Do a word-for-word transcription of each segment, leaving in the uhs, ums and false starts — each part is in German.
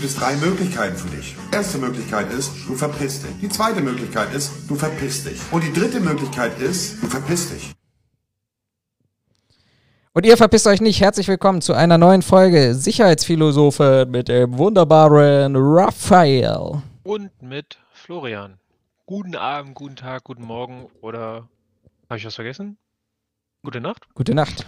es drei Möglichkeiten für dich. Erste Möglichkeit ist, du verpisst dich. Die zweite Möglichkeit ist, du verpisst dich. Und die dritte Möglichkeit ist, du verpisst dich. Und ihr verpisst euch nicht. Herzlich willkommen zu einer neuen Folge Sicherheitsphilosophen mit dem wunderbaren Raphael. Und mit Florian. Guten Abend, guten Tag, guten Morgen oder habe ich was vergessen? Gute Nacht? Gute Nacht.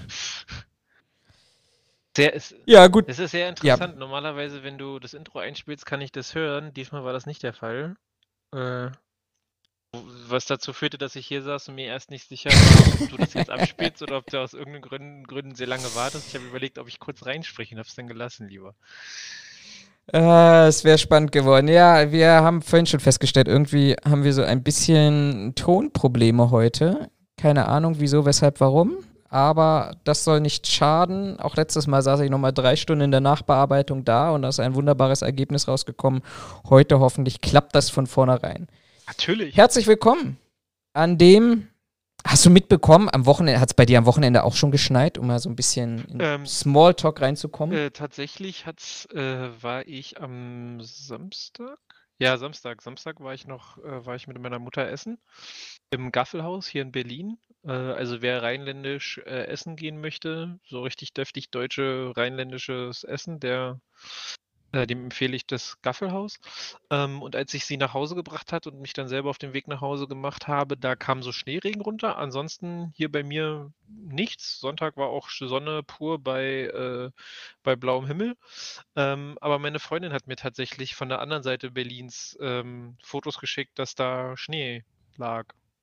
Sehr, es, ja, gut. Es ist sehr interessant. Ja. Normalerweise, wenn du das Intro einspielst, kann ich das hören. Diesmal war das nicht der Fall. Äh, was dazu führte, dass ich hier saß und mir erst nicht sicher war, ob du das jetzt abspielst oder ob du aus irgendeinen Gründen, Gründen sehr lange wartest. Ich habe überlegt, ob ich kurz reinspreche und habe es dann gelassen, lieber. Äh, es wäre spannend geworden. Ja, wir haben vorhin schon festgestellt, irgendwie haben wir so ein bisschen Tonprobleme heute. Keine Ahnung, wieso, weshalb, warum. Aber das soll nicht schaden. Auch letztes Mal saß ich nochmal drei Stunden in der Nachbearbeitung da und da ist ein wunderbares Ergebnis rausgekommen. Heute hoffentlich klappt das von vornherein. Natürlich. Herzlich willkommen an dem, hast du mitbekommen, am Wochenende, hat es bei dir am Wochenende auch schon geschneit, um mal so ein bisschen in Ähm, Smalltalk reinzukommen? Äh, tatsächlich hat's, äh, war ich am Samstag. Ja, Samstag. Samstag war ich noch, äh, war ich mit meiner Mutter essen. Im Gaffelhaus hier in Berlin. Äh, also wer rheinländisch äh, essen gehen möchte, so richtig deftig deutsche rheinländisches Essen, der äh, dem empfehle ich das Gaffelhaus. Ähm, und als ich sie nach Hause gebracht hat und mich dann selber auf den Weg nach Hause gemacht habe, da kam so Schneeregen runter. Ansonsten hier bei mir nichts. Sonntag war auch Sonne pur bei, äh, bei blauem Himmel. Ähm, aber meine Freundin hat mir tatsächlich von der anderen Seite Berlins ähm, Fotos geschickt, dass da Schnee lag.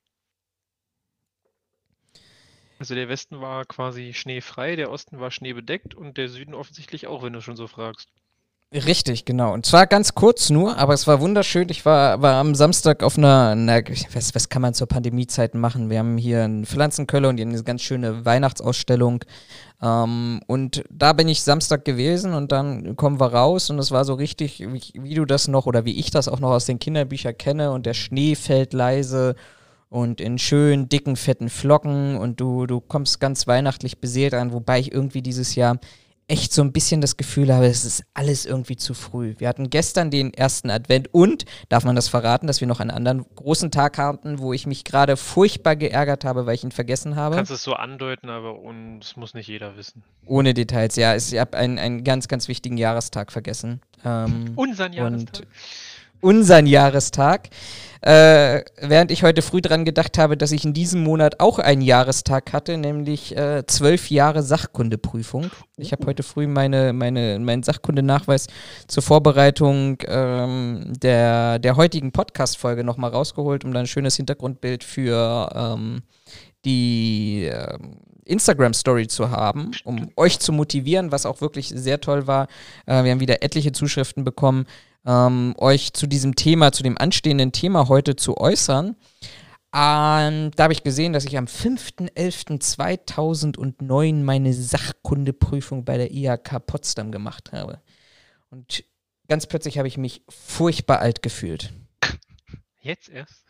Also der Westen war quasi schneefrei, der Osten war schneebedeckt und der Süden offensichtlich auch, wenn du schon so fragst. Richtig, genau. Und zwar ganz kurz nur, aber es war wunderschön. Ich war, war am Samstag auf einer, einer was, was kann man zur Pandemiezeit machen? Wir haben hier einen Pflanzenköller und die haben eine ganz schöne Weihnachtsausstellung. Ähm, und da bin ich Samstag gewesen und dann kommen wir raus und es war so richtig, wie, wie du das noch oder wie ich das auch noch aus den Kinderbüchern kenne und der Schnee fällt leise und in schönen, dicken, fetten Flocken und du, du kommst ganz weihnachtlich beseelt an, wobei ich irgendwie dieses Jahr echt so ein bisschen das Gefühl habe, es ist alles irgendwie zu früh. Wir hatten gestern den ersten Advent und, darf man das verraten, dass wir noch einen anderen großen Tag hatten, wo ich mich gerade furchtbar geärgert habe, weil ich ihn vergessen habe. Du kannst es so andeuten, aber es muss nicht jeder wissen. Ohne Details, ja. Ich habe einen, einen ganz, ganz wichtigen Jahrestag vergessen. Ähm, unseren Jahrestag? Unseren Jahrestag. Äh, während ich heute früh dran gedacht habe, dass ich in diesem Monat auch einen Jahrestag hatte, nämlich äh, zwölf Jahre Sachkundeprüfung. Ich habe heute früh meine, meine, meinen Sachkundenachweis zur Vorbereitung ähm, der, der heutigen Podcast-Folge nochmal rausgeholt, um dann ein schönes Hintergrundbild für ähm, die äh, Instagram-Story zu haben, um euch zu motivieren, was auch wirklich sehr toll war. Äh, wir haben wieder etliche Zuschriften bekommen, Ähm, euch zu diesem Thema, zu dem anstehenden Thema heute zu äußern. Ähm, da habe ich gesehen, dass ich am fünften elften zweitausendneun meine Sachkundeprüfung bei der I H K Potsdam gemacht habe. Und ganz plötzlich habe ich mich furchtbar alt gefühlt. Jetzt erst?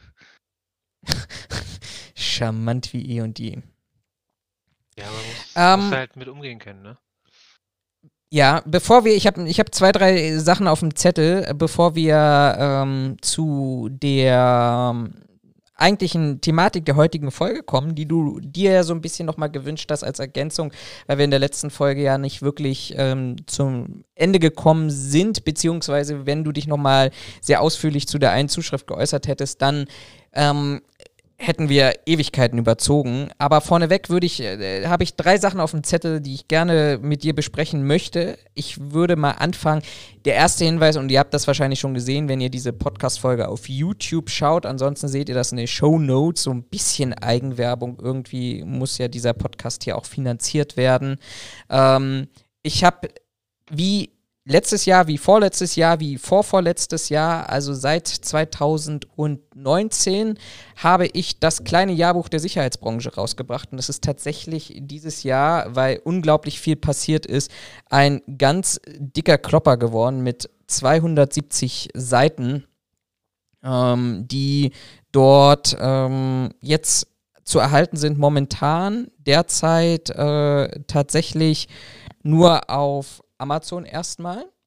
Charmant wie eh und je. Ja, man muss, ähm, muss halt mit umgehen können, ne? Ja, bevor wir, ich habe ich hab zwei, drei Sachen auf dem Zettel, bevor wir ähm, zu der ähm, eigentlichen Thematik der heutigen Folge kommen, die du dir ja so ein bisschen nochmal gewünscht hast als Ergänzung, weil wir in der letzten Folge ja nicht wirklich ähm, zum Ende gekommen sind, beziehungsweise wenn du dich nochmal sehr ausführlich zu der einen Zuschrift geäußert hättest, dann ähm, hätten wir Ewigkeiten überzogen. Aber vorneweg würde ich, äh, habe ich drei Sachen auf dem Zettel, die ich gerne mit dir besprechen möchte. Ich würde mal anfangen. Der erste Hinweis, und ihr habt das wahrscheinlich schon gesehen, wenn ihr diese Podcast-Folge auf YouTube schaut. Ansonsten seht ihr das in den Shownotes. So ein bisschen Eigenwerbung. Irgendwie muss ja dieser Podcast hier auch finanziert werden. Ähm, ich habe wie letztes Jahr, wie vorletztes Jahr, wie vorvorletztes Jahr, also seit zweitausendneunzehn, habe ich das kleine Jahrbuch der Sicherheitsbranche rausgebracht. Und das ist tatsächlich dieses Jahr, weil unglaublich viel passiert ist, ein ganz dicker Klopper geworden mit zweihundertsiebzig Seiten, ähm, die dort ähm, jetzt zu erhalten sind. Momentan derzeit äh, tatsächlich nur auf Amazon erstmal,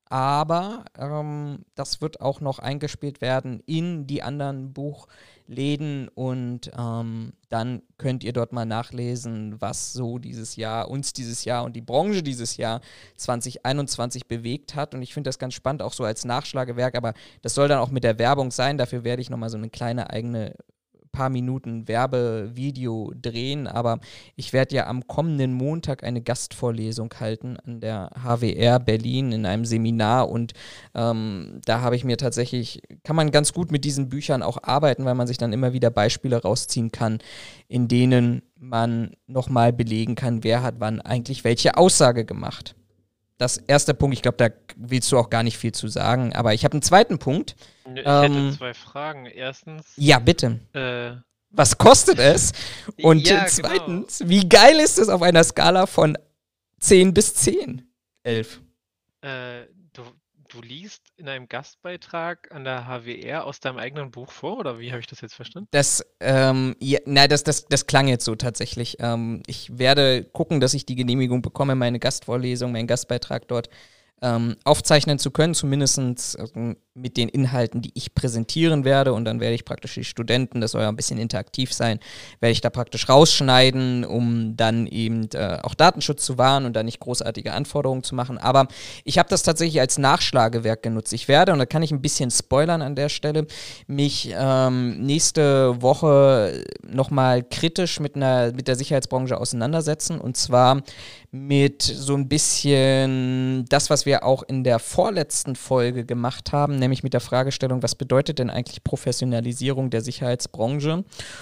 aber ähm, das wird auch noch eingespielt werden in die anderen Buchläden und ähm, dann könnt ihr dort mal nachlesen, was so dieses Jahr, uns dieses Jahr und die Branche dieses Jahr zwanzig einundzwanzig bewegt hat. Und ich finde das ganz spannend, auch so als Nachschlagewerk, aber das soll dann auch mit der Werbung sein. Dafür werde ich nochmal so eine kleine eigene paar Minuten Werbevideo drehen, aber ich werde ja am kommenden Montag eine Gastvorlesung halten an der H W R Berlin in einem Seminar und ähm, da habe ich mir tatsächlich, kann man ganz gut mit diesen Büchern auch arbeiten, weil man sich dann immer wieder Beispiele rausziehen kann, in denen man nochmal belegen kann, wer hat wann eigentlich welche Aussage gemacht. Das erste Punkt, ich glaube, da willst du auch gar nicht viel zu sagen, aber ich habe einen zweiten Punkt. Ich ähm, hätte zwei Fragen. Erstens. Ja, bitte. Äh, Was kostet es? Und ja, zweitens, genau. Wie geil ist es auf einer Skala von zehn bis zehn? elf. Äh, du, du liest in einem Gastbeitrag an der H W R aus deinem eigenen Buch vor, oder wie habe ich das jetzt verstanden? Das, ähm, ja, nein, das, das, das klang jetzt so tatsächlich. Ähm, ich werde gucken, dass ich die Genehmigung bekomme, meine Gastvorlesung, meinen Gastbeitrag dort ähm, aufzeichnen zu können, zumindest äh, mit den Inhalten, die ich präsentieren werde. Und dann werde ich praktisch die Studenten, das soll ja ein bisschen interaktiv sein, werde ich da praktisch rausschneiden, um dann eben äh, auch Datenschutz zu wahren und da nicht großartige Anforderungen zu machen. Aber ich habe das tatsächlich als Nachschlagewerk genutzt. Ich werde, und da kann ich ein bisschen spoilern an der Stelle, mich ähm, nächste Woche nochmal kritisch mit, einer, mit der Sicherheitsbranche auseinandersetzen. Und zwar mit so ein bisschen das, was wir auch in der vorletzten Folge gemacht haben, nämlich mit der Fragestellung, was bedeutet denn eigentlich Professionalisierung der Sicherheitsbranche?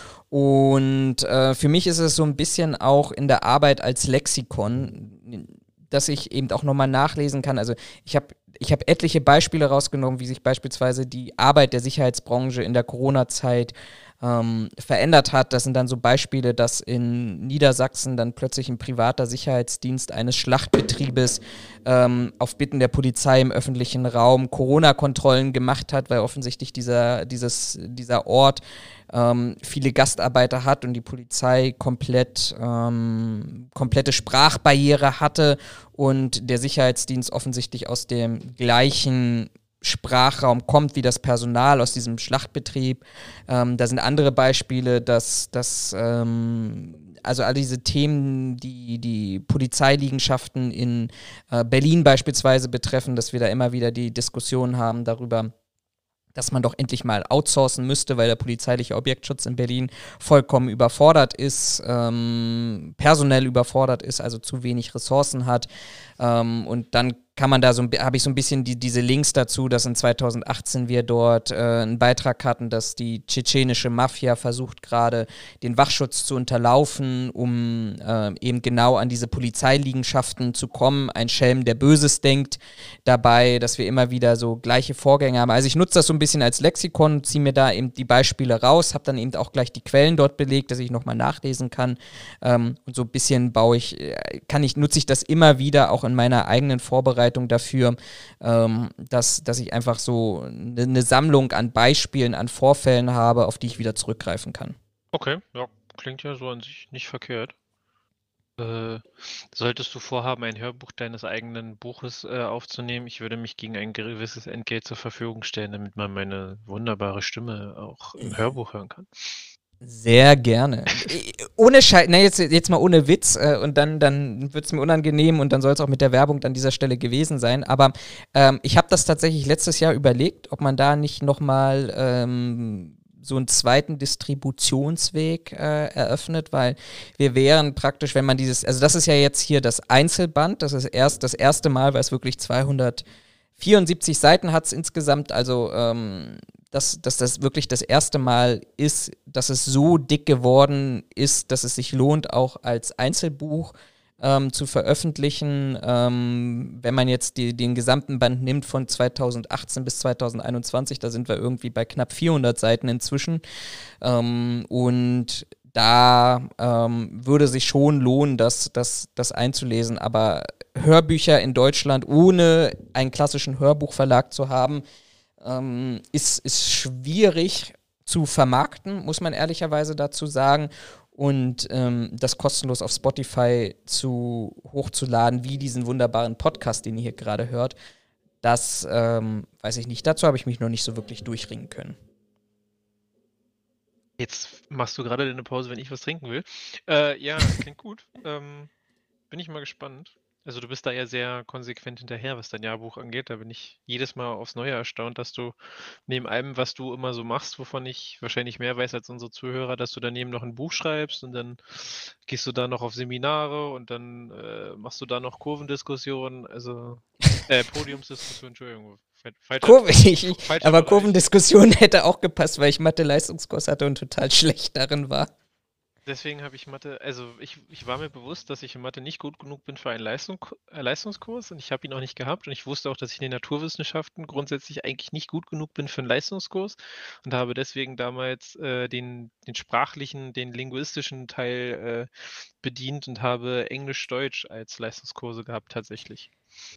Und äh, für mich ist es so ein bisschen auch in der Arbeit als Lexikon, dass ich eben auch nochmal nachlesen kann. Also ich habe ich hab etliche Beispiele rausgenommen, wie sich beispielsweise die Arbeit der Sicherheitsbranche in der Corona-Zeit ähm, verändert hat. Das sind dann so Beispiele, dass in Niedersachsen dann plötzlich ein privater Sicherheitsdienst eines Schlachtbetriebes ähm, auf Bitten der Polizei im öffentlichen Raum Corona-Kontrollen gemacht hat, weil offensichtlich dieser, dieses, dieser Ort ähm, viele Gastarbeiter hat und die Polizei komplett ähm, komplette Sprachbarriere hatte und der Sicherheitsdienst offensichtlich aus dem gleichen Sprachraum kommt wie das Personal aus diesem Schlachtbetrieb. Ähm, da sind andere Beispiele, dass, dass ähm, also all diese Themen, die die Polizeiliegenschaften in äh, Berlin beispielsweise betreffen, dass wir da immer wieder die Diskussion haben darüber, dass man doch endlich mal outsourcen müsste, weil der polizeiliche Objektschutz in Berlin vollkommen überfordert ist, ähm, personell überfordert ist, also zu wenig Ressourcen hat. Ähm, und dann kann man da so, habe ich so ein bisschen die, diese Links dazu, dass in zweitausendachtzehn wir dort äh, einen Beitrag hatten, dass die tschetschenische Mafia versucht gerade den Wachschutz zu unterlaufen, um äh, eben genau an diese Polizeiliegenschaften zu kommen. Ein Schelm, der Böses denkt dabei, dass wir immer wieder so gleiche Vorgänge haben. Also ich nutze das so ein bisschen als Lexikon, ziehe mir da eben die Beispiele raus, habe dann eben auch gleich die Quellen dort belegt, dass ich nochmal nachlesen kann. Ähm, und so ein bisschen baue ich, kann ich, nutze ich das immer wieder auch in meiner eigenen Vorbereitung dafür, ähm, dass, dass ich einfach so eine, eine Sammlung an Beispielen, an Vorfällen habe, auf die ich wieder zurückgreifen kann. Okay, ja, klingt ja so an sich nicht verkehrt. Äh, solltest du vorhaben, ein Hörbuch deines eigenen Buches äh, aufzunehmen, ich würde mich gegen ein gewisses Entgelt zur Verfügung stellen, damit man meine wunderbare Stimme auch im Hörbuch hören kann. Sehr gerne. Ohne Scheiß, ne, jetzt, jetzt mal ohne Witz äh, und dann, dann wird es mir unangenehm und dann soll es auch mit der Werbung an dieser Stelle gewesen sein. Aber ähm, ich habe das tatsächlich letztes Jahr überlegt, ob man da nicht nochmal ähm, so einen zweiten Distributionsweg äh, eröffnet, weil wir wären praktisch, wenn man dieses, also das ist ja jetzt hier das Einzelband, das ist erst das erste Mal, weil es wirklich zweihundertvierundsiebzig Seiten hat es insgesamt, also ähm, dass, dass das wirklich das erste Mal ist, dass es so dick geworden ist, dass es sich lohnt, auch als Einzelbuch ähm, zu veröffentlichen. Ähm, wenn man jetzt die, den gesamten Band nimmt von zweitausendachtzehn bis zweitausendeinundzwanzig, da sind wir irgendwie bei knapp vierhundert Seiten inzwischen. Ähm, und da ähm, würde sich schon lohnen, das, das, das einzulesen. Aber Hörbücher in Deutschland ohne einen klassischen Hörbuchverlag zu haben, ähm, ist, ist schwierig zu vermarkten, muss man ehrlicherweise dazu sagen. Und ähm, das kostenlos auf Spotify zu hochzuladen, wie diesen wunderbaren Podcast, den ihr hier gerade hört, das ähm, weiß ich nicht. Dazu habe ich mich noch nicht so wirklich durchringen können. Jetzt machst du gerade eine Pause, wenn ich was trinken will. Äh, ja, klingt gut. Ähm, bin ich mal gespannt. Also du bist da ja sehr konsequent hinterher, was dein Jahrbuch angeht. Da bin ich jedes Mal aufs Neue erstaunt, dass du neben allem, was du immer so machst, wovon ich wahrscheinlich mehr weiß als unsere Zuhörer, dass du daneben noch ein Buch schreibst und dann gehst du da noch auf Seminare und dann äh, machst du da noch Kurvendiskussionen, also äh, Podiumsdiskussion, Entschuldigung, fa- falscher, Kurve, ich, ich, falscher aber Bereich. Kurvendiskussion hätte auch gepasst, weil ich Mathe-Leistungskurs hatte und total schlecht darin war. Deswegen habe ich Mathe, also ich, ich war mir bewusst, dass ich in Mathe nicht gut genug bin für einen Leistung, äh, Leistungskurs und ich habe ihn auch nicht gehabt und ich wusste auch, dass ich in den Naturwissenschaften grundsätzlich eigentlich nicht gut genug bin für einen Leistungskurs und habe deswegen damals äh, den, den sprachlichen, den linguistischen Teil äh, bedient und habe Englisch-Deutsch als Leistungskurse gehabt tatsächlich.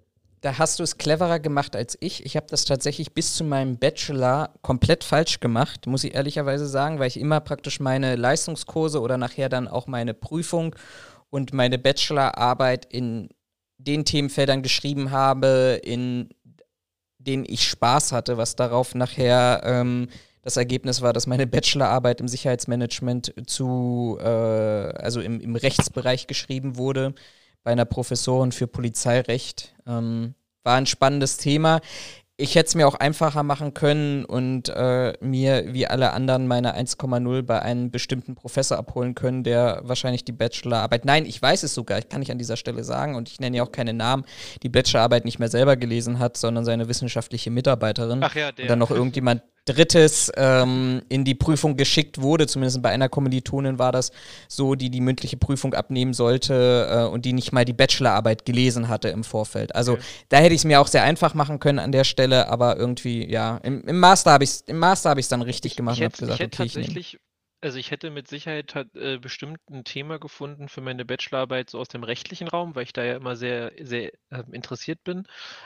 Da hast du es cleverer gemacht als ich. Ich habe das tatsächlich bis zu meinem Bachelor komplett falsch gemacht, muss ich ehrlicherweise sagen, weil ich immer praktisch meine Leistungskurse oder nachher dann auch meine Prüfung und meine Bachelorarbeit in den Themenfeldern geschrieben habe, in denen ich Spaß hatte, was darauf nachher ähm, das Ergebnis war, dass meine Bachelorarbeit im Sicherheitsmanagement zu, äh, also im, im Rechtsbereich geschrieben wurde, bei einer Professorin für Polizeirecht. Ähm, war ein spannendes Thema. Ich hätte es mir auch einfacher machen können und äh, mir wie alle anderen meine eins Komma null bei einem bestimmten Professor abholen können, der wahrscheinlich die Bachelorarbeit, nein, ich weiß es sogar, ich kann nicht an dieser Stelle sagen und ich nenne ja auch keine Namen, die Bachelorarbeit nicht mehr selber gelesen hat, sondern seine wissenschaftliche Mitarbeiterin. Ach ja, der. Und dann noch irgendjemand Drittes ähm, in die Prüfung geschickt wurde, zumindest bei einer Kommilitonin war das so, die die mündliche Prüfung abnehmen sollte äh, und die nicht mal die Bachelorarbeit gelesen hatte im Vorfeld. Also Okay. da hätte ich es mir auch sehr einfach machen können an der Stelle, aber irgendwie, ja, im, im Master habe ich es im Master habe ich es dann richtig Ich, gemacht ich und habe hätte, ich gesagt, hätte okay, ich nehme. tatsächlich, also ich hätte mit Sicherheit hat, äh, bestimmt ein Thema gefunden für meine Bachelorarbeit so aus dem rechtlichen Raum, weil ich da ja immer sehr, sehr ähm, interessiert bin.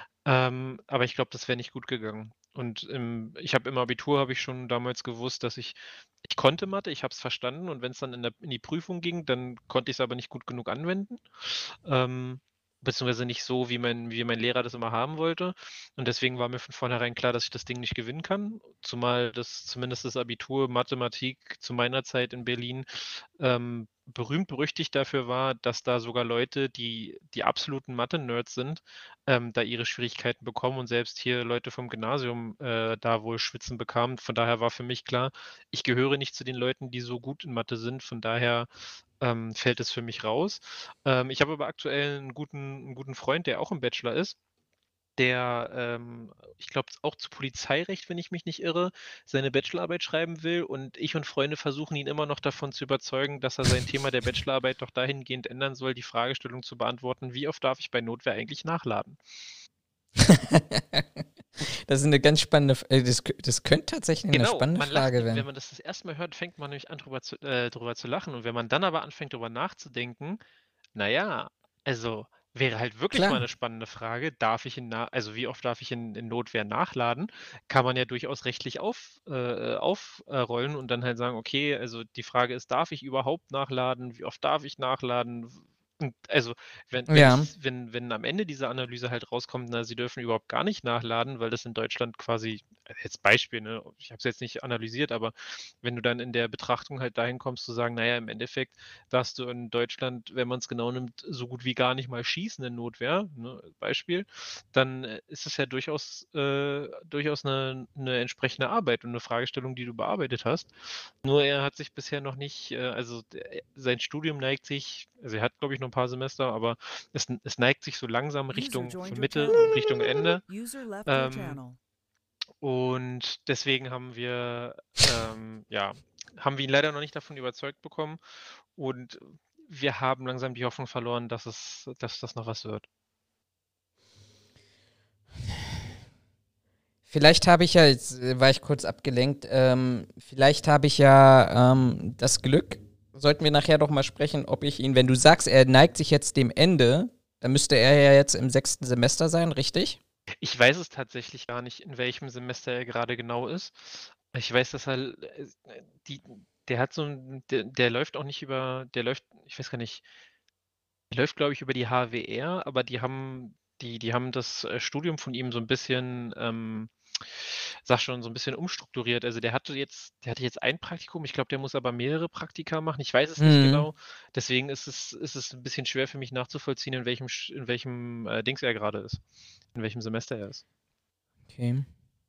Ähm, aber ich glaube, das wäre nicht gut gegangen. Und ähm, ich habe im Abitur habe ich schon damals gewusst, dass ich, ich konnte Mathe, ich habe es verstanden und wenn es dann in, der, in die Prüfung ging, dann konnte ich es aber nicht gut genug anwenden. Ähm, beziehungsweise nicht so, wie mein, wie mein Lehrer das immer haben wollte. Und deswegen war mir von vornherein klar, dass ich das Ding nicht gewinnen kann. Zumal das zumindest das Abitur Mathematik zu meiner Zeit in Berlin ähm, berühmt berüchtigt dafür war, dass da sogar Leute, die die absoluten Mathe-Nerds sind, ähm, da ihre Schwierigkeiten bekommen und selbst hier Leute vom Gymnasium äh, da wohl Schwitzen bekamen. Von daher war für mich klar, ich gehöre nicht zu den Leuten, die so gut in Mathe sind. Von daher ähm, fällt es für mich raus. Ähm, ich habe aber aktuell einen guten, einen guten Freund, der auch im Bachelor ist, der, ähm, ich glaube, auch zu Polizeirecht, wenn ich mich nicht irre, seine Bachelorarbeit schreiben will. Und ich und Freunde versuchen ihn immer noch davon zu überzeugen, dass er sein Thema der Bachelorarbeit doch dahingehend ändern soll, die Fragestellung zu beantworten, wie oft darf ich bei Notwehr eigentlich nachladen? Das ist eine ganz spannende, äh, das, das könnte tatsächlich eine Genau, spannende man lacht, Frage wenn werden. man das das erste Mal hört, fängt man nämlich an, drüber zu, äh, drüber zu lachen. Und wenn man dann aber anfängt, drüber nachzudenken, naja, also wäre halt wirklich mal Klar. eine spannende Frage, darf ich in Na also wie oft darf ich in in Notwehr nachladen? Kann man ja durchaus rechtlich auf äh, aufrollen und dann halt sagen: „Okay, also die Frage ist, darf ich überhaupt nachladen? Wie oft darf ich nachladen?“ W und also, wenn wenn Ja. ich wenn wenn am Ende dieser Analyse halt rauskommt, na, Sie dürfen überhaupt gar nicht nachladen, weil das in Deutschland quasi äh, jetzt Beispiel, ne? Ich habe es jetzt nicht analysiert, aber wenn du dann in der Betrachtung halt dahin kommst zu sagen: „Na ja, im Endeffekt darfst du in Deutschland, wenn man es genau nimmt, so gut wie gar nicht mal schießen in Notwehr, ne, Beispiel, dann äh, ist es ja durchaus, äh, durchaus eine, eine entsprechende Arbeit und eine Fragestellung, die du bearbeitet hast. Nur er hat sich bisher noch nicht, äh, also der, sein Studium neigt sich, also er hat, glaube ich, noch ein paar Semester, aber es, es neigt sich so langsam User Richtung joined von your Mitte, channel. Richtung Ende. User left your Ähm, channel. und deswegen haben wir, ähm, ja, haben wir ihn leider noch nicht davon überzeugt bekommen. Und wir haben langsam die Hoffnung verloren, dass es, dass das noch was wird. Vielleicht habe ich ja, jetzt äh, war ich kurz abgelenkt, ähm, vielleicht habe ich ja ähm, das Glück, sollten wir nachher doch mal sprechen, ob ich ihn, wenn du sagst, er neigt sich jetzt dem Ende, dann müsste er ja jetzt im sechsten Semester sein, richtig? Ich weiß es tatsächlich gar nicht, in welchem Semester er gerade genau ist. Ich weiß, dass er äh, die, der hat so ein, der, der läuft auch nicht über, der läuft, ich weiß gar nicht, der läuft, glaube ich, über die H W R, aber die haben, die, die haben das äh, Studium von ihm so ein bisschen, ähm, sag schon, so ein bisschen umstrukturiert. Also der hatte jetzt, der hatte jetzt ein Praktikum, ich glaube, der muss aber mehrere Praktika machen. Ich weiß es nicht Mhm. genau. Deswegen ist es, ist es ein bisschen schwer für mich nachzuvollziehen, in welchem, Sch- in welchem äh, Dings er gerade ist. In welchem Semester er ist. Okay.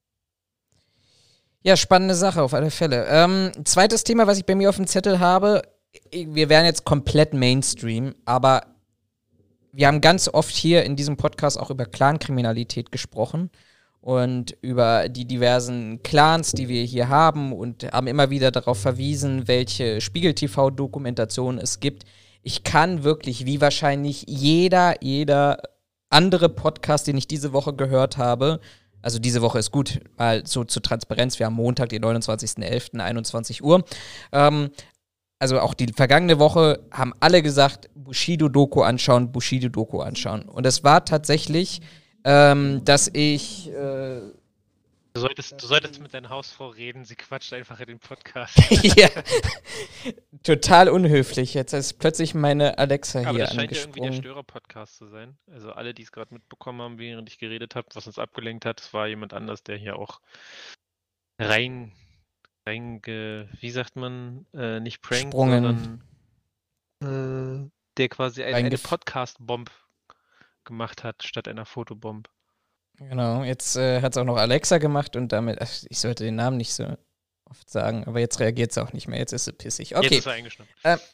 Ja, spannende Sache auf alle Fälle. Ähm, zweites Thema, was ich bei mir auf dem Zettel habe, wir wären jetzt komplett Mainstream, aber wir haben ganz oft hier in diesem Podcast auch über Clankriminalität gesprochen und über die diversen Clans, die wir hier haben und haben immer wieder darauf verwiesen, welche Spiegel-T V-Dokumentation es gibt. Ich kann wirklich, wie wahrscheinlich jeder, jeder andere Podcast, den ich diese Woche gehört habe, also diese Woche ist gut, weil so zur Transparenz, wir haben Montag, den neunundzwanzigsten elften, einundzwanzig Uhr. Ähm, also auch die vergangene Woche haben alle gesagt, Bushido-Doku anschauen, Bushido-Doku anschauen. Und es war tatsächlich, ähm, dass ich äh, Du solltest, du solltest mit deiner Hausfrau reden, sie quatscht einfach in den Podcast. ja, total unhöflich. Jetzt ist plötzlich meine Alexa Aber hier das scheint ja irgendwie der angesprungen. Störer-Podcast zu sein. Also alle, die es gerade mitbekommen haben, während ich geredet habe, was uns abgelenkt hat, es war jemand anders, der hier auch rein, reinge, wie sagt man, äh, nicht prankt, Sprungen. sondern äh, der quasi ein, eine Reingef- Podcast-Bomb gemacht hat, statt einer Fotobomb. Genau, jetzt äh, hat es auch noch Alexa gemacht und damit, ach, ich sollte den Namen nicht so oft sagen, aber jetzt reagiert sie auch nicht mehr, jetzt ist sie pissig. Okay. Jetzt ist er eingeschnappt.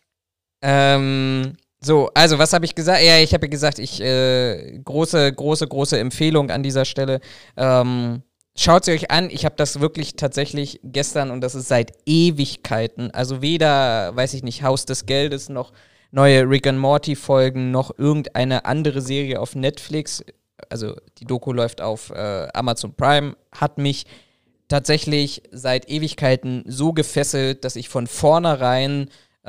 Ähm, so, also was habe ich gesagt? Ja, ich habe gesagt, ich äh, große, große, große Empfehlung an dieser Stelle. Ähm, schaut sie euch an. Ich habe das wirklich tatsächlich gestern und das ist seit Ewigkeiten. Also weder, weiß ich nicht, Haus des Geldes noch neue Rick and Morty Folgen noch irgendeine andere Serie auf Netflix. Also die Doku läuft auf äh, Amazon Prime, hat mich tatsächlich seit Ewigkeiten so gefesselt, dass ich von vornherein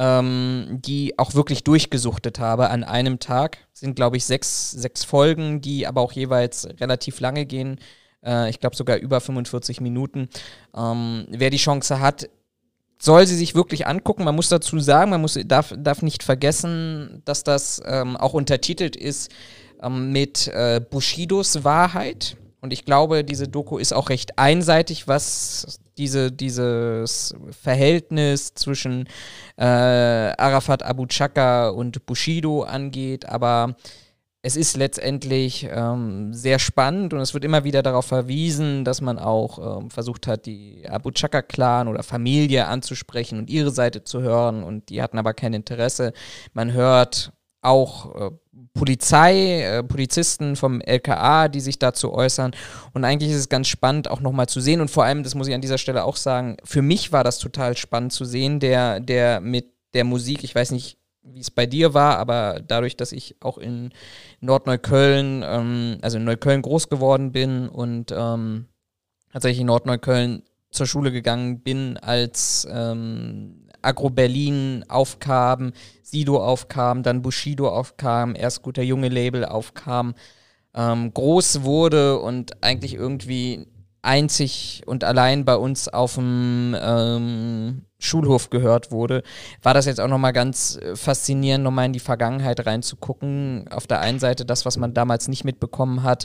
ähm, die auch wirklich durchgesuchtet habe an einem Tag. Sind, glaube ich, sechs, sechs Folgen, die aber auch jeweils relativ lange gehen. Äh, ich glaube sogar über fünfundvierzig Minuten. Ähm, wer die Chance hat, soll sie sich wirklich angucken. Man muss dazu sagen, man muss, darf, darf nicht vergessen, dass das ähm, auch untertitelt ist ähm, mit äh, Bushidos Wahrheit. Und ich glaube, diese Doku ist auch recht einseitig, was diese, dieses Verhältnis zwischen äh, Arafat Abu Chaka und Bushido angeht. Aber es ist letztendlich ähm, sehr spannend und es wird immer wieder darauf verwiesen, dass man auch ähm, versucht hat, die Abu Chaka-Clan oder Familie anzusprechen und ihre Seite zu hören und die hatten aber kein Interesse. Man hört auch äh, Polizei, äh, Polizisten vom L K A, die sich dazu äußern und eigentlich ist es ganz spannend auch nochmal zu sehen und vor allem, das muss ich an dieser Stelle auch sagen, für mich war das total spannend zu sehen, der, der mit der Musik, ich weiß nicht, wie es bei dir war, aber dadurch, dass ich auch in Nordneukölln, ähm, also in Neukölln groß geworden bin und ähm, tatsächlich in Nordneukölln zur Schule gegangen bin, als ähm, Agro Berlin aufkam, Sido aufkam, dann Bushido aufkam, erst Guter Junge Label aufkam, ähm, groß wurde und eigentlich irgendwie einzig und allein bei uns auf dem ähm, Schulhof gehört wurde, war das jetzt auch nochmal ganz faszinierend, nochmal in die Vergangenheit reinzugucken. Auf der einen Seite das, was man damals nicht mitbekommen hat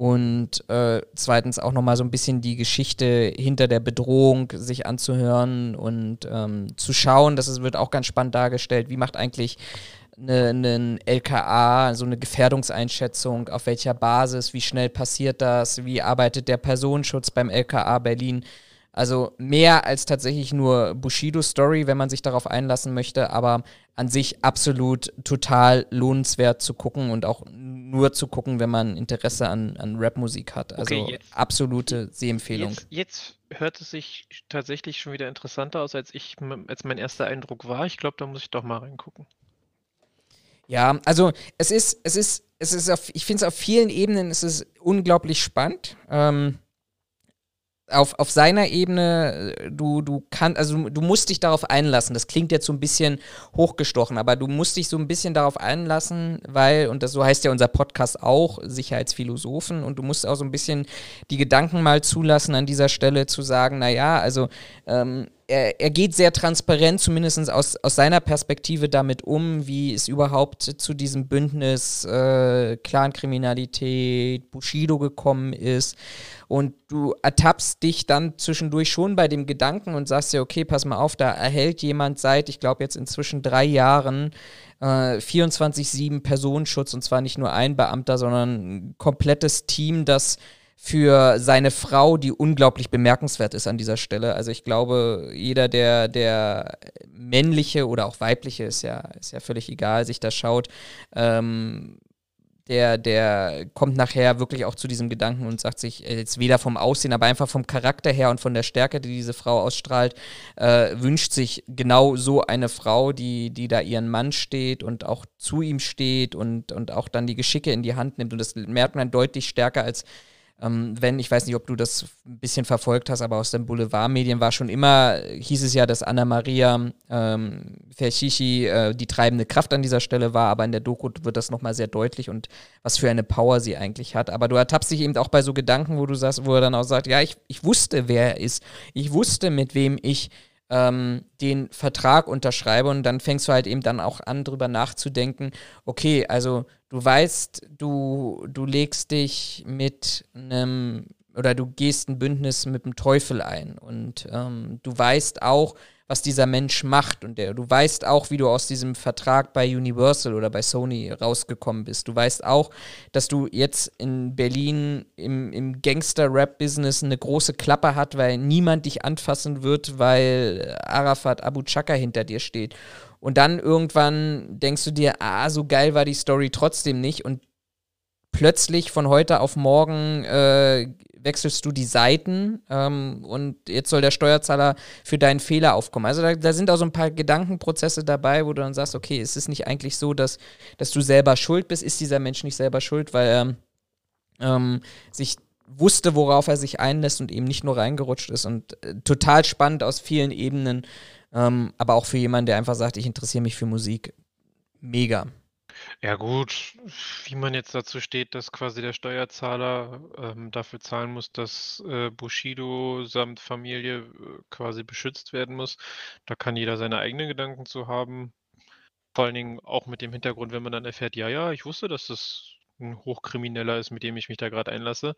und äh, zweitens auch nochmal so ein bisschen die Geschichte hinter der Bedrohung sich anzuhören und ähm, zu schauen, das ist, wird auch ganz spannend dargestellt, wie macht eigentlich ein ne, L K A, so eine Gefährdungseinschätzung, auf welcher Basis, wie schnell passiert das, wie arbeitet der Personenschutz beim L K A Berlin. Also mehr als tatsächlich nur Bushido-Story, wenn man sich darauf einlassen möchte, aber an sich absolut total lohnenswert zu gucken und auch nur zu gucken, wenn man Interesse an, an Rap-Musik hat. Also Okay, jetzt- absolute Sehempfehlung. Jetzt, jetzt hört es sich tatsächlich schon wieder interessanter aus, als ich, als mein erster Eindruck war. Ich glaube, da muss ich doch mal reingucken. Ja, also es ist, es ist, es ist auf, ich finde es auf vielen Ebenen, es ist unglaublich spannend. Ähm, auf, auf seiner Ebene, du, du kannst, also du musst dich darauf einlassen. Das klingt jetzt so ein bisschen hochgestochen, aber du musst dich so ein bisschen darauf einlassen, weil, und das so heißt ja unser Podcast auch, Sicherheitsphilosophen, und du musst auch so ein bisschen die Gedanken mal zulassen, an dieser Stelle zu sagen, naja, also ähm, er, er geht sehr transparent, zumindest aus, aus seiner Perspektive damit um, wie es überhaupt zu diesem Bündnis äh, Clankriminalität, Bushido gekommen ist. Und du ertappst dich dann zwischendurch schon bei dem Gedanken und sagst dir, okay, pass mal auf, da erhält jemand seit, ich glaube jetzt inzwischen drei Jahren äh, vierundzwanzig sieben Personenschutz, und zwar nicht nur ein Beamter, sondern ein komplettes Team, das für seine Frau, die unglaublich bemerkenswert ist an dieser Stelle. Also ich glaube, jeder, der, der männliche oder auch weibliche, ist ja, ist ja völlig egal, sich das schaut, ähm, der, der kommt nachher wirklich auch zu diesem Gedanken und sagt sich, jetzt weder vom Aussehen, aber einfach vom Charakter her und von der Stärke, die diese Frau ausstrahlt, äh, wünscht sich genau so eine Frau, die, die da ihren Mann steht und auch zu ihm steht und, und auch dann die Geschicke in die Hand nimmt. Und das merkt man deutlich stärker als Ähm, wenn, ich weiß nicht, ob du das ein bisschen verfolgt hast, aber aus den Boulevardmedien war schon immer, hieß es ja, dass Anna Maria ähm, Ferchichi äh, die treibende Kraft an dieser Stelle war, aber in der Doku wird das nochmal sehr deutlich und was für eine Power sie eigentlich hat. Aber du ertappst dich eben auch bei so Gedanken, wo du sagst, wo er dann auch sagt, ja, ich, ich wusste, wer er ist. Ich wusste, mit wem ich ähm, den Vertrag unterschreibe, und dann fängst du halt eben dann auch an, drüber nachzudenken, okay, also du weißt, du, du legst dich mit einem, oder du gehst ein Bündnis mit dem Teufel ein, und ähm, du weißt auch, was dieser Mensch macht, und der, du weißt auch, wie du aus diesem Vertrag bei Universal oder bei Sony rausgekommen bist. Du weißt auch, dass du jetzt in Berlin im, im Gangster-Rap-Business eine große Klappe hat, weil niemand dich anfassen wird, weil Arafat Abu Chaka hinter dir steht. Und dann irgendwann denkst du dir, ah, so geil war die Story trotzdem nicht, und plötzlich von heute auf morgen äh, wechselst du die Seiten ähm, und jetzt soll der Steuerzahler für deinen Fehler aufkommen. Also da, da sind auch so ein paar Gedankenprozesse dabei, wo du dann sagst, okay, ist es nicht eigentlich so, dass, dass du selber schuld bist? Ist dieser Mensch nicht selber schuld, weil er ähm, sich wusste, worauf er sich einlässt und eben nicht nur reingerutscht ist, und äh, total spannend aus vielen Ebenen, ähm, aber auch für jemanden, der einfach sagt, ich interessiere mich für Musik. Mega. Ja gut, wie man jetzt dazu steht, dass quasi der Steuerzahler ähm, dafür zahlen muss, dass äh, Bushido samt Familie äh, quasi beschützt werden muss, da kann jeder seine eigenen Gedanken zu haben. Vor allen Dingen auch mit dem Hintergrund, wenn man dann erfährt, ja, ja, ich wusste, dass das ein Hochkrimineller ist, mit dem ich mich da gerade einlasse,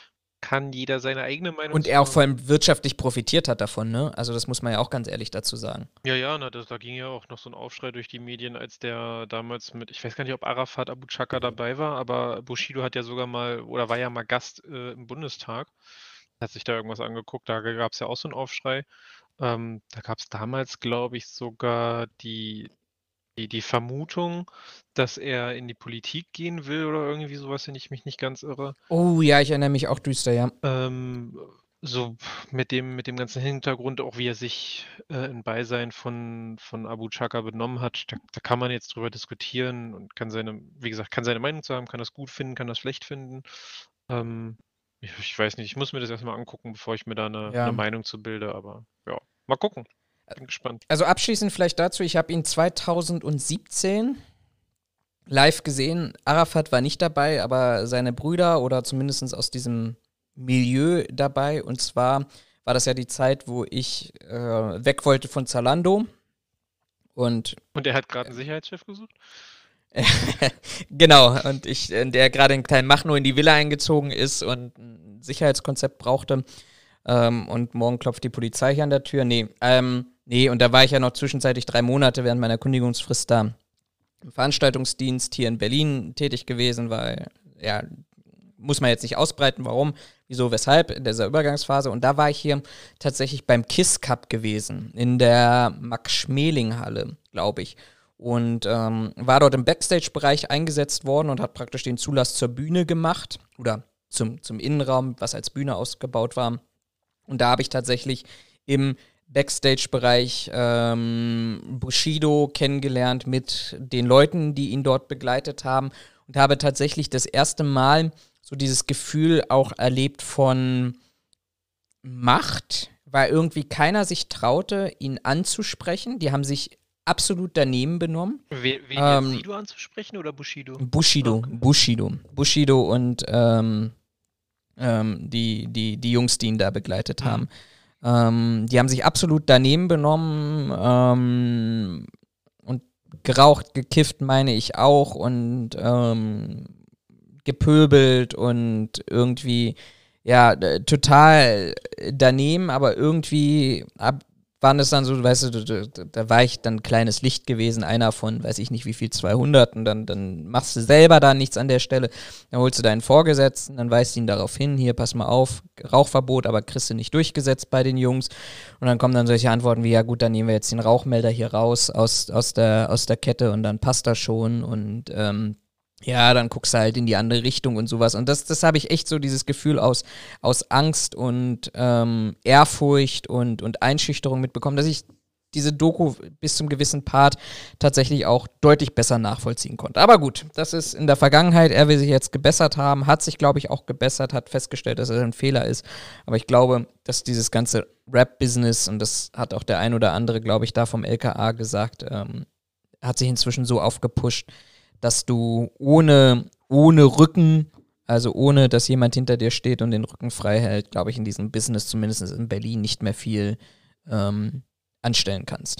kann jeder seine eigene Meinung Und zu er auch haben. vor allem wirtschaftlich profitiert hat davon, ne? Also das muss man ja auch ganz ehrlich dazu sagen. Ja, ja, na, das, da ging ja auch noch so ein Aufschrei durch die Medien, als der damals mit, ich weiß gar nicht, ob Arafat Abu Chaka dabei war, aber Bushido hat ja sogar mal, oder war ja mal Gast äh, im Bundestag, hat sich da irgendwas angeguckt, da gab es ja auch so einen Aufschrei. Ähm, da gab es damals, glaube ich, sogar die, die, die Vermutung, dass er in die Politik gehen will oder irgendwie sowas, wenn ich mich nicht ganz irre. Oh ja, ich erinnere mich auch düster, ja. Ähm, so mit dem, mit dem ganzen Hintergrund, auch wie er sich äh, im Beisein von, von Abu Chaka benommen hat, da, da kann man jetzt drüber diskutieren und kann seine, wie gesagt, kann seine Meinung zu haben, kann das gut finden, kann das schlecht finden. Ähm, ich, ich weiß nicht, ich muss mir das erstmal angucken, bevor ich mir da eine, Ja. eine Meinung zu bilde, aber ja, mal gucken. Bin gespannt. Also abschließend vielleicht dazu, ich habe ihn zweitausendsiebzehn live gesehen. Arafat war nicht dabei, aber seine Brüder oder zumindest aus diesem Milieu dabei. Und zwar war das ja die Zeit, wo ich äh, weg wollte von Zalando. Und Und er hat gerade einen Sicherheitschef gesucht? genau, und ich, äh, der gerade in Kleinmachnow in die Villa eingezogen ist und ein Sicherheitskonzept brauchte. Ähm, und morgen klopft die Polizei hier an der Tür. Nee, ähm, nee, und da war ich ja noch zwischenzeitlich drei Monate während meiner Kündigungsfrist da im Veranstaltungsdienst hier in Berlin tätig gewesen, weil, ja, muss man jetzt nicht ausbreiten, warum, wieso, weshalb in dieser Übergangsphase. Und da war ich hier tatsächlich beim KISS Cup gewesen, in der Max-Schmeling-Halle, glaube ich. Und ähm, war dort im Backstage-Bereich eingesetzt worden und hat praktisch den Zulass zur Bühne gemacht oder zum, zum Innenraum, was als Bühne ausgebaut war. Und da habe ich tatsächlich im Backstage-Bereich ähm, Bushido kennengelernt mit den Leuten, die ihn dort begleitet haben, und habe tatsächlich das erste Mal so dieses Gefühl auch erlebt von Macht, weil irgendwie keiner sich traute, ihn anzusprechen. Die haben sich absolut daneben benommen. Wen, wen Ähm, jetzt Sido anzusprechen oder Bushido? Bushido, Okay. Bushido, Bushido und ähm, ähm, die, die, die Jungs, die ihn da begleitet Mhm. haben. Ähm, die haben sich absolut daneben benommen ähm, und geraucht, gekifft, meine ich auch, und ähm, gepöbelt und irgendwie, ja, d- total daneben, aber irgendwie ab, waren es dann so, weißt du, da, da, da war ich dann ein kleines Licht gewesen, einer von, weiß ich nicht wie viel, zweihundert, und dann, dann machst du selber da nichts an der Stelle, dann holst du deinen Vorgesetzten, dann weist ihn darauf hin, hier, pass mal auf, Rauchverbot, aber kriegst du nicht durchgesetzt bei den Jungs, und dann kommen dann solche Antworten wie, ja gut, dann nehmen wir jetzt den Rauchmelder hier raus aus, aus, der, aus der Kette und dann passt das schon, und ähm, ja, dann guckst du halt in die andere Richtung und sowas. Und das, das habe ich echt so, dieses Gefühl aus, aus Angst und ähm, Ehrfurcht und, und Einschüchterung mitbekommen, dass ich diese Doku bis zum gewissen Part tatsächlich auch deutlich besser nachvollziehen konnte. Aber gut, das ist in der Vergangenheit. Er will sich jetzt gebessert haben, hat sich, glaube ich, auch gebessert, hat festgestellt, dass es ein Fehler ist. Aber ich glaube, dass dieses ganze Rap-Business, und das hat auch der ein oder andere, glaube ich, da vom L K A gesagt, ähm, hat sich inzwischen so aufgepusht, dass du ohne, ohne Rücken, also ohne, dass jemand hinter dir steht und den Rücken frei hält, glaube ich, in diesem Business, zumindest in Berlin, nicht mehr viel ähm, anstellen kannst.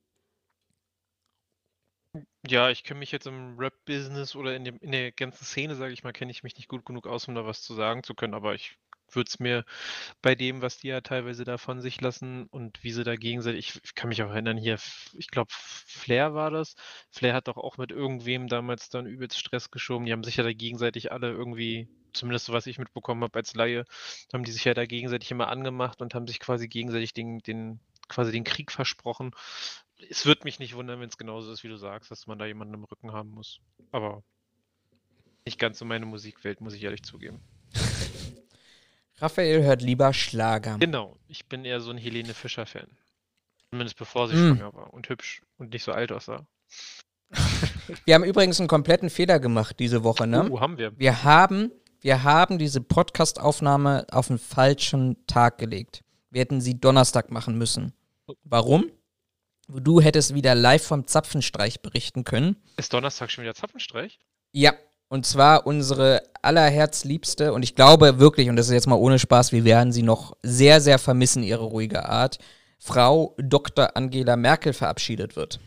Ja, ich kenne mich jetzt im Rap-Business oder in, dem, in der ganzen Szene, sage ich mal, kenne ich mich nicht gut genug aus, um da was zu sagen zu können, aber ich würde es mir bei dem, was die ja teilweise da von sich lassen und wie sie da gegenseitig, ich, ich kann mich auch erinnern, hier, ich glaube, Flair war das. Flair hat doch auch mit irgendwem damals dann übelst Stress geschoben. Die haben sich ja da gegenseitig alle irgendwie, zumindest so was ich mitbekommen habe als Laie, haben die sich ja da gegenseitig immer angemacht und haben sich quasi gegenseitig den, den, quasi den Krieg versprochen. Es würde mich nicht wundern, wenn es genauso ist, wie du sagst, dass man da jemanden im Rücken haben muss. Aber nicht ganz so meine Musikwelt, muss ich ehrlich zugeben. Raphael hört lieber Schlager. Genau, ich bin eher so ein Helene Fischer-Fan. Zumindest bevor sie Mm. schwanger war und hübsch und nicht so alt aussah. Wir haben übrigens einen kompletten Fehler gemacht diese Woche, ne? Uh, haben wir. Wir haben, wir haben diese Podcast-Aufnahme auf den falschen Tag gelegt. Wir hätten sie Donnerstag machen müssen. Warum? Du hättest wieder live vom Zapfenstreich berichten können. Ist Donnerstag schon wieder Zapfenstreich? Ja, und zwar unsere allerherzliebste, und ich glaube wirklich, und das ist jetzt mal ohne Spaß, wir werden sie noch sehr, sehr vermissen, ihre ruhige Art, Frau Doktor Angela Merkel verabschiedet wird.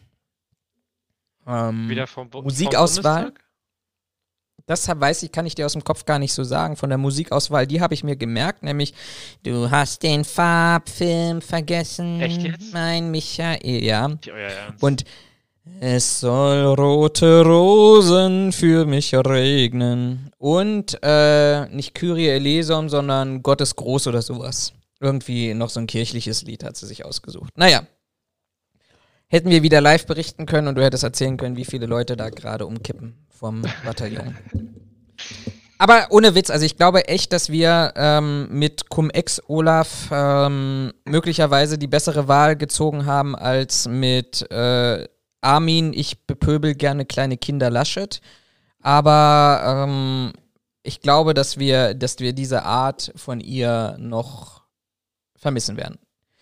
Ähm, Wieder vom, Bo- Musikauswahl? vom Bundestag? Das hab- weiß ich, kann ich dir aus dem Kopf gar nicht so sagen. Von der Musikauswahl, die habe ich mir gemerkt, nämlich du hast den Farbfilm vergessen. Echt jetzt? Mein Michael, ja. Nicht euer Ernst. Und es soll rote Rosen für mich regnen. Und äh, nicht Kyrie eleison, sondern Gott ist groß oder sowas. Irgendwie noch so ein kirchliches Lied hat sie sich ausgesucht. Naja. Hätten wir wieder live berichten können und du hättest erzählen können, wie viele Leute da gerade umkippen vom Bataillon. Aber ohne Witz, also ich glaube echt, dass wir ähm, mit Cum-Ex Olaf ähm, möglicherweise die bessere Wahl gezogen haben als mit äh, Armin, ich bepöbel gerne kleine Kinder Laschet. Aber ähm, ich glaube, dass wir, dass wir diese Art von ihr noch vermissen werden.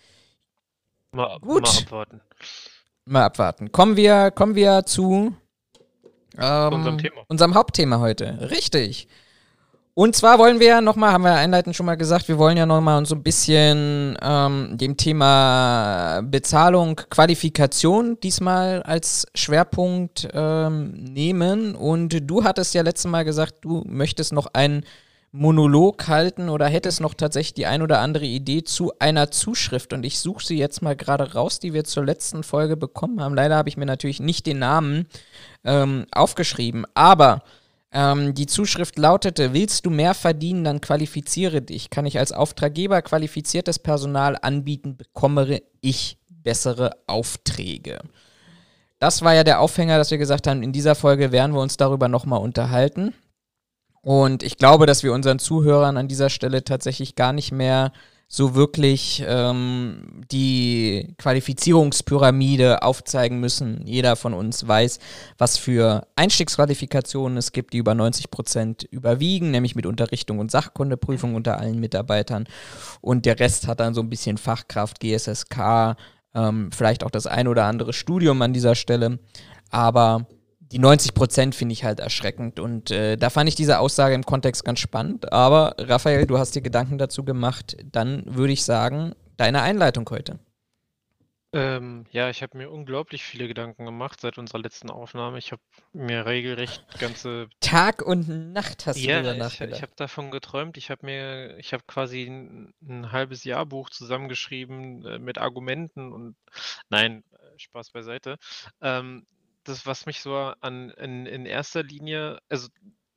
Mal, Gut. mal abwarten. Mal abwarten. Kommen wir, kommen wir zu ähm, Unserem Thema. unserem Hauptthema heute. Richtig. Und zwar wollen wir nochmal, haben wir einleitend schon mal gesagt, wir wollen ja nochmal uns so ein bisschen ähm, dem Thema Bezahlung, Qualifikation diesmal als Schwerpunkt ähm, nehmen. Und du hattest ja letztes Mal gesagt, du möchtest noch einen Monolog halten oder hättest noch tatsächlich die ein oder andere Idee zu einer Zuschrift. Und ich suche sie jetzt mal gerade raus, die wir zur letzten Folge bekommen haben. Leider habe ich mir natürlich nicht den Namen ähm, aufgeschrieben. Aber ähm, die Zuschrift lautete: Willst du mehr verdienen, dann qualifiziere dich. Kann ich als Auftraggeber qualifiziertes Personal anbieten, bekomme ich bessere Aufträge. Das war ja der Aufhänger, dass wir gesagt haben, in dieser Folge werden wir uns darüber nochmal unterhalten. Und ich glaube, dass wir unseren Zuhörern an dieser Stelle tatsächlich gar nicht mehr so wirklich ähm, die Qualifizierungspyramide aufzeigen müssen. Jeder von uns weiß, was für Einstiegsqualifikationen es gibt, die über neunzig Prozent überwiegen, nämlich mit Unterrichtung und Sachkundeprüfung unter allen Mitarbeitern. Und der Rest hat dann so ein bisschen Fachkraft, G S S K, ähm, vielleicht auch das ein oder andere Studium an dieser Stelle. Aber die neunzig Prozent finde ich halt erschreckend und äh, da fand ich diese Aussage im Kontext ganz spannend, aber Raphael, du hast dir Gedanken dazu gemacht, dann würde ich sagen, deine Einleitung heute. Ähm, ja, ich habe mir unglaublich viele Gedanken gemacht seit unserer letzten Aufnahme. Ich habe mir regelrecht ganze Tag und Nacht hast du Ja, drüber ich, ich nachgedacht. habe davon geträumt. Ich habe mir, ich habe quasi ein, ein halbes Jahrbuch zusammengeschrieben äh, mit Argumenten und nein, äh, Spaß beiseite. Ähm, das, was mich so an in, in erster Linie, also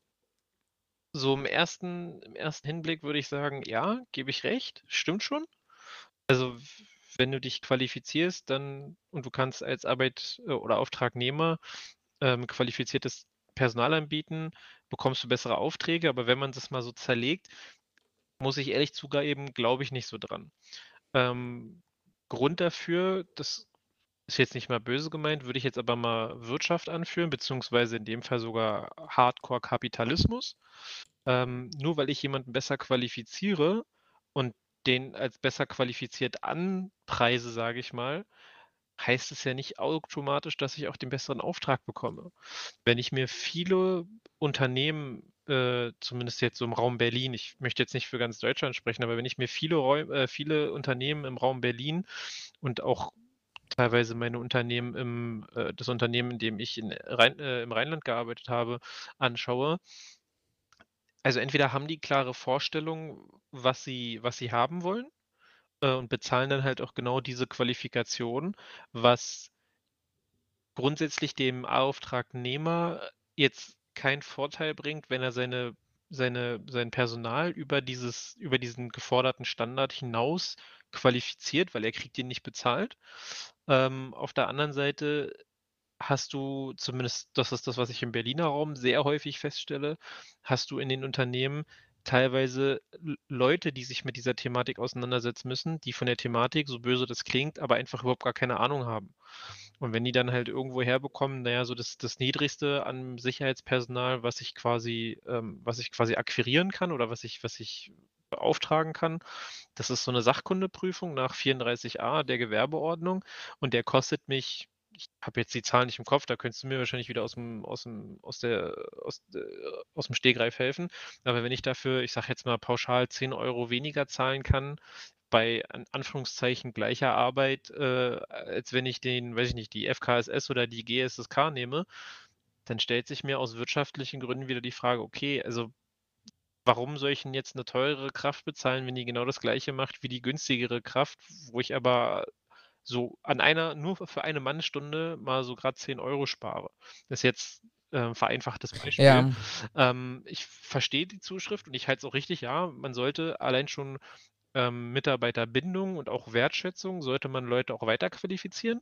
so im ersten, im ersten Hinblick würde ich sagen, ja, gebe ich recht, stimmt schon. Also w- wenn du dich qualifizierst, dann und du kannst als Arbeit äh, oder Auftragnehmer ähm, qualifiziertes Personal anbieten, bekommst du bessere Aufträge, aber wenn man das mal so zerlegt, muss ich ehrlich zugeben, glaube ich nicht so dran. Ähm, Grund dafür, das ist jetzt nicht mal böse gemeint, würde ich jetzt aber mal Wirtschaft anführen, beziehungsweise in dem Fall sogar Hardcore-Kapitalismus. Ähm, nur weil ich jemanden besser qualifiziere und den als besser qualifiziert anpreise, sage ich mal, heißt es ja nicht automatisch, dass ich auch den besseren Auftrag bekomme. Wenn ich mir viele Unternehmen, äh, zumindest jetzt so im Raum Berlin, ich möchte jetzt nicht für ganz Deutschland sprechen, aber wenn ich mir viele Räum, äh, viele Unternehmen im Raum Berlin und auch teilweise meine Unternehmen im, äh, das Unternehmen, in dem ich in Rhein, äh, im Rheinland gearbeitet habe, anschaue, also entweder haben die klare Vorstellungen, was sie, was sie haben wollen, äh, und bezahlen dann halt auch genau diese Qualifikation, was grundsätzlich dem Auftragnehmer jetzt keinen Vorteil bringt, wenn er seine seine sein Personal über dieses über diesen geforderten Standard hinaus qualifiziert, weil er kriegt ihn nicht bezahlt. Ähm, auf der anderen Seite hast du zumindest das ist das, was ich im Berliner Raum sehr häufig feststelle, hast du in den Unternehmen teilweise L Leute, die sich mit dieser Thematik auseinandersetzen müssen, die von der Thematik, so böse das klingt, aber einfach überhaupt gar keine Ahnung haben. Und wenn die dann halt irgendwo herbekommen, na ja, so das das Niedrigste an Sicherheitspersonal, was ich quasi ähm, was ich quasi akquirieren kann oder was ich was ich beauftragen kann, das ist so 'ne Sachkundeprüfung nach vierunddreißig a der Gewerbeordnung und der kostet mich ich habe jetzt die Zahl nicht im Kopf, da könntest du mir wahrscheinlich wieder aus'm aus'm aus der aus de aus'm Stegreif helfen. Aber wenn ich dafür, ich sage jetzt mal pauschal zehn Euro weniger zahlen kann, bei in Anführungszeichen gleicher Arbeit, äh, als wenn ich den, weiß ich nicht, die F K S S oder die G S S K nehme, dann stellt sich mir aus wirtschaftlichen Gründen wieder die Frage: „Okay, also warum soll ich 'n jetzt 'ne teurere Kraft bezahlen, wenn die genau das Gleiche macht wie die günstigere Kraft, wo ich aber so an einer nur f für eine Mannstunde mal so grad zehn Euro spare?“ Das ist jetzt, äh, vereinfachtes Beispiel. Ja, Ähm, ich verstehe die Zuschrift und ich halte es auch richtig, ja, man sollte allein schon ähm, Mitarbeiterbindung und auch Wertschätzung sollte man Leute auch weiterqualifizieren.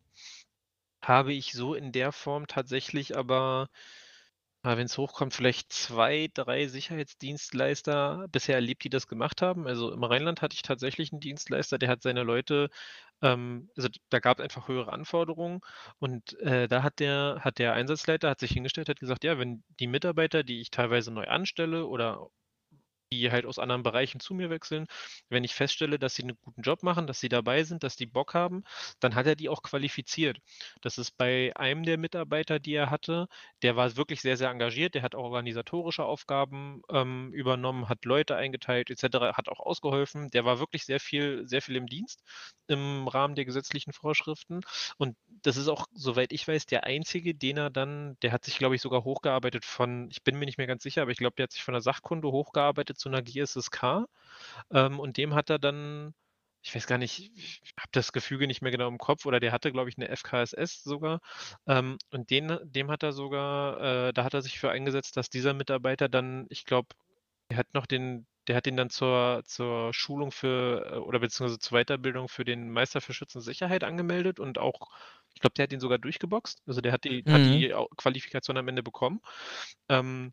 Habe ich so in der Form tatsächlich aber, wenn es hochkommt, vielleicht zwei, drei Sicherheitsdienstleister bisher erlebt, die das gemacht haben. Also, im Rheinland hatte ich tatsächlich 'n Dienstleister, der hat seine Leute ähm, also, da gab's einfach höhere Anforderungen und, äh, da hat der hat der Einsatzleiter hat sich hingestellt, hat gesagt: „Ja, wenn die Mitarbeiter, die ich teilweise neu anstelle oder die halt aus anderen Bereichen zu mir wechseln. Wenn ich feststelle, dass sie 'nen guten Job machen, dass sie dabei sind, dass die Bock haben, dann hat er die auch qualifiziert. Das ist bei einem der Mitarbeiter, die er hatte, der war wirklich sehr, sehr engagiert, der hat auch organisatorische Aufgaben, ähm, übernommen, hat Leute eingeteilt et cetera, hat auch ausgeholfen. Der war wirklich sehr viel sehr viel im Dienst im Rahmen der gesetzlichen Vorschriften. Und das ist auch, soweit ich weiß, der einzige, den er dann der hat sich, glaube ich, sogar hochgearbeitet von ich bin mir nicht mehr ganz sicher, aber ich glaube, der hat sich von der Sachkunde hochgearbeitet zu 'ner G S S K. Ähm, und dem hat er dann ich weiß gar nicht, ich habe das Gefüge nicht mehr genau im Kopf oder der hatte, glaube ich, 'ne F K S S sogar. Ähm, und den dem hat er sogar äh, da hat er sich für eingesetzt, dass dieser Mitarbeiter dann ich glaube, der hat noch den der hat ihn dann zur zur Schulung für äh, oder beziehungsweise zur Weiterbildung für den Meister für Schutz und Sicherheit angemeldet und auch ich glaube, der hat ihn sogar durchgeboxt. Also, der hat die hat mhm. die au Qualifikation am Ende bekommen. Ähm,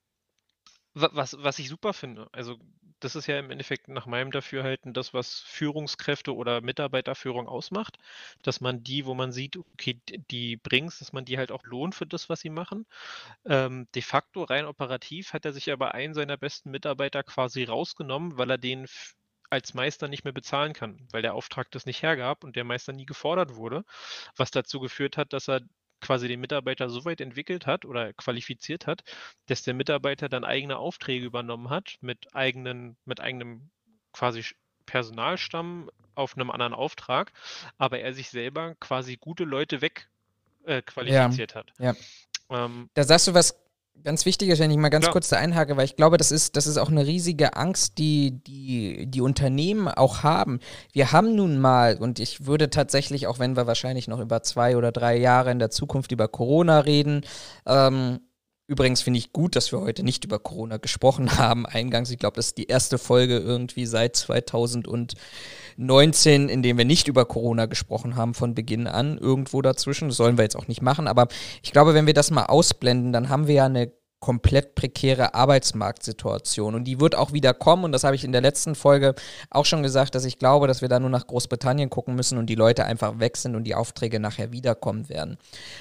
wa was was ich super finde. Also, das ist ja im Endeffekt nach meinem Dafürhalten das, was Führungskräfte oder Mitarbeiterführung ausmacht, dass man die, wo man sieht, okay, d die bringen's, dass man die halt auch lohnt für das, was sie machen. Ähm, de facto rein operativ hat er sich aber einen seiner besten Mitarbeiter quasi rausgenommen, weil er den f als Meister nicht mehr bezahlen kann, weil der Auftrag das nicht hergab und der Meister nie gefordert wurde, was dazu geführt hat, dass er quasi den Mitarbeiter so weit entwickelt hat oder qualifiziert hat, dass der Mitarbeiter dann eigene Aufträge übernommen hat mit eigenen mit eigenem quasi Sch Personalstamm auf einem anderen Auftrag, aber er sich selber quasi gute Leute weg äh, Ja, qualifiziert hat. ja. Ähm, Da sagst du was ganz Wichtiges, wenn ich mal ganz Klar. kurz da einhake, weil ich glaube, das ist, das ist auch eine riesige Angst, die, die die Unternehmen auch haben. Wir haben nun mal, und ich würde tatsächlich, auch wenn wir wahrscheinlich noch über zwei oder drei Jahre in der Zukunft über Corona reden, ähm, übrigens finde ich gut, dass wir heute nicht über Corona gesprochen haben, eingangs. Ich glaube, das ist die erste Folge irgendwie seit zweitausendneunzehn, in dem wir nicht über Corona gesprochen haben von Beginn an, irgendwo dazwischen. Das sollen wir jetzt auch nicht machen, aber ich glaube, wenn wir das mal ausblenden, dann haben wir ja eine komplett prekäre Arbeitsmarktsituation und die wird auch wieder kommen und das habe ich in der letzten Folge auch schon gesagt, dass ich glaube, dass wir da nur nach Großbritannien gucken müssen und die Leute einfach weg sind und die Aufträge nachher wiederkommen werden.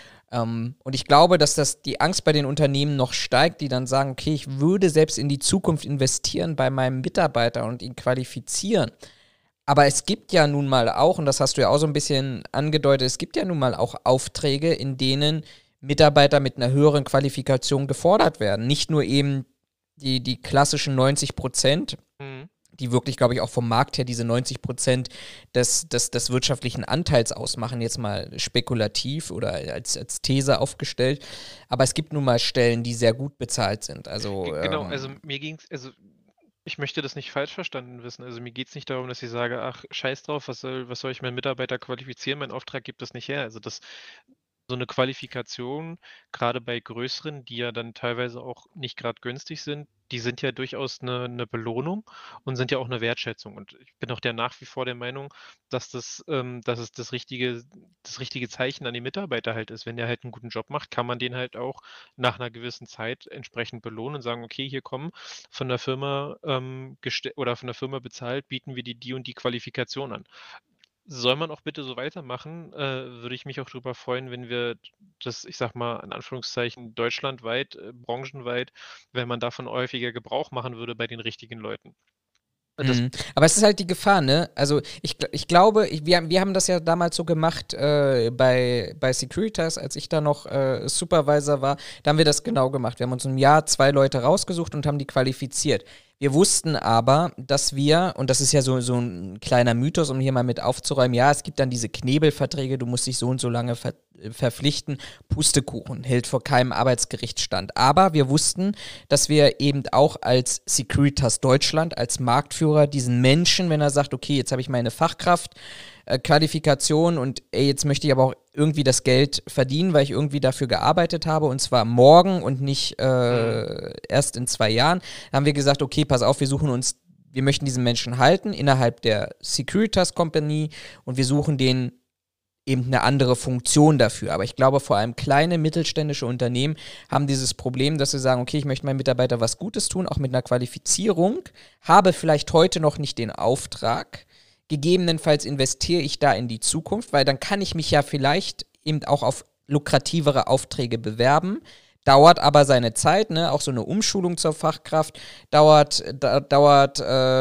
Ähm, und ich glaube, dass das die Angst bei den Unternehmen noch steigt, die dann sagen, okay, ich würde selbst in die Zukunft investieren bei meinem Mitarbeiter und ihn qualifizieren. Aber es gibt ja nun mal auch, und das hast du ja auch so ein bisschen angedeutet, es gibt ja nun mal auch Aufträge, in denen Mitarbeiter mit einer höheren Qualifikation gefordert werden. Nicht nur eben die, die klassischen neunzig Prozent, mhm. die wirklich, glaube ich, auch vom Markt her diese neunzig Prozent des, des, des wirtschaftlichen Anteils ausmachen, jetzt mal spekulativ oder als, als These aufgestellt. Aber es gibt nun mal Stellen, die sehr gut bezahlt sind. Also, G- Genau, ähm, also mir ging's, also ich möchte das nicht falsch verstanden wissen. Also mir geht es nicht darum, dass ich sage, ach, scheiß drauf, was soll, was soll ich meinen Mitarbeiter qualifizieren? Mein Auftrag gibt das nicht her. Also das, so eine Qualifikation, gerade bei größeren, die ja dann teilweise auch nicht gerade günstig sind, die sind ja durchaus eine, eine Belohnung und sind ja auch eine Wertschätzung. Und ich bin auch der nach wie vor der Meinung, dass das, ähm, dass es das richtige, das richtige Zeichen an die Mitarbeiter halt ist. Wenn der halt einen guten Job macht, kann man den halt auch nach einer gewissen Zeit entsprechend belohnen und sagen, okay, hier kommen von der Firma ähm, geste- oder von der Firma bezahlt, bieten wir dir die und die Qualifikation an. Soll man auch bitte so weitermachen, äh, würde ich mich auch drüber freuen, wenn wir das, ich sage mal, in Anführungszeichen deutschlandweit, äh, branchenweit, wenn man davon häufiger Gebrauch machen würde bei den richtigen Leuten. Äh, Das Mhm. Aber es ist halt die Gefahr, ne? Also ich, gl- ich glaube, ich, wir, haben- wir haben das ja damals so gemacht äh, bei, bei Securitas, als ich da noch äh, Supervisor war, da haben wir das genau gemacht. Wir haben uns im Jahr zwei Leute rausgesucht und haben die qualifiziert. Wir wussten aber, dass wir, und das ist ja so, so ein kleiner Mythos, um hier mal mit aufzuräumen, ja, es gibt dann diese Knebelverträge, du musst dich so und so lange ver äh, verpflichten. Pustekuchen, hält vor keinem Arbeitsgericht stand. Aber wir wussten, dass wir eben auch als Securitas Deutschland, als Marktführer diesen Menschen, wenn er sagt, okay, jetzt habe ich meine Fachkraft, äh, Qualifikation und ey, jetzt möchte ich aber auch irgendwie das Geld verdienen, weil ich irgendwie dafür gearbeitet habe und zwar morgen und nicht äh, erst in zwei Jahren, da haben wir gesagt, okay, pass auf, wir suchen uns, wir möchten diesen Menschen halten innerhalb der Securitas Company und wir suchen den eben eine andere Funktion dafür. Aber ich glaube, vor allem kleine mittelständische Unternehmen haben dieses Problem, dass sie sagen, okay, ich möchte meinem Mitarbeiter was Gutes tun, auch mit einer Qualifizierung, habe vielleicht heute noch nicht den Auftrag. Gegebenenfalls investiere ich da in die Zukunft, weil dann kann ich mich ja vielleicht eben auch auf lukrativere Aufträge bewerben. Dauert aber seine Zeit, ne? Auch so eine Umschulung zur Fachkraft dauert, da, dauert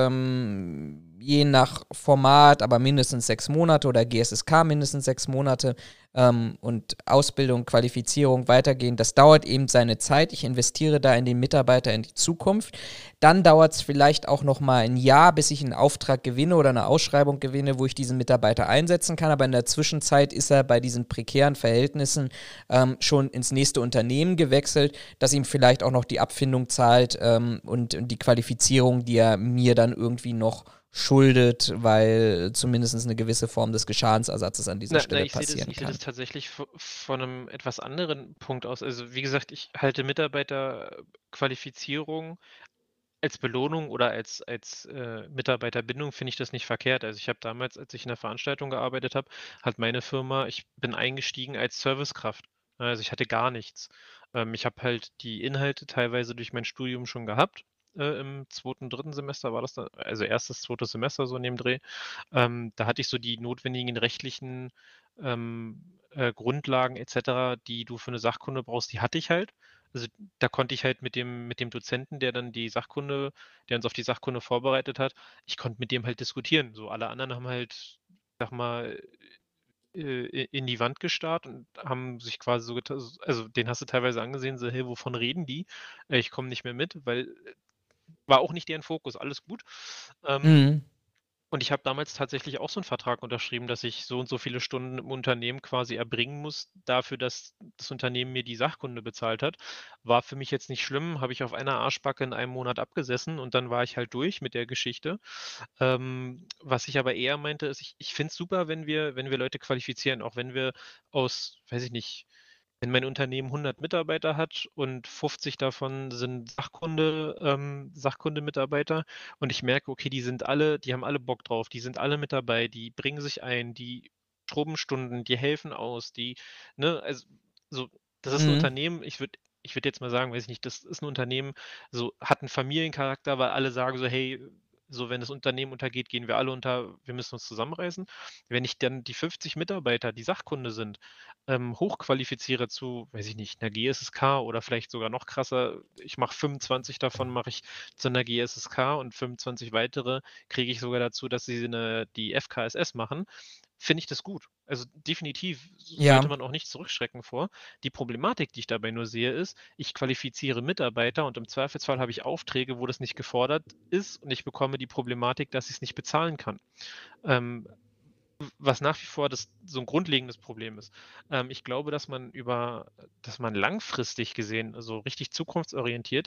ähm, je nach Format, aber mindestens sechs Monate oder G S S K mindestens sechs Monate ähm, und Ausbildung, Qualifizierung weitergehen. Das dauert eben seine Zeit. Ich investiere da in den Mitarbeiter in die Zukunft. Dann dauert es vielleicht auch noch mal ein Jahr, bis ich einen Auftrag gewinne oder eine Ausschreibung gewinne, wo ich diesen Mitarbeiter einsetzen kann. Aber in der Zwischenzeit ist er bei diesen prekären Verhältnissen ähm, schon ins nächste Unternehmen gewechselt, das ihm vielleicht auch noch die Abfindung zahlt ähm, und, und die Qualifizierung, die er mir dann irgendwie noch schuldet, weil zumindest eine gewisse Form des Schadensersatzes an dieser Na, na, Stelle ich sehe das, passieren ich sehe das kann. tatsächlich v- von einem etwas anderen Punkt aus. Also wie gesagt, ich halte Mitarbeiterqualifizierung als Belohnung oder als, als äh, Mitarbeiterbindung finde ich das nicht verkehrt. Also ich habe damals, als ich in der Veranstaltung gearbeitet habe, hat meine Firma, ich bin eingestiegen als Servicekraft. Also ich hatte gar nichts. Ähm, ich habe halt die Inhalte teilweise durch mein Studium schon gehabt. Äh, Im zweiten, dritten Semester war das dann, also erstes, zweites Semester so in dem Dreh. Ähm, da hatte ich so die notwendigen rechtlichen ähm, äh, Grundlagen et cetera, die du für eine Sachkunde brauchst, die hatte ich halt. Also da konnte ich halt mit dem, mit dem Dozenten, der dann die Sachkunde, der uns auf die Sachkunde vorbereitet hat, ich konnte mit dem halt diskutieren. So alle anderen haben halt, sag mal, äh, i- in die Wand gestarrt und haben sich quasi so getan, also den hast du teilweise angesehen, so, hey, wovon reden die? Äh, ich komme nicht mehr mit, weil äh, war auch nicht deren Fokus, alles gut. Ähm, Mhm. Und ich habe damals tatsächlich auch so einen Vertrag unterschrieben, dass ich so und so viele Stunden im Unternehmen quasi erbringen muss dafür, dass das Unternehmen mir die Sachkunde bezahlt hat. War für mich jetzt nicht schlimm, habe ich auf einer Arschbacke in einem Monat abgesessen und dann war ich halt durch mit der Geschichte. Ähm, was ich aber eher meinte, ist, ich ich finde es super, wenn wir wenn wir Leute qualifizieren, auch wenn wir aus, weiß ich nicht, wenn mein Unternehmen hundert Mitarbeiter hat und fünfzig davon sind Sachkunde ähm, Sachkunde-Mitarbeiter und ich merke, okay, die sind alle die haben alle Bock drauf, die sind alle mit dabei, die bringen sich ein, die schrubben Stunden, die helfen aus, die ne, also so das ist 'n Mhm. Unternehmen, ich würde ich würde jetzt mal sagen, weiß ich nicht, das ist 'n Unternehmen, so hat 'n Familiencharakter, weil alle sagen so: „Hey, so wenn das Unternehmen untergeht, gehen wir alle unter, wir müssen uns zusammenreißen.“ Wenn ich dann die fünfzig Mitarbeiter, die Sachkunde sind, ähm, hochqualifiziere zu, weiß ich nicht, 'ner G S S K oder vielleicht sogar noch krasser, ich mache fünfundzwanzig davon mache ich zu 'ner G S S K und fünfundzwanzig weitere kriege ich sogar dazu, dass sie 'ne die F K S S machen, finde ich das gut. Also, definitiv sollte Ja, man auch nicht zurückschrecken vor. Die Problematik, die ich dabei nur sehe, ist, ich qualifiziere Mitarbeiter und im Zweifelsfall habe ich Aufträge, wo das nicht gefordert ist und ich bekomme die Problematik, dass ich's nicht bezahlen kann. Ähm, w was nach wie vor das so 'n grundlegendes Problem ist. Ähm, ich glaube, dass man über dass man langfristig gesehen, also richtig zukunftsorientiert,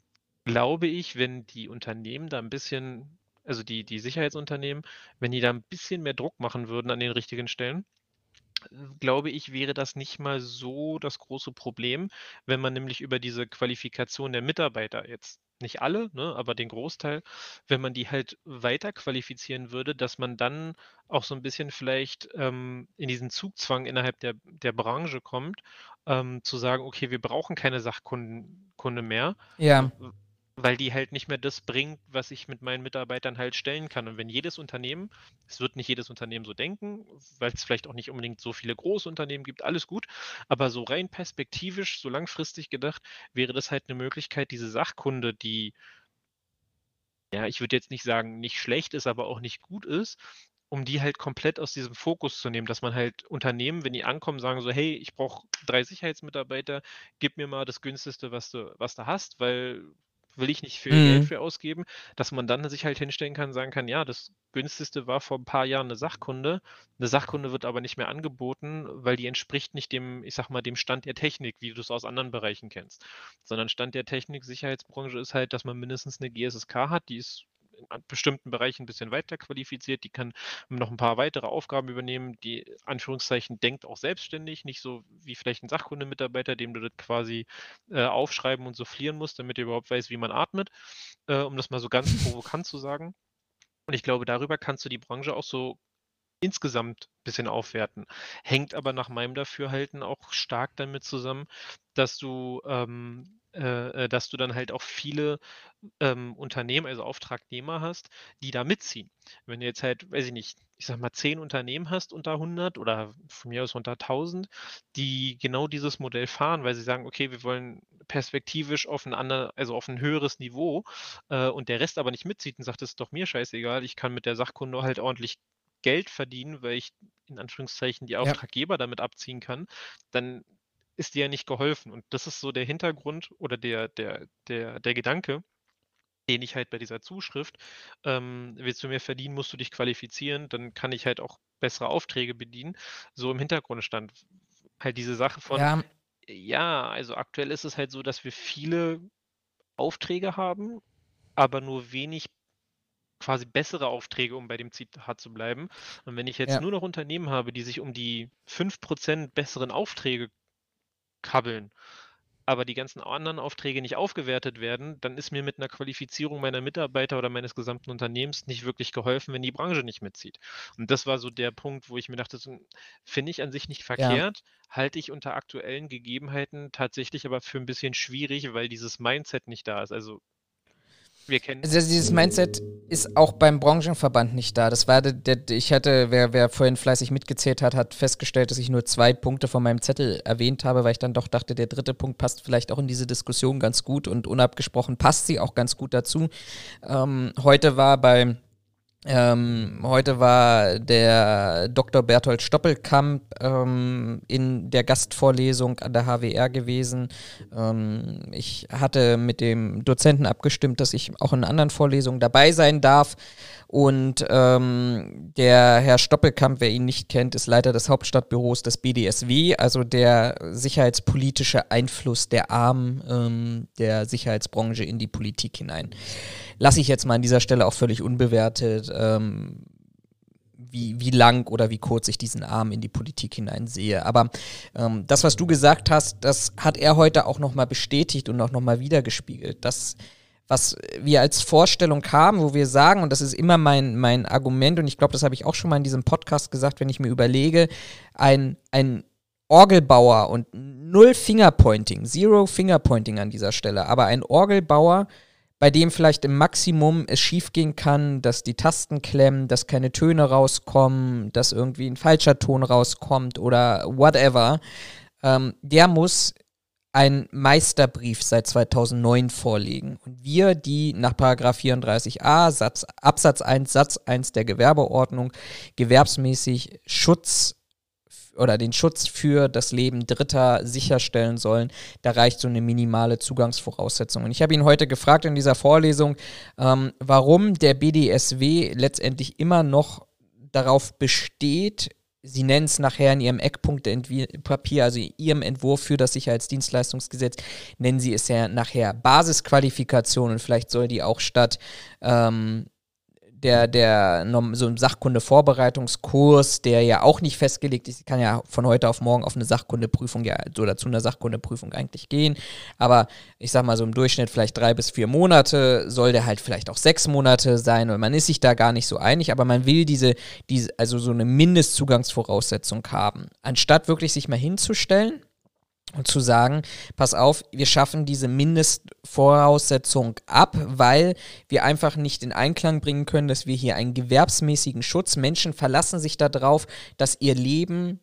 glaube ich, wenn die Unternehmen da 'n bisschen also die die Sicherheitsunternehmen, wenn die da 'n bisschen mehr Druck machen würden an den richtigen Stellen, äh, glaube ich, wäre das nicht mal so das große Problem, wenn man nämlich über diese Qualifikation der Mitarbeiter jetzt nicht alle, ne, aber den Großteil, wenn man die halt weiter qualifizieren würde, dass man dann auch so 'n bisschen vielleicht, ähm, in diesen Zugzwang innerhalb der der Branche kommt, ähm, zu sagen: „Okay, wir brauchen keine Sachkunden Kunde mehr, w ja, w weil die halt nicht mehr das bringt, was ich mit meinen Mitarbeitern halt stellen kann.“ Und wenn jedes Unternehmen es wird nicht jedes Unternehmen so denken, weil's vielleicht auch nicht unbedingt so viele große Unternehmen gibt, alles gut. Aber so rein perspektivisch, so langfristig gedacht, wäre das halt 'ne Möglichkeit, diese Sachkunde, die ja, ich würde jetzt nicht sagen, nicht schlecht ist, aber auch nicht gut ist, um die halt komplett aus diesem Fokus zu nehmen, dass man halt Unternehmen, wenn die ankommen, sagen so: „Hey, ich brauche drei Sicherheitsmitarbeiter, gib mir mal das Günstigste, was du was du hast, weil will ich nicht viel Geld mhm, für ausgeben.“ Dass man dann sich halt hinstellen kann, sagen kann: „Ja, das Günstigste war vor 'n paar Jahren 'ne Sachkunde. 'Ne Sachkunde wird aber nicht mehr angeboten, weil die entspricht nicht dem, ich sage mal, dem Stand der Technik, wie du's aus anderen Bereichen kennst. Sondern Stand der Technik, Sicherheitsbranche ist halt, dass man mindestens 'ne G S S K hat, die ist in an bestimmten Bereichen 'n bisschen weiter qualifiziert, die kann noch 'n paar weitere Aufgaben übernehmen, die Anführungszeichen denkt auch selbstständig, nicht so wie vielleicht 'n Sachkunde-Mitarbeiter, dem du das quasi, äh, aufschreiben und soufflieren musst, damit er überhaupt weiß, wie man atmet, äh, um das mal so ganz provokant zu sagen. Und ich glaube, darüber kannst du die Branche auch so insgesamt bisschen aufwerten. Hängt aber nach meinem Dafürhalten auch stark damit zusammen, dass du, ähm, äh, äh dass du dann halt auch viele, ähm, Unternehmen, also Auftragnehmer hast, die da mitziehen. Wenn du jetzt halt, weiß ich nicht, ich sage mal, zehn Unternehmen hast unter hundert oder von mir aus unter tausend, die genau dieses Modell fahren, weil sie sagen: „Okay, wir wollen perspektivisch auf 'n ander also auf 'n höheres Niveau“, äh, und der Rest aber nicht mitzieht und sagt: „Das ist doch mir scheißegal, ich kann mit der Sachkunde halt ordentlich Geld verdienen, weil ich in Anführungszeichen die ja. Auftraggeber damit abziehen kann“, dann ist dir ja nicht geholfen. Und das ist so der Hintergrund oder der der der der Gedanke, den ich halt bei dieser Zuschrift, ähm, willst du mehr verdienen, musst du dich qualifizieren, dann kann ich halt auch bessere Aufträge bedienen, so im Hintergrund stand. Halt diese Sache von, Ja, ja, also aktuell ist es halt so, dass wir viele Aufträge haben, aber nur wenig quasi bessere Aufträge, um bei dem Zitat zu bleiben. Und wenn ich jetzt ja. nur noch Unternehmen habe, die sich um die fünf Prozent besseren Aufträge kabbeln, aber die ganzen anderen Aufträge nicht aufgewertet werden, dann ist mir mit 'ner Qualifizierung meiner Mitarbeiter oder meines gesamten Unternehmens nicht wirklich geholfen, wenn die Branche nicht mitzieht. Und das war so der Punkt, wo ich mir dachte so: „Finde ich an sich nicht Ja. verkehrt, halte ich unter aktuellen Gegebenheiten tatsächlich aber für 'n bisschen schwierig, weil dieses Mindset nicht da ist.“ Also wir kennen Also dieses Mindset ist auch beim Branchenverband nicht da. Das war der, der ich hatte, wer, wer vorhin fleißig mitgezählt hat, hat festgestellt, dass ich nur zwei Punkte von meinem Zettel erwähnt habe, weil ich dann doch dachte, der dritte Punkt passt vielleicht auch in diese Diskussion ganz gut und unabgesprochen passt sie auch ganz gut dazu. Ähm, heute war beim Ähm, heute war der Doktor Berthold Stoppelkamp ähm, in der Gastvorlesung an der H W R gewesen. Ähm, ich hatte mit dem Dozenten abgestimmt, dass ich auch in anderen Vorlesungen dabei sein darf. Und ähm, der Herr Stoppelkamp, wer ihn nicht kennt, ist Leiter des Hauptstadtbüros des B D S W, also der sicherheitspolitische Einfluss der Arm ähm, der Sicherheitsbranche in die Politik hinein. Lasse ich jetzt mal an dieser Stelle auch völlig unbewertet, ähm, wie, wie lang oder wie kurz ich diesen Arm in die Politik hinein sehe. Aber ähm, das, was du gesagt hast, das hat er heute auch nochmal bestätigt und auch nochmal wiedergespiegelt. Das, was wir als Vorstellung haben, wo wir sagen, und das ist immer mein, mein Argument, und ich glaube, das habe ich auch schon mal in diesem Podcast gesagt, wenn ich mir überlege, ein, ein Orgelbauer und null Fingerpointing, zero Fingerpointing an dieser Stelle, aber ein Orgelbauer, bei dem vielleicht im Maximum es schiefgehen kann, dass die Tasten klemmen, dass keine Töne rauskommen, dass irgendwie ein falscher Ton rauskommt oder whatever, ähm, der muss einen Meisterbrief seit zweitausendneun vorlegen. Und wir, die nach Paragraph vierunddreißig a Satz, Absatz eins Satz eins der Gewerbeordnung gewerbsmäßig Schutz oder den Schutz für das Leben Dritter sicherstellen sollen, da reicht so eine minimale Zugangsvoraussetzung. Und ich habe ihn heute gefragt in dieser Vorlesung, ähm, warum der B D S W letztendlich immer noch darauf besteht, Sie nennen es nachher in Ihrem Eckpunktepapier, also in Ihrem Entwurf für das Sicherheitsdienstleistungsgesetz, nennen Sie es ja nachher Basisqualifikation, und vielleicht soll die auch statt ähm, der, der so ein Sachkunde-Vorbereitungskurs, der ja auch nicht festgelegt ist, kann ja von heute auf morgen auf eine Sachkundeprüfung ja, oder zu einer Sachkundeprüfung eigentlich gehen, aber ich sag mal so im Durchschnitt vielleicht drei bis vier Monate, soll der halt vielleicht auch sechs Monate sein, und man ist sich da gar nicht so einig, aber man will diese, diese also so eine Mindestzugangsvoraussetzung haben, anstatt wirklich sich mal hinzustellen und zu sagen, pass auf, wir schaffen diese Mindestvoraussetzung ab, weil wir einfach nicht in Einklang bringen können, dass wir hier einen gewerbsmäßigen Schutz, Menschen verlassen sich darauf, dass ihr Leben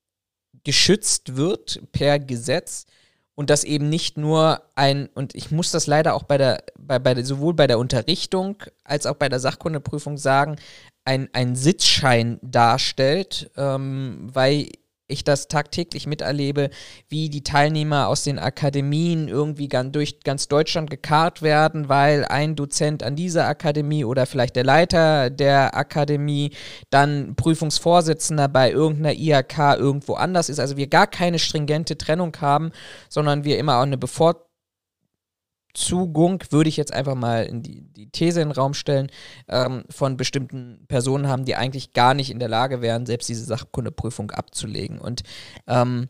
geschützt wird per Gesetz, und dass eben nicht nur ein, und ich muss das leider auch bei der, bei, bei der, sowohl bei der Unterrichtung als auch bei der Sachkundeprüfung sagen, ein, ein Sitzschein darstellt, ähm, weil ich das tagtäglich miterlebe, wie die Teilnehmer aus den Akademien irgendwie ganz, durch ganz Deutschland gekarrt werden, weil ein Dozent an dieser Akademie oder vielleicht der Leiter der Akademie dann Prüfungsvorsitzender bei irgendeiner I H K irgendwo anders ist. Also wir gar keine stringente Trennung haben, sondern wir immer auch eine Bevorzugung, würde ich jetzt einfach mal in die, die These in den Raum stellen, ähm, von bestimmten Personen haben, die eigentlich gar nicht in der Lage wären, selbst diese Sachkundeprüfung abzulegen. Und ähm,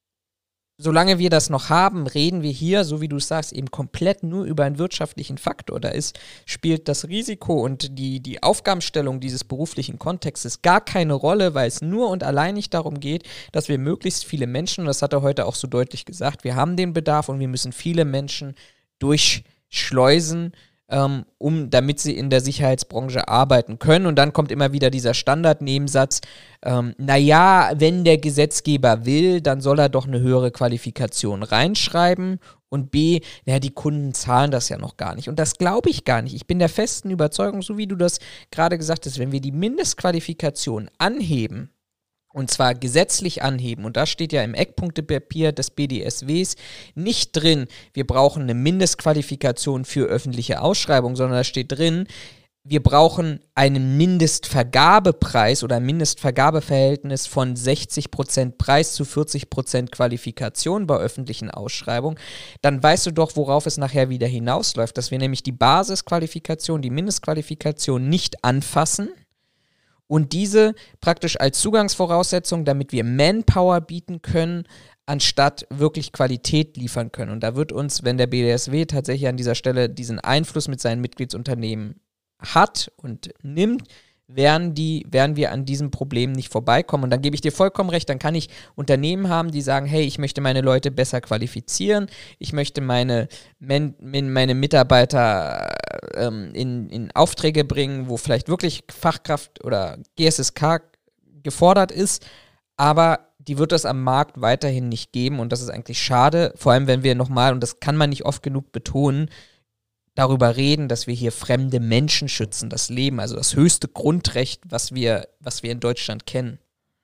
solange wir das noch haben, reden wir hier, so wie du es sagst, eben komplett nur über einen wirtschaftlichen Faktor. Da ist, spielt das Risiko und die, die Aufgabenstellung dieses beruflichen Kontextes gar keine Rolle, weil es nur und allein nicht darum geht, dass wir möglichst viele Menschen, und das hat er heute auch so deutlich gesagt, wir haben den Bedarf und wir müssen viele Menschen durchschleusen, ähm, um, damit sie in der Sicherheitsbranche arbeiten können. Und dann kommt immer wieder dieser Standardnebensatz, ähm, naja, wenn der Gesetzgeber will, dann soll er doch eine höhere Qualifikation reinschreiben. Und B, naja, die Kunden zahlen das ja noch gar nicht. Und das glaube ich gar nicht. Ich bin der festen Überzeugung, so wie du das gerade gesagt hast, wenn wir die Mindestqualifikation anheben, und zwar gesetzlich anheben, und da steht ja im Eckpunktepapier des B D S Ws nicht drin, wir brauchen eine Mindestqualifikation für öffentliche Ausschreibung, sondern da steht drin, wir brauchen einen Mindestvergabepreis oder ein Mindestvergabeverhältnis von sechzig Prozent Preis zu vierzig Prozent Qualifikation bei öffentlichen Ausschreibungen. Dann weißt du doch, worauf es nachher wieder hinausläuft, dass wir nämlich die Basisqualifikation, die Mindestqualifikation nicht anfassen, und diese praktisch als Zugangsvoraussetzung, damit wir Manpower bieten können, anstatt wirklich Qualität liefern können. Und da wird uns, wenn der B D S W tatsächlich an dieser Stelle diesen Einfluss mit seinen Mitgliedsunternehmen hat und nimmt, werden, die, werden wir an diesem Problem nicht vorbeikommen. Und dann gebe ich dir vollkommen recht, dann kann ich Unternehmen haben, die sagen, hey, ich möchte meine Leute besser qualifizieren, ich möchte meine, men, meine Mitarbeiter ähm, in, in Aufträge bringen, wo vielleicht wirklich Fachkraft oder G S S K gefordert ist, aber die wird es am Markt weiterhin nicht geben, und das ist eigentlich schade, vor allem wenn wir nochmal, und das kann man nicht oft genug betonen, darüber reden, dass wir hier fremde Menschen schützen, das Leben, also das höchste Grundrecht, was wir, was wir in Deutschland kennen.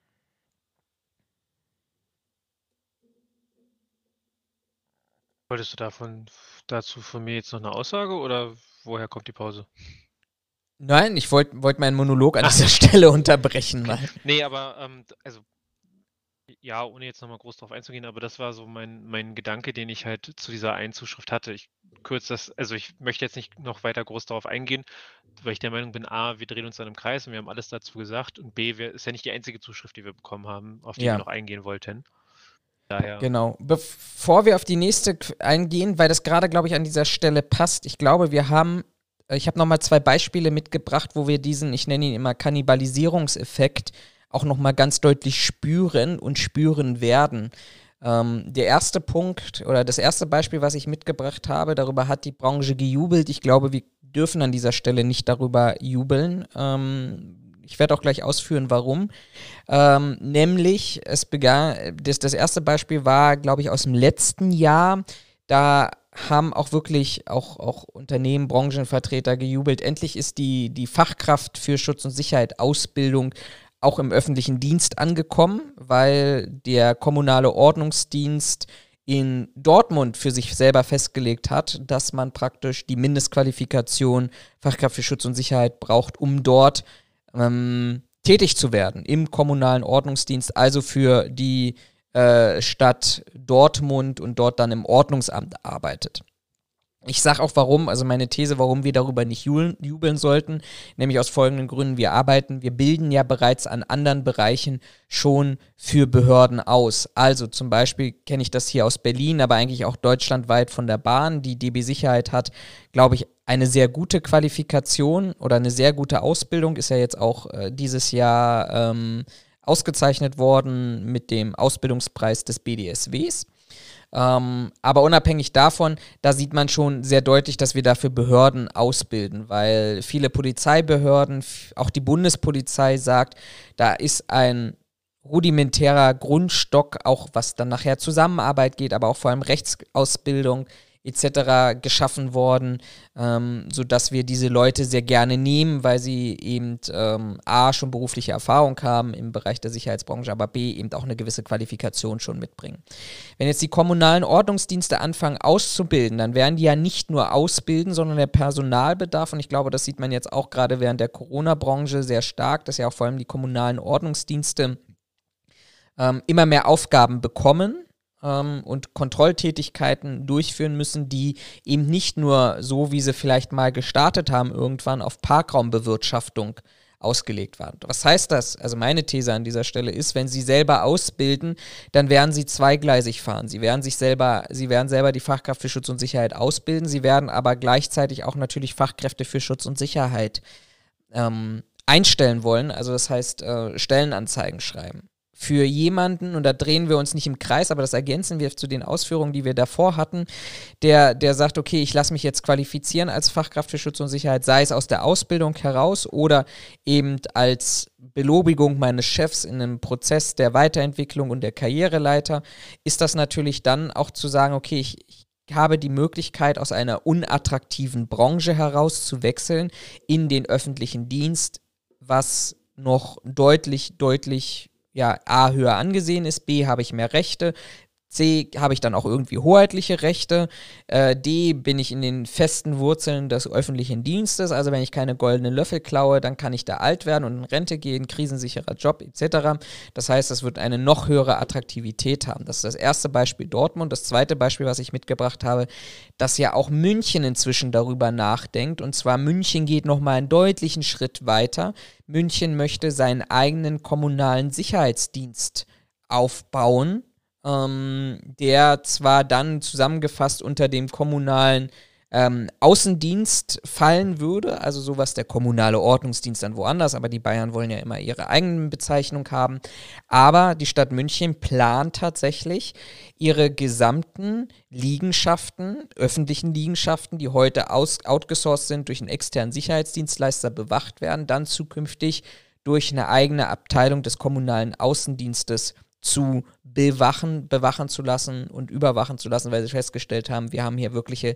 Wolltest du davon dazu von mir jetzt noch eine Aussage oder woher kommt die Pause? Nein, ich wollte wollt meinen Monolog an dieser Stelle unterbrechen mal. Nee, aber ähm, also ja, ohne jetzt nochmal groß drauf einzugehen, aber das war so mein, mein Gedanke, den ich halt zu dieser einen Zuschrift hatte. Ich kürze das, also ich möchte jetzt nicht noch weiter groß darauf eingehen, weil ich der Meinung bin, A, wir drehen uns dann im Kreis und wir haben alles dazu gesagt und B, wir, ist ja nicht die einzige Zuschrift, die wir bekommen haben, auf die Ja. wir noch eingehen wollten. Daher. Genau. Bevor wir auf die nächste Qu- eingehen, weil das gerade, glaube ich, an dieser Stelle passt, ich glaube, wir haben, äh, ich habe nochmal zwei Beispiele mitgebracht, wo wir diesen, ich nenne ihn immer Kannibalisierungseffekt, auch nochmal ganz deutlich spüren und spüren werden. Ähm, der erste Punkt oder das erste Beispiel, was ich mitgebracht habe, darüber hat die Branche gejubelt. Ich glaube, wir dürfen an dieser Stelle nicht darüber jubeln. Ähm, ich werde auch gleich ausführen, warum. Ähm, nämlich, es begann, das, das erste Beispiel war, glaube ich, aus dem letzten Jahr. Da haben auch wirklich auch, auch Unternehmen, Branchenvertreter gejubelt. Endlich ist die, die Fachkraft für Schutz und Sicherheit, Ausbildung auch im öffentlichen Dienst angekommen, weil der kommunale Ordnungsdienst in Dortmund für sich selber festgelegt hat, dass man praktisch die Mindestqualifikation Fachkraft für Schutz und Sicherheit braucht, um dort ähm, tätig zu werden im kommunalen Ordnungsdienst, also für die äh, Stadt Dortmund und dort dann im Ordnungsamt arbeitet. Ich sage auch warum, also meine These, warum wir darüber nicht jubeln, jubeln sollten, nämlich aus folgenden Gründen. Wir arbeiten, wir bilden ja bereits an anderen Bereichen schon für Behörden aus. Also zum Beispiel kenne ich das hier aus Berlin, aber eigentlich auch deutschlandweit von der Bahn. Die D B Sicherheit hat, glaube ich, eine sehr gute Qualifikation oder eine sehr gute Ausbildung, ist ja jetzt auch äh, dieses Jahr ähm, ausgezeichnet worden mit dem Ausbildungspreis des B D S Ws. Ähm, aber unabhängig davon, da sieht man schon sehr deutlich, dass wir dafür Behörden ausbilden, weil viele Polizeibehörden, f- auch die Bundespolizei sagt, da ist ein rudimentärer Grundstock, auch was dann nachher Zusammenarbeit geht, aber auch vor allem Rechtsausbildung et cetera geschaffen worden, ähm, sodass wir diese Leute sehr gerne nehmen, weil sie eben ähm, A, schon berufliche Erfahrung haben im Bereich der Sicherheitsbranche, aber B, eben auch eine gewisse Qualifikation schon mitbringen. Wenn jetzt die kommunalen Ordnungsdienste anfangen auszubilden, dann werden die ja nicht nur ausbilden, sondern der Personalbedarf, und ich glaube, das sieht man jetzt auch gerade während der Corona-Branche sehr stark, dass ja auch vor allem die kommunalen Ordnungsdienste ähm, immer mehr Aufgaben bekommen ähm, und Kontrolltätigkeiten durchführen müssen, die eben nicht nur so, wie sie vielleicht mal gestartet haben, irgendwann auf Parkraumbewirtschaftung ausgelegt waren. Was heißt das? Also meine These an dieser Stelle ist, wenn Sie selber ausbilden, dann werden Sie zweigleisig fahren. Sie werden sich selber, Sie werden selber die Fachkraft für Schutz und Sicherheit ausbilden, Sie werden aber gleichzeitig auch natürlich Fachkräfte für Schutz und Sicherheit ähm, einstellen wollen, also das heißt äh, Stellenanzeigen schreiben. Für jemanden, und da drehen wir uns nicht im Kreis, aber das ergänzen wir zu den Ausführungen, die wir davor hatten, der, der sagt, okay, ich lasse mich jetzt qualifizieren als Fachkraft für Schutz und Sicherheit, sei es aus der Ausbildung heraus oder eben als Belobigung meines Chefs in einem Prozess der Weiterentwicklung und der Karriereleiter, ist das natürlich dann auch zu sagen, okay, ich, ich habe die Möglichkeit, aus einer unattraktiven Branche heraus zu wechseln in den öffentlichen Dienst, was noch deutlich, deutlich ja, A, höher angesehen ist, B, habe ich mehr Rechte, C, habe ich dann auch irgendwie hoheitliche Rechte, äh, D, bin ich in den festen Wurzeln des öffentlichen Dienstes, also wenn ich keine goldenen Löffel klaue, dann kann ich da alt werden und in Rente gehen, krisensicherer Job et cetera. Das heißt, das wird eine noch höhere Attraktivität haben. Das ist das erste Beispiel Dortmund. Das zweite Beispiel, was ich mitgebracht habe, dass ja auch München inzwischen darüber nachdenkt, und zwar München geht nochmal einen deutlichen Schritt weiter. München möchte seinen eigenen kommunalen Sicherheitsdienst aufbauen, ähm, der zwar dann zusammengefasst unter dem kommunalen ähm, Außendienst fallen würde, also sowas der kommunale Ordnungsdienst dann woanders, aber die Bayern wollen ja immer ihre eigene Bezeichnung haben, aber die Stadt München plant tatsächlich, ihre gesamten Liegenschaften, öffentlichen Liegenschaften, die heute aus, outgesourced sind, durch einen externen Sicherheitsdienstleister bewacht werden, dann zukünftig durch eine eigene Abteilung des kommunalen Außendienstes zu bewachen, bewachen zu lassen und überwachen zu lassen, weil sie festgestellt haben, wir haben hier wirkliche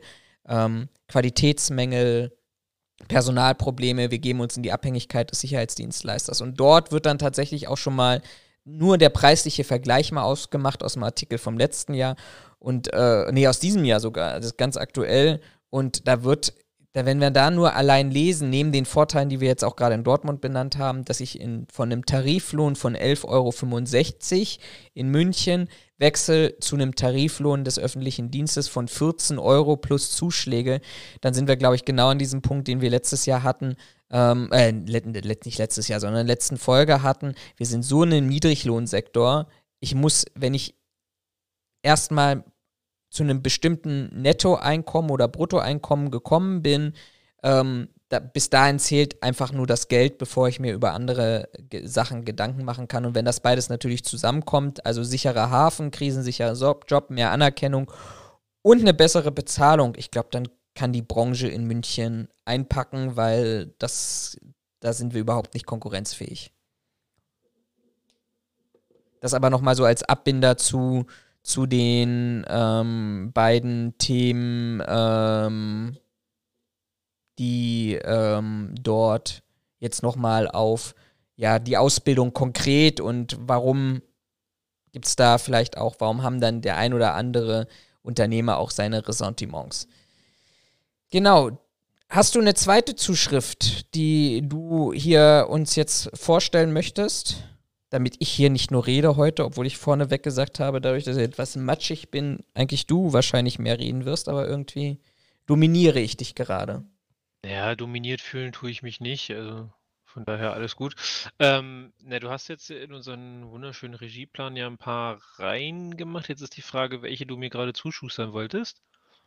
ähm, Qualitätsmängel, Personalprobleme, wir geben uns in die Abhängigkeit des Sicherheitsdienstleisters. Und dort wird dann tatsächlich auch schon mal nur der preisliche Vergleich mal ausgemacht aus dem Artikel vom letzten Jahr und, äh, nee, aus diesem Jahr sogar, das ist ganz aktuell. Und da wird, da, wenn wir da nur allein lesen, neben den Vorteilen, die wir jetzt auch gerade in Dortmund benannt haben, dass ich in, von einem Tariflohn von elf Euro fünfundsechzig in München wechsel zu einem Tariflohn des öffentlichen Dienstes von vierzehn Euro plus Zuschläge, dann sind wir, glaube ich, genau an diesem Punkt, den wir letztes Jahr hatten, ähm, äh, let, let, nicht letztes Jahr, sondern in der letzten Folge hatten. Wir sind so in einem Niedriglohnsektor. Ich muss, wenn ich erstmal zu einem bestimmten Nettoeinkommen oder Bruttoeinkommen gekommen bin, ähm, da, bis dahin zählt einfach nur das Geld, bevor ich mir über andere Ge- Sachen Gedanken machen kann. Und wenn das beides natürlich zusammenkommt, also sicherer Hafen, krisensicherer So- Job, mehr Anerkennung und eine bessere Bezahlung, ich glaube, dann kann die Branche in München einpacken, weil das, da sind wir überhaupt nicht konkurrenzfähig. Das aber nochmal so als Abbinder zu, zu den ähm, beiden Themen, ähm, die ähm, dort jetzt nochmal auf ja, die Ausbildung konkret und warum gibt es da vielleicht auch, warum haben dann der ein oder andere Unternehmer auch seine Ressentiments. Genau. Hast du eine zweite Zuschrift, die du hier uns jetzt vorstellen möchtest? Damit ich hier nicht nur rede heute, obwohl ich vorneweg gesagt habe, dadurch, dass ich etwas matschig bin, eigentlich du wahrscheinlich mehr reden wirst, aber irgendwie dominiere ich dich gerade. Ja, dominiert fühlen tue ich mich nicht, also von daher alles gut. Ähm, na, du hast jetzt in unseren wunderschönen Regieplan ja ein paar Reihen gemacht. Jetzt ist die Frage, welche du mir gerade zuschustern wolltest.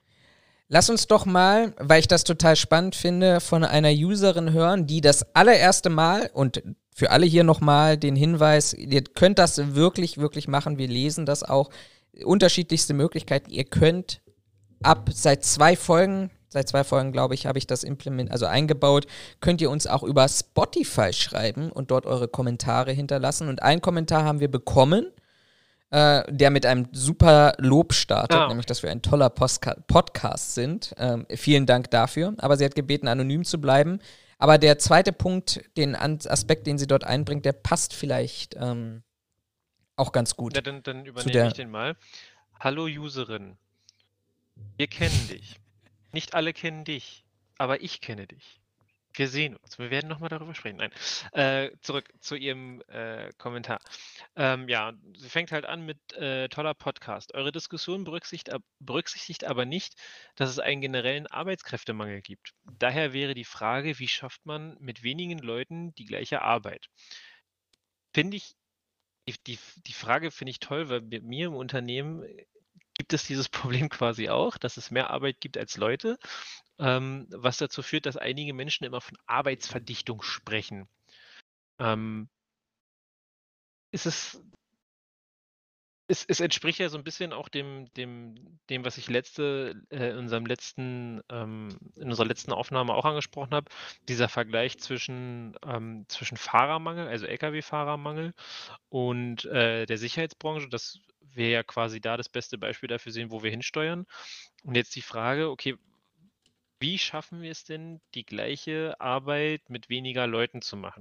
Lass uns doch mal, weil ich das total spannend finde, von einer Userin hören, die das allererste Mal, und für alle hier nochmal den Hinweis, ihr könnt das wirklich, wirklich machen, wir lesen das auch, unterschiedlichste Möglichkeiten, ihr könnt ab seit zwei Folgen, seit zwei Folgen, glaube ich, habe ich das implement, also eingebaut, könnt ihr uns auch über Spotify schreiben und dort eure Kommentare hinterlassen. Und einen Kommentar haben wir bekommen, äh, der mit einem super Lob startet, Ah, okay. nämlich, dass wir ein toller Postka- Podcast sind. Ähm, vielen Dank dafür. Aber sie hat gebeten, anonym zu bleiben. Aber der zweite Punkt, den An- Aspekt, den sie dort einbringt, der passt vielleicht ähm, auch ganz Na, gut dann, dann zu übernehme ich der. den mal. Hallo Userin, wir kennen dich. Nicht alle kennen dich, aber ich kenne dich. Wir sehen uns. Wir werden nochmal darüber sprechen. Nein. Äh, zurück zu Ihrem äh, Kommentar. Ähm, ja, sie fängt halt an mit äh, toller Podcast. Eure Diskussion berücksichtigt, ab- berücksichtigt aber nicht, dass es einen generellen Arbeitskräftemangel gibt. Daher wäre die Frage, wie schafft man mit wenigen Leuten die gleiche Arbeit? Finde ich, die, die, die Frage finde ich toll, weil bei mir im Unternehmen äh, gibt es dieses Problem quasi auch, dass es mehr Arbeit gibt als Leute, ähm, was dazu führt, dass einige Menschen immer von Arbeitsverdichtung sprechen. Ähm, ist es, es, es entspricht ja so ein bisschen auch dem, dem, dem, was ich letzte, äh, in unserem letzten, ähm, in unserer letzten Aufnahme auch angesprochen habe, dieser Vergleich zwischen, ähm, zwischen Fahrermangel, also L K W-Fahrermangel und äh, der Sicherheitsbranche, dass wir ja quasi da das beste Beispiel dafür sehen, wo wir hinsteuern. Und jetzt die Frage, okay, wie schaffen wir es denn, die gleiche Arbeit mit weniger Leuten zu machen?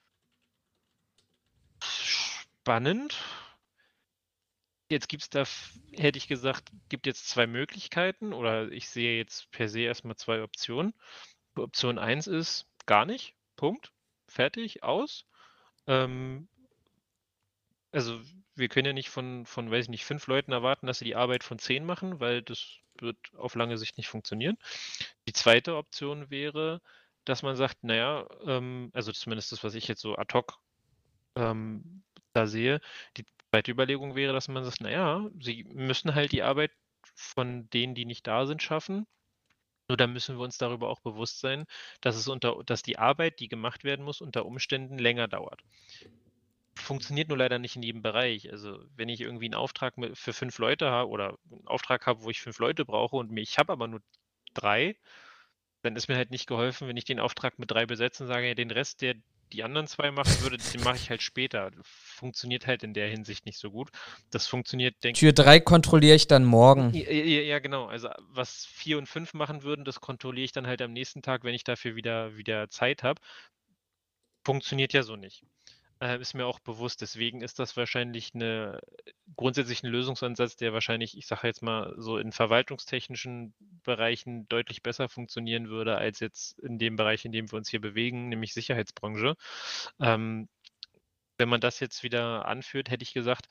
Spannend. Jetzt gibt's da, f- hätte ich gesagt, gibt jetzt zwei Möglichkeiten oder ich sehe jetzt per se erstmal zwei Optionen. Option eins ist gar nicht. Punkt. Fertig, aus. Ähm, also wir können ja nicht von, von, weiß ich nicht, fünf Leuten erwarten, dass sie die Arbeit von zehn machen, weil das wird auf lange Sicht nicht funktionieren. Die zweite Option wäre, dass man sagt, naja, ähm, also zumindest das, was ich jetzt so ad hoc ähm, da sehe. Die zweite Überlegung wäre, dass man sagt, naja, sie müssen halt die Arbeit von denen, die nicht da sind, schaffen. Nur dann müssen wir uns darüber auch bewusst sein, dass es unter, dass die Arbeit, die gemacht werden muss, unter Umständen länger dauert. Funktioniert nur leider nicht in jedem Bereich. Also wenn ich irgendwie einen Auftrag mit, für fünf Leute habe oder einen Auftrag habe, wo ich fünf Leute brauche und mir, ich habe aber nur drei, dann ist mir halt nicht geholfen, wenn ich den Auftrag mit drei besetze und sage, ja, den Rest, der die anderen zwei machen würde, den mache ich halt später. Funktioniert halt in der Hinsicht nicht so gut. Das funktioniert, denke ich. Tür drei kontrolliere ich dann morgen. Ja, ja, ja, genau. Also was vier und fünf machen würden, das kontrolliere ich dann halt am nächsten Tag, wenn ich dafür wieder, wieder Zeit habe. Funktioniert ja so nicht. Äh, ist mir auch bewusst. Deswegen ist das wahrscheinlich eine, grundsätzlich ein Lösungsansatz, der wahrscheinlich, ich sage jetzt mal, so in verwaltungstechnischen Bereichen deutlich besser funktionieren würde, als jetzt in dem Bereich, in dem wir uns hier bewegen, nämlich Sicherheitsbranche. Ähm, wenn man das jetzt wieder anführt, hätte ich gesagt,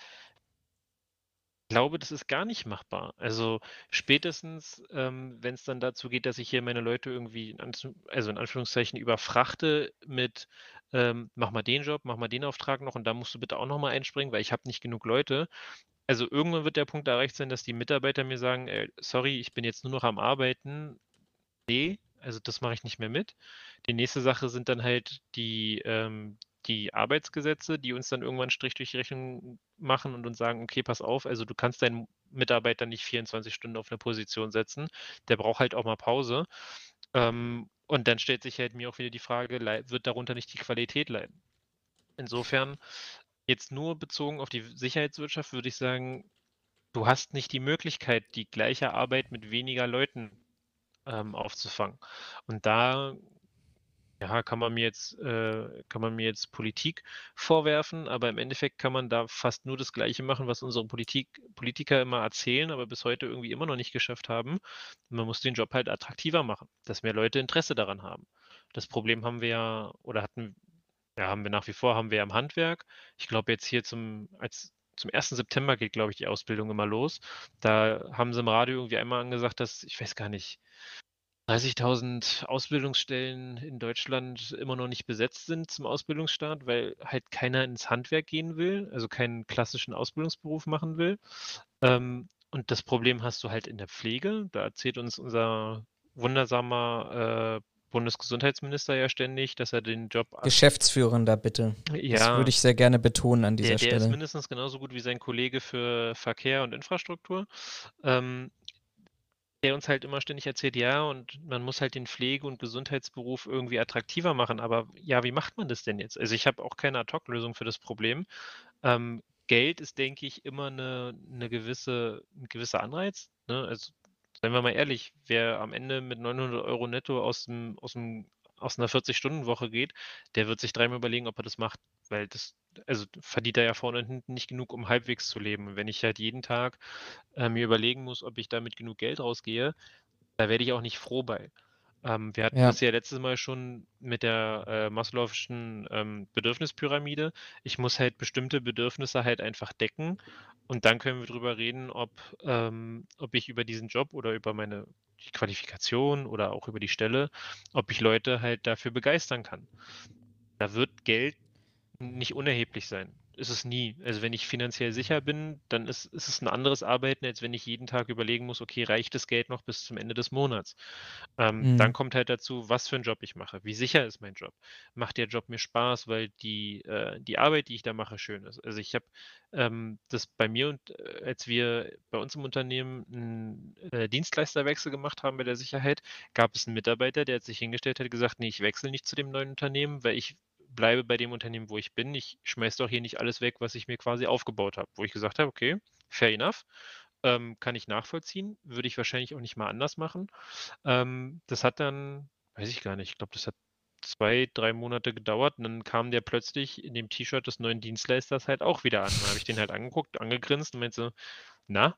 ich glaube, das ist gar nicht machbar. Also spätestens, ähm, wenn es dann dazu geht, dass ich hier meine Leute irgendwie, in Anzu also in Anführungszeichen, überfrachte mit, ähm, mach mal den Job, mach mal den Auftrag noch und da musst du bitte auch noch mal einspringen, weil ich habe nicht genug Leute. Also irgendwann wird der Punkt erreicht sein, dass die Mitarbeiter mir sagen, äh, sorry, ich bin jetzt nur noch am Arbeiten. Nee, also das mache ich nicht mehr mit. Die nächste Sache sind dann halt die, ähm, die Arbeitsgesetze, die uns dann irgendwann Strich durch die Rechnung machen und uns sagen, okay, pass auf, also du kannst deinen Mitarbeiter nicht vierundzwanzig Stunden auf eine Position setzen. Der braucht halt auch mal Pause. Ähm, und dann stellt sich halt mir auch wieder die Frage, lei- wird darunter nicht die Qualität leiden? Insofern, jetzt nur bezogen auf die Sicherheitswirtschaft, würde ich sagen, du hast nicht die Möglichkeit, die gleiche Arbeit mit weniger Leuten ähm, aufzufangen. Und da ja, kann man mir jetzt, äh, kann man mir jetzt Politik vorwerfen, aber im Endeffekt kann man da fast nur das Gleiche machen, was unsere Politik, Politiker immer erzählen, aber bis heute irgendwie immer noch nicht geschafft haben. Man muss den Job halt attraktiver machen, dass mehr Leute Interesse daran haben. Das Problem haben wir ja, oder hatten, ja, haben wir nach wie vor, haben wir ja im Handwerk. Ich glaube jetzt hier zum, als zum ersten September geht, glaube ich, die Ausbildung immer los. Da haben sie im Radio irgendwie einmal angesagt, dass, ich weiß gar nicht, dreißigtausend Ausbildungsstellen in Deutschland immer noch nicht besetzt sind zum Ausbildungsstart, weil halt keiner ins Handwerk gehen will, also keinen klassischen Ausbildungsberuf machen will. Ähm, und das Problem hast du halt in der Pflege. Da erzählt uns unser wundersamer äh, Bundesgesundheitsminister ja ständig, dass er den Job an, Geschäftsführender, bitte. Das ja, würde ich sehr gerne betonen an dieser der, der ist Stelle. mindestens genauso gut wie sein Kollege für Verkehr und Infrastruktur. Ähm, der uns halt immer ständig erzählt, ja, und man muss halt den Pflege- und Gesundheitsberuf irgendwie attraktiver machen. Aber ja, wie macht man das denn jetzt? Also ich habe auch keine Ad-hoc-Lösung für das Problem. Ähm, Geld ist, denke ich, immer eine, eine gewisse, ein gewisser Anreiz. Ne? Also seien wir mal ehrlich, wer am Ende mit neunhundert Euro netto aus dem, aus dem, aus einer vierzig-Stunden-Woche geht, der wird sich dreimal überlegen, ob er das macht, weil das, also verdient er ja vorne und hinten nicht genug, um halbwegs zu leben. Und wenn ich halt jeden Tag äh, mir überlegen muss, ob ich damit genug Geld rausgehe, da werde ich auch nicht froh bei. Ähm, wir hatten Ja. das ja letztes Mal schon mit der äh, Maslow'schen ähm, Bedürfnispyramide. Ich muss halt bestimmte Bedürfnisse halt einfach decken und dann können wir drüber reden, ob, ähm, ob ich über diesen Job oder über meine die Qualifikation oder auch über die Stelle, ob ich Leute halt dafür begeistern kann. Da wird Geld nicht unerheblich sein. Ist es nie. Also wenn ich finanziell sicher bin, dann ist, ist es ein anderes Arbeiten, als wenn ich jeden Tag überlegen muss, okay, reicht das Geld noch bis zum Ende des Monats? Ähm, Mhm. dann kommt halt dazu, was für einen Job ich mache. Wie sicher ist mein Job? Macht der Job mir Spaß, weil die, äh, die Arbeit, die ich da mache, schön ist? Also ich habe ähm, das bei mir und äh, als wir bei uns im Unternehmen einen äh, Dienstleisterwechsel gemacht haben bei der Sicherheit, gab es einen Mitarbeiter, der hat sich hingestellt, hat gesagt, nee, ich wechsle nicht zu dem neuen Unternehmen, weil ich bleibe bei dem Unternehmen, wo ich bin. Ich schmeiße doch hier nicht alles weg, was ich mir quasi aufgebaut habe. Wo ich gesagt habe, okay, fair enough, ähm, kann ich nachvollziehen, würde ich wahrscheinlich auch nicht mal anders machen. Ähm, das hat dann, weiß ich gar nicht, ich glaube, das hat zwei, drei Monate gedauert und dann kam der plötzlich in dem T-Shirt des neuen Dienstleisters halt auch wieder an. Dann habe ich den halt angeguckt, angegrinst und meinte so, na,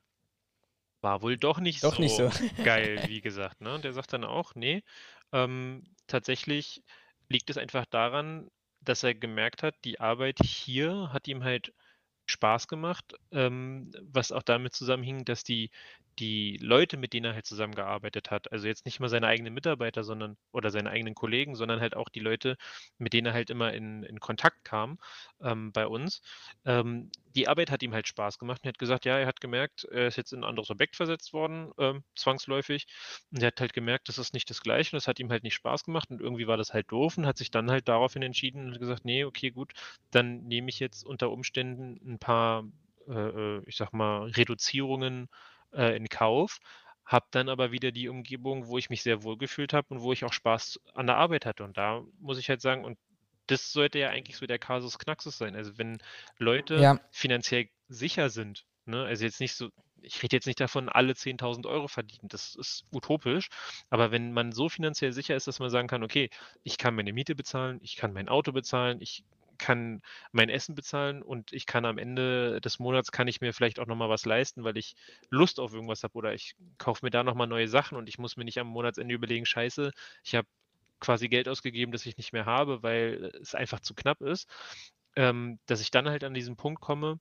war wohl doch nicht Doch nicht so. so geil, wie gesagt. Ne? Und der sagt dann auch, nee, ähm, tatsächlich liegt es einfach daran, dass er gemerkt hat, die Arbeit hier hat ihm halt Spaß gemacht, ähm, was auch damit zusammenhing, dass die, die Leute, mit denen er halt zusammengearbeitet hat, also jetzt nicht mal seine eigenen Mitarbeiter, sondern oder seine eigenen Kollegen, sondern halt auch die Leute, mit denen er halt immer in, in Kontakt kam ähm, bei uns. Ähm, die Arbeit hat ihm halt Spaß gemacht und er hat gesagt, ja, er hat gemerkt, er ist jetzt in ein anderes Objekt versetzt worden, ähm, zwangsläufig. Und er hat halt gemerkt, das ist nicht das Gleiche und das hat ihm halt nicht Spaß gemacht und irgendwie war das halt doof und hat sich dann halt daraufhin entschieden und gesagt, nee, okay, gut, dann nehme ich jetzt unter Umständen ein paar, äh, äh, ich sag mal, Reduzierungen äh, in Kauf, habe dann aber wieder die Umgebung, wo ich mich sehr wohl gefühlt habe und wo ich auch Spaß an der Arbeit hatte. Und da muss ich halt sagen, und das sollte ja eigentlich so der Kasus Knaxus sein. Also wenn Leute Ja. finanziell sicher sind, ne, also jetzt nicht so, ich rede jetzt nicht davon, alle zehntausend Euro verdienen, das ist utopisch, aber wenn man so finanziell sicher ist, dass man sagen kann, okay, ich kann meine Miete bezahlen, ich kann mein Auto bezahlen, ich kann mein Essen bezahlen und ich kann am Ende des Monats, kann ich mir vielleicht auch nochmal was leisten, weil ich Lust auf irgendwas habe oder ich kaufe mir da nochmal neue Sachen und ich muss mir nicht am Monatsende überlegen, scheiße, ich habe quasi Geld ausgegeben, das ich nicht mehr habe, weil es einfach zu knapp ist, ähm, dass ich dann halt an diesen Punkt komme,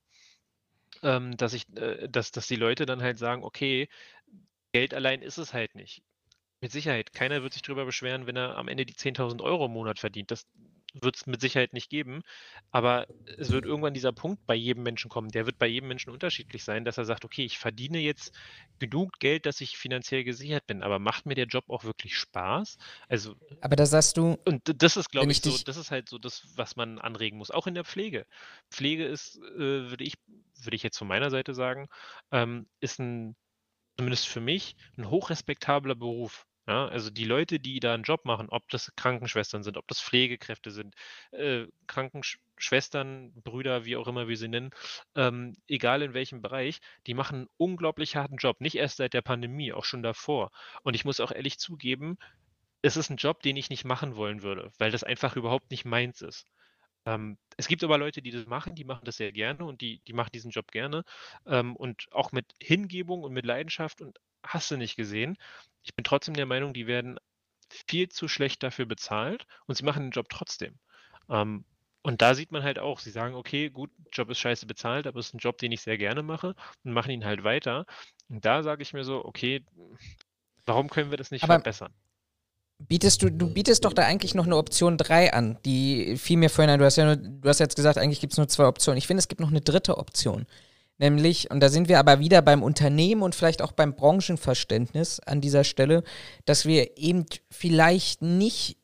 ähm, dass ich, äh, dass, dass die Leute dann halt sagen, okay, Geld allein ist es halt nicht. Mit Sicherheit, keiner wird sich darüber beschweren, wenn er am Ende die zehntausend Euro im Monat verdient. Das wird es mit Sicherheit nicht geben. Aber es wird irgendwann dieser Punkt bei jedem Menschen kommen. Der wird bei jedem Menschen unterschiedlich sein, dass er sagt, okay, ich verdiene jetzt genug Geld, dass ich finanziell gesichert bin. Aber macht mir der Job auch wirklich Spaß? Also, Aber da sagst du, und d- das ist, wenn glaube ich, ich so, dich, das ist halt so das, was man anregen muss. Auch in der Pflege. Pflege ist, äh, würde ich, würde ich jetzt von meiner Seite sagen, ähm, ist ein, zumindest für mich, ein hochrespektabler Beruf. Ja, also die Leute, die da einen Job machen, ob das Krankenschwestern sind, ob das Pflegekräfte sind, äh, Krankenschwestern, Brüder, wie auch immer wir sie nennen, ähm, egal in welchem Bereich, die machen einen unglaublich harten Job. Nicht erst seit der Pandemie, auch schon davor. Und ich muss auch ehrlich zugeben, es ist ein Job, den ich nicht machen wollen würde, weil das einfach überhaupt nicht meins ist. Ähm, es gibt aber Leute, die das machen, die machen das sehr gerne und die, die machen diesen Job gerne ähm, und auch mit Hingebung und mit Leidenschaft und hast du nicht gesehen. Ich bin trotzdem der Meinung, die werden viel zu schlecht dafür bezahlt und sie machen den Job trotzdem. Ähm, und da sieht man halt auch, sie sagen, okay, gut, Job ist scheiße bezahlt, aber es ist ein Job, den ich sehr gerne mache und machen ihn halt weiter. Und da sage ich mir so, okay, warum können wir das nicht aber verbessern? bietest du, du bietest doch da eigentlich noch eine Option drei an, die fiel mir vorhin ein. Du hast ja nur, du hast jetzt gesagt, eigentlich gibt es nur zwei Optionen. Ich finde, es gibt noch eine dritte Option. Nämlich, und da sind wir aber wieder beim Unternehmen und vielleicht auch beim Branchenverständnis an dieser Stelle, dass wir eben vielleicht nicht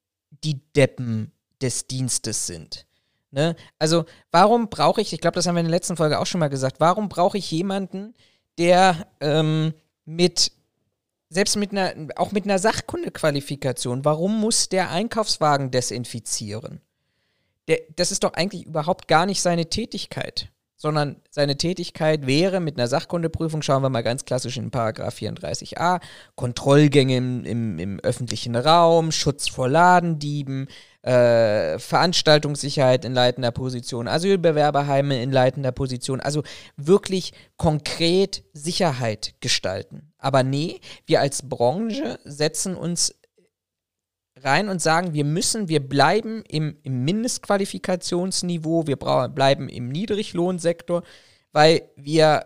die Deppen des Dienstes sind. Ne? Also, warum brauche ich, ich glaube, das haben wir in der letzten Folge auch schon mal gesagt, warum brauche ich jemanden, der ähm, mit selbst mit einer, auch mit einer Sachkundequalifikation, warum muss der Einkaufswagen desinfizieren? Der, das ist doch eigentlich überhaupt gar nicht seine Tätigkeit, sondern seine Tätigkeit wäre mit einer Sachkundeprüfung, schauen wir mal ganz klassisch in Paragraph vierunddreißig a, Kontrollgänge im, im, im öffentlichen Raum, Schutz vor Ladendieben, äh, Veranstaltungssicherheit in leitender Position, Asylbewerberheime in leitender Position, also wirklich konkret Sicherheit gestalten. Aber nee, wir als Branche setzen uns rein und sagen, wir müssen, wir bleiben im, im Mindestqualifikationsniveau, wir bra- bleiben im Niedriglohnsektor, weil wir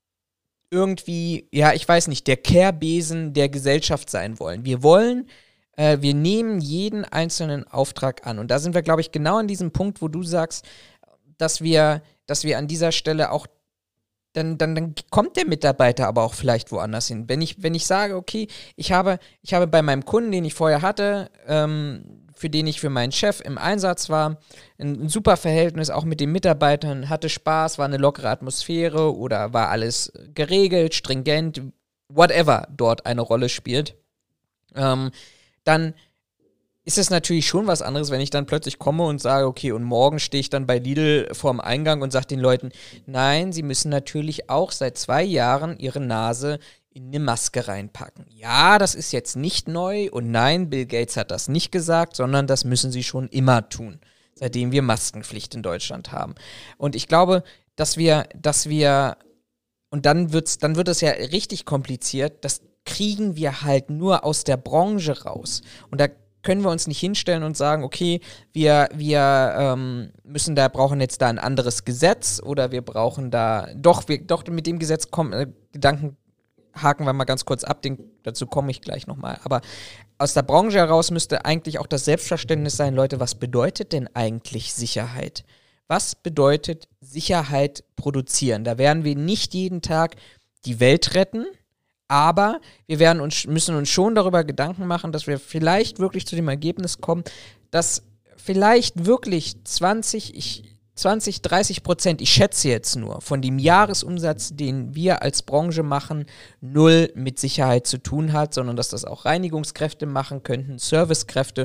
irgendwie, ja, ich weiß nicht, der Kehrbesen der Gesellschaft sein wollen. Wir wollen, äh, wir nehmen jeden einzelnen Auftrag an. Und da sind wir, glaube ich, genau an diesem Punkt, wo du sagst, dass wir, dass wir an dieser Stelle auch Dann, dann, dann kommt der Mitarbeiter aber auch vielleicht woanders hin. Wenn ich, wenn ich sage, okay, ich habe, ich habe bei meinem Kunden, den ich vorher hatte, ähm, für den ich für meinen Chef im Einsatz war, ein, ein super Verhältnis auch mit den Mitarbeitern, hatte Spaß, war eine lockere Atmosphäre oder war alles geregelt, stringent, whatever dort eine Rolle spielt, ähm, dann ist es natürlich schon was anderes, wenn ich dann plötzlich komme und sage, okay, und morgen stehe ich dann bei Lidl vorm Eingang und sage den Leuten, nein, sie müssen natürlich auch seit zwei Jahren ihre Nase in eine Maske reinpacken. Ja, das ist jetzt nicht neu und nein, Bill Gates hat das nicht gesagt, sondern das müssen sie schon immer tun, seitdem wir Maskenpflicht in Deutschland haben. Und ich glaube, dass wir, dass wir, und dann wird's, dann wird es ja richtig kompliziert, das kriegen wir halt nur aus der Branche raus. Und da können wir uns nicht hinstellen und sagen, okay, wir, wir ähm, müssen da, brauchen jetzt da ein anderes Gesetz oder wir brauchen da, doch, wir, doch mit dem Gesetz kommen, äh, Gedanken haken wir mal ganz kurz ab, den, dazu komme ich gleich nochmal, aber aus der Branche heraus müsste eigentlich auch das Selbstverständnis sein, Leute, was bedeutet denn eigentlich Sicherheit? Was bedeutet Sicherheit produzieren? Da werden wir nicht jeden Tag die Welt retten, aber wir werden uns, müssen uns schon darüber Gedanken machen, dass wir vielleicht wirklich zu dem Ergebnis kommen, dass vielleicht wirklich zwanzig, ich, zwanzig, dreißig Prozent, ich schätze jetzt nur, von dem Jahresumsatz, den wir als Branche machen, null mit Sicherheit zu tun hat, sondern dass das auch Reinigungskräfte machen könnten, Servicekräfte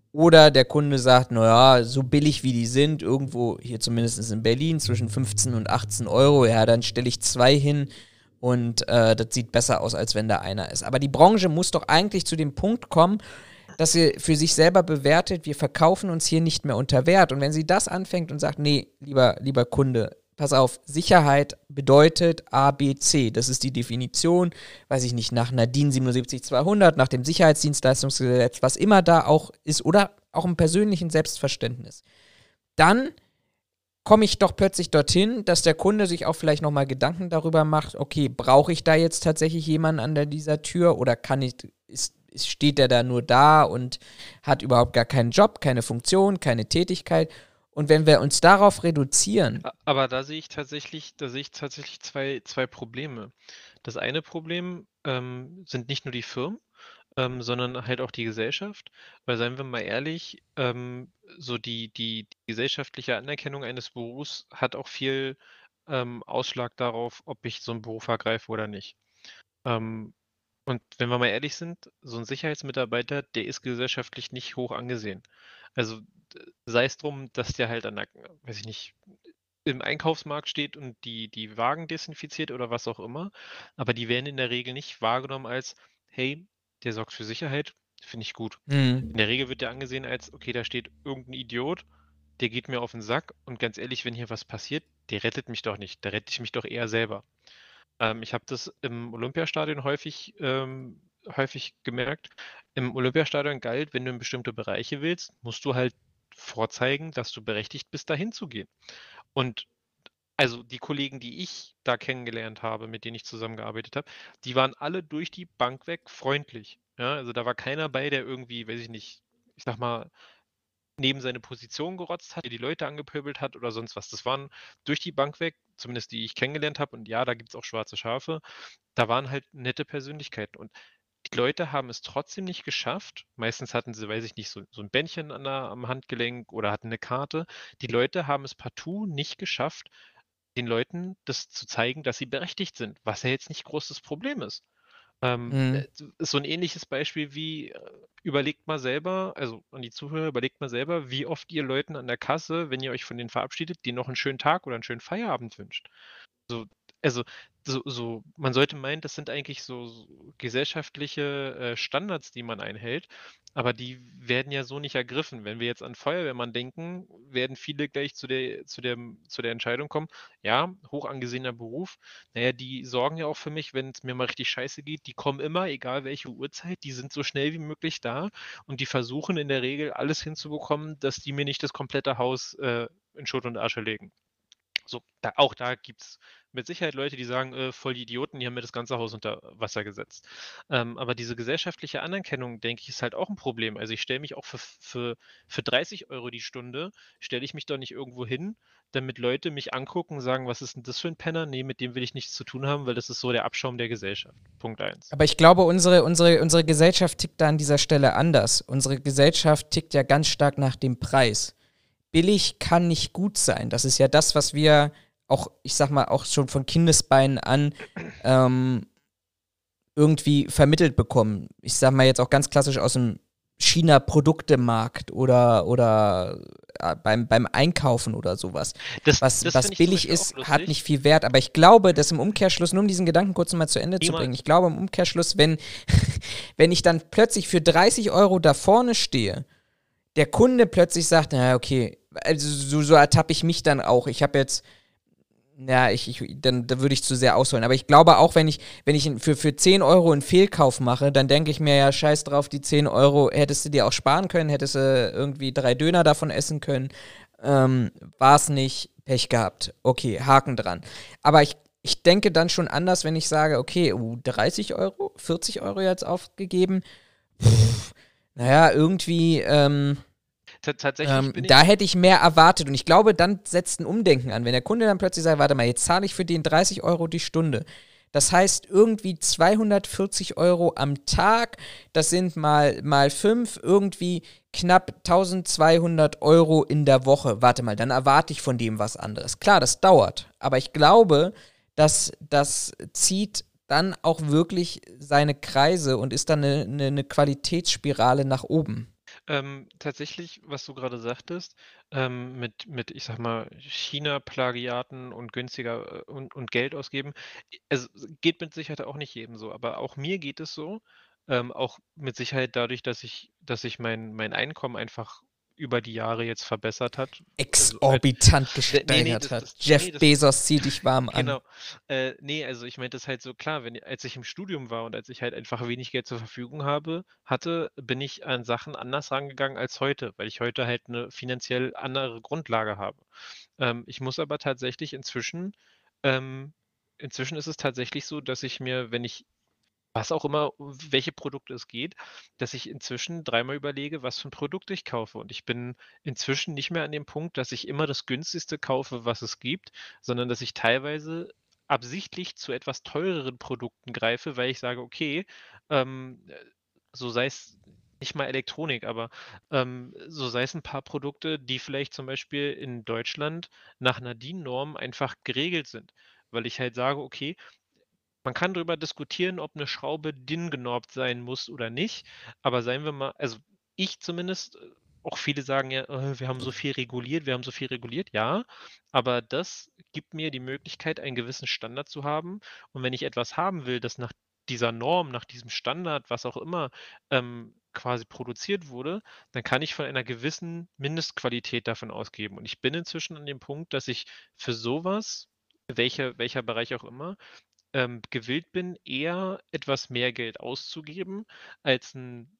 Oder der Kunde sagt, naja, so billig wie die sind, irgendwo hier zumindest in Berlin zwischen fünfzehn und achtzehn Euro, ja, dann stelle ich zwei hin und äh, das sieht besser aus, als wenn da einer ist. Aber die Branche muss doch eigentlich zu dem Punkt kommen, dass sie für sich selber bewertet, wir verkaufen uns hier nicht mehr unter Wert. Und wenn sie das anfängt und sagt, nee, lieber, lieber Kunde, pass auf, Sicherheit bedeutet A, B, C. Das ist die Definition, weiß ich nicht, nach einer D I N siebenundsiebzig zweihundert, nach dem Sicherheitsdienstleistungsgesetz, was immer da auch ist, oder auch im persönlichen Selbstverständnis. Dann komme ich doch plötzlich dorthin, dass der Kunde sich auch vielleicht nochmal Gedanken darüber macht, okay, brauche ich da jetzt tatsächlich jemanden an der, dieser Tür oder kann ich, ist, steht der da nur da und hat überhaupt gar keinen Job, keine Funktion, keine Tätigkeit? Und wenn wir uns darauf reduzieren. Aber da sehe ich tatsächlich, da sehe ich tatsächlich zwei, zwei Probleme. Das eine Problem ähm, sind nicht nur die Firmen, ähm, sondern halt auch die Gesellschaft. Weil seien wir mal ehrlich, ähm, so die, die, die gesellschaftliche Anerkennung eines Berufs hat auch viel ähm, Ausschlag darauf, ob ich so einen Beruf ergreife oder nicht. Ähm, und wenn wir mal ehrlich sind, so ein Sicherheitsmitarbeiter, der ist gesellschaftlich nicht hoch angesehen. Also sei es drum, dass der halt an der, weiß ich nicht, im Einkaufsmarkt steht und die, die Wagen desinfiziert oder was auch immer, aber die werden in der Regel nicht wahrgenommen als, hey, der sorgt für Sicherheit, finde ich gut. Mhm. In der Regel wird der angesehen als, okay, da steht irgendein Idiot, der geht mir auf den Sack und ganz ehrlich, wenn hier was passiert, der rettet mich doch nicht, da rette ich mich doch eher selber. Ähm, ich habe das im Olympiastadion häufig, ähm, häufig gemerkt. Im Olympiastadion galt, wenn du in bestimmte Bereiche willst, musst du halt vorzeigen, dass du berechtigt bist, dahin zu gehen. Und also die Kollegen, die ich da kennengelernt habe, mit denen ich zusammengearbeitet habe, die waren alle durch die Bank weg freundlich. Ja, also da war keiner bei, der irgendwie, weiß ich nicht, ich sag mal, neben seine Position gerotzt hat, die Leute angepöbelt hat oder sonst was. Das waren durch die Bank weg, zumindest die ich kennengelernt habe, und ja, da gibt es auch schwarze Schafe, da waren halt nette Persönlichkeiten. Und die Leute haben es trotzdem nicht geschafft. Meistens hatten sie, weiß ich nicht, so, so ein Bändchen an der, am Handgelenk oder hatten eine Karte. Die Leute haben es partout nicht geschafft, den Leuten das zu zeigen, dass sie berechtigt sind, was ja jetzt nicht großes Problem ist. Ähm, Mhm. äh, ist so ein ähnliches Beispiel wie, äh, überlegt mal selber, also an die Zuhörer, überlegt mal selber, wie oft ihr Leuten an der Kasse, wenn ihr euch von denen verabschiedet, denen noch einen schönen Tag oder einen schönen Feierabend wünscht. So, also, so, so, man sollte meinen, das sind eigentlich so, so gesellschaftliche äh, Standards, die man einhält, aber die werden ja so nicht ergriffen. Wenn wir jetzt an Feuerwehrmann denken, werden viele gleich zu der, zu der, zu der Entscheidung kommen, ja, hoch angesehener Beruf, naja, die sorgen ja auch für mich, wenn es mir mal richtig scheiße geht, die kommen immer, egal welche Uhrzeit, die sind so schnell wie möglich da und die versuchen in der Regel alles hinzubekommen, dass die mir nicht das komplette Haus äh, in Schutt und Asche legen. So, da, auch da gibt es mit Sicherheit Leute, die sagen, äh, voll die Idioten, die haben mir das ganze Haus unter Wasser gesetzt. Ähm, aber diese gesellschaftliche Anerkennung, denke ich, ist halt auch ein Problem. Also ich stelle mich auch für, für, für dreißig Euro die Stunde, stelle ich mich doch nicht irgendwo hin, damit Leute mich angucken und sagen, was ist denn das für ein Penner? Nee, mit dem will ich nichts zu tun haben, weil das ist so der Abschaum der Gesellschaft. Punkt eins. Aber ich glaube, unsere, unsere, unsere Gesellschaft tickt da an dieser Stelle anders. Unsere Gesellschaft tickt ja ganz stark nach dem Preis. Billig kann nicht gut sein. Das ist ja das, was wir auch, ich sag mal, auch schon von Kindesbeinen an ähm, irgendwie vermittelt bekommen. Ich sag mal jetzt auch ganz klassisch aus dem China-Produktemarkt oder, oder äh, beim, beim Einkaufen oder sowas. Das, Was, das was finde ich zum billig Beispiel ist, auch hat lustig. nicht viel Wert. Aber ich glaube, dass im Umkehrschluss, nur um diesen Gedanken kurz mal zu Ende zu Niemals. bringen, ich glaube im Umkehrschluss, wenn, wenn ich dann plötzlich für dreißig Euro da vorne stehe, der Kunde plötzlich sagt, na okay, also so, so ertappe ich mich dann auch. Ich habe jetzt, ja, ich, ich, dann da würde ich zu sehr ausholen. Aber ich glaube auch, wenn ich, wenn ich für, für zehn Euro einen Fehlkauf mache, dann denke ich mir ja, scheiß drauf, die zehn Euro hättest du dir auch sparen können, hättest du irgendwie drei Döner davon essen können. Ähm, war es nicht, Pech gehabt. Okay, Haken dran. Aber ich, ich denke dann schon anders, wenn ich sage, okay, uh, dreißig Euro, vierzig Euro jetzt aufgegeben. Pff, naja, irgendwie, ähm, T tatsächlich ähm, bin ich. da hätte ich mehr erwartet. Und ich glaube, dann setzt ein Umdenken an. Wenn der Kunde dann plötzlich sagt, warte mal, jetzt zahle ich für den dreißig Euro die Stunde. Das heißt, irgendwie zweihundertvierzig Euro am Tag, das sind mal, mal fünf, irgendwie knapp eintausendzweihundert Euro in der Woche. Warte mal, dann erwarte ich von dem was anderes. Klar, das dauert. Aber ich glaube, dass das zieht dann auch wirklich seine Kreise und ist dann eine, eine, eine Qualitätsspirale nach oben. Ähm, tatsächlich, was du gerade sagtest, ähm, mit mit, ich sage mal, China-Plagiaten und günstiger, äh, und und Geld ausgeben. I also, geht mit Sicherheit auch nicht jedem so, aber auch mir geht es so, ähm, auch mit Sicherheit dadurch, dass ich dass sich mein mein Einkommen einfach über die Jahre jetzt verbessert hat. Also, halt Exorbitant ne, ne, ne, gesteigert das hat. das Jeff ne, das Bezos, zieh dich warm an. genau. Äh, ne, also ich meinte das halt so, klar, wenn als ich im Studium war und als ich halt einfach wenig Geld zur Verfügung habe hatte, bin ich an Sachen anders rangegangen als heute, weil ich heute halt 'ne finanziell andere Grundlage habe. Ähm, ich muss aber tatsächlich inzwischen ähm, inzwischen ist es tatsächlich so, dass ich mir, wenn ich was auch immer welche Produkte es geht, dass ich inzwischen dreimal überlege, was für 'n Produkt ich kaufe. Und ich bin inzwischen nicht mehr an dem Punkt, dass ich immer das Günstigste kaufe, was es gibt, sondern dass ich teilweise absichtlich zu etwas teureren Produkten greife, weil ich sage: „Okay, ähm, äh, so sei's nicht mal Elektronik, aber, ähm, so sei's 'n paar Produkte, die vielleicht zum Beispiel in Deutschland nach 'ner DIN-Norm einfach geregelt sind.“ Weil ich halt sage: „Okay, man kann drüber diskutieren, ob 'ne Schraube DIN genormt sein muss oder nicht, aber seien wir mal also, ich zumindest äh, auch viele sagen ja: „Äh, wir haben so viel reguliert, wir haben so viel reguliert.“ Ja, aber das gibt mir die Möglichkeit, einen gewissen Standard zu haben. Und wenn ich etwas haben will, das nach dieser Norm, nach diesem Standard, was auch immer, ähm, quasi produziert wurde, dann kann ich von einer gewissen Mindestqualität davon ausgeben. Und ich bin inzwischen an dem Punkt, dass ich für so was, welcher welcher Bereich auch immer, ähm, gewillt bin, eher etwas mehr Geld auszugeben, als 'n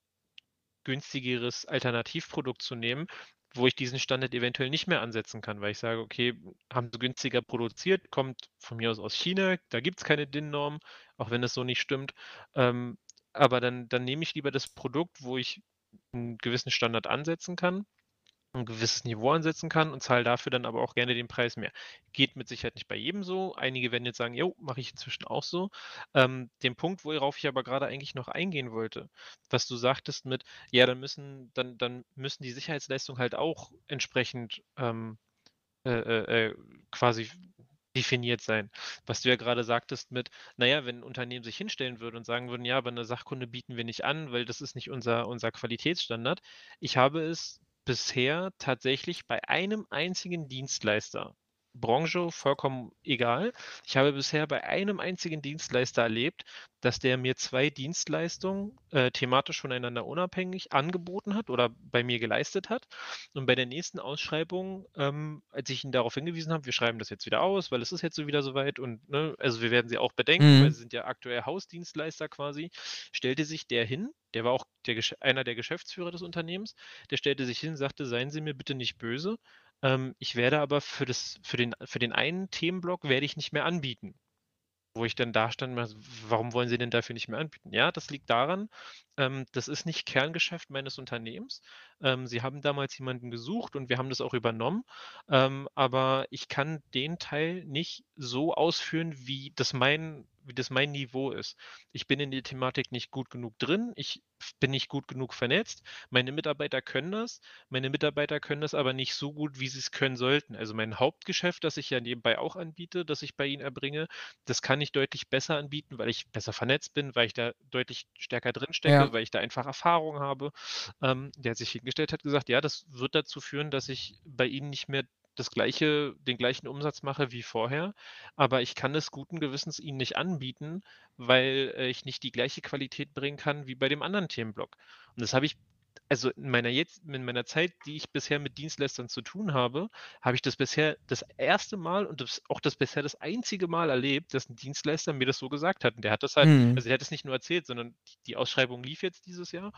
günstigeres Alternativprodukt zu nehmen, wo ich diesen Standard eventuell nicht mehr ansetzen kann, weil ich sage: „Okay, haben sie günstiger produziert, kommt von mir aus aus China, da gibt's keine DIN-Norm“, auch wenn das so nicht stimmt. Ähm, aber dann dann nehme ich lieber das Produkt, wo ich 'n gewissen Standard ansetzen kann, 'n gewisses Niveau ansetzen kann und zahle dafür dann aber auch gerne den Preis mehr. Geht mit Sicherheit nicht bei jedem so. Einige werden jetzt sagen: „Jo, mache ich inzwischen auch so.“ Ähm, den Punkt, worauf ich aber grade eigentlich noch eingehen wollte, was du sagtest mit: „Ja, dann müssen dann dann müssen die Sicherheitsleistungen halt auch entsprechend, ähm, äh, äh, äh, quasi definiert sein.“ Was du ja grade sagtest mit: „Na ja, wenn 'n Unternehmen sich hinstellen würde und sagen würden: ‚Ja, aber 'ne Sachkunde bieten wir nicht an, weil das ist nicht unser unser Qualitätsstandard.‘“ Ich habe es bisher tatsächlich bei einem einzigen Dienstleister, Branche vollkommen egal, ich habe bisher bei einem einzigen Dienstleister erlebt, dass der mir zwei Dienstleistungen, äh, thematisch voneinander unabhängig angeboten hat oder bei mir geleistet hat. Und bei der nächsten Ausschreibung, ähm, als ich ihn darauf hingewiesen habe: „Wir schreiben das jetzt wieder aus, weil es ist jetzt so wieder so weit und, ne, also wir werden sie auch bedenken, weil Mhm. sie sind ja aktuell Hausdienstleister quasi“, stellte sich der hin, der war auch der Gesch einer der Geschäftsführer des Unternehmens, der stellte sich hin, sagte: „Seien Sie mir bitte nicht böse, ähm, ich werde aber für das für den für den einen Themenblock werde ich nicht mehr anbieten.“ Wo ich dann dastand und meinte so: „W warum wollen Sie denn dafür nicht mehr anbieten?“ „Ja, das liegt daran, ähm, das ist nicht Kerngeschäft meines Unternehmens. Ähm, sie haben damals jemanden gesucht und wir haben das auch übernommen, ähm, aber ich kann den Teil nicht so ausführen, wie das mein wie das mein Niveau ist. Ich bin in der Thematik nicht gut genug drin, ich f bin nicht gut genug vernetzt. Meine Mitarbeiter können das, meine Mitarbeiter können das aber nicht so gut, wie sie's können sollten. Also, mein Hauptgeschäft, das ich ja nebenbei auch anbiete, das ich bei ihnen erbringe, das kann ich deutlich besser anbieten, weil ich besser vernetzt bin, weil ich da deutlich stärker drin Ja. stecke, weil ich da einfach Erfahrung habe.“ Ähm, der hat sich hingestellt, hat gesagt: „Ja, das wird dazu führen, dass ich bei Ihnen nicht mehr das gleiche den gleichen Umsatz mache wie vorher, aber ich kann es guten Gewissens Ihnen nicht anbieten, weil, äh, ich nicht die gleiche Qualität bringen kann wie bei dem anderen Themenblock.“ Und das habe ich also, in meiner jetzt in meiner Zeit, die ich bisher mit Dienstleistern zu tun habe, habe ich das bisher das erste Mal und das auch das bisher das einzige Mal erlebt, dass 'n Dienstleister mir das so gesagt hat. Und der hat das halt Mhm. also, der hat das nicht nur erzählt, sondern d die Ausschreibung lief jetzt dieses Jahr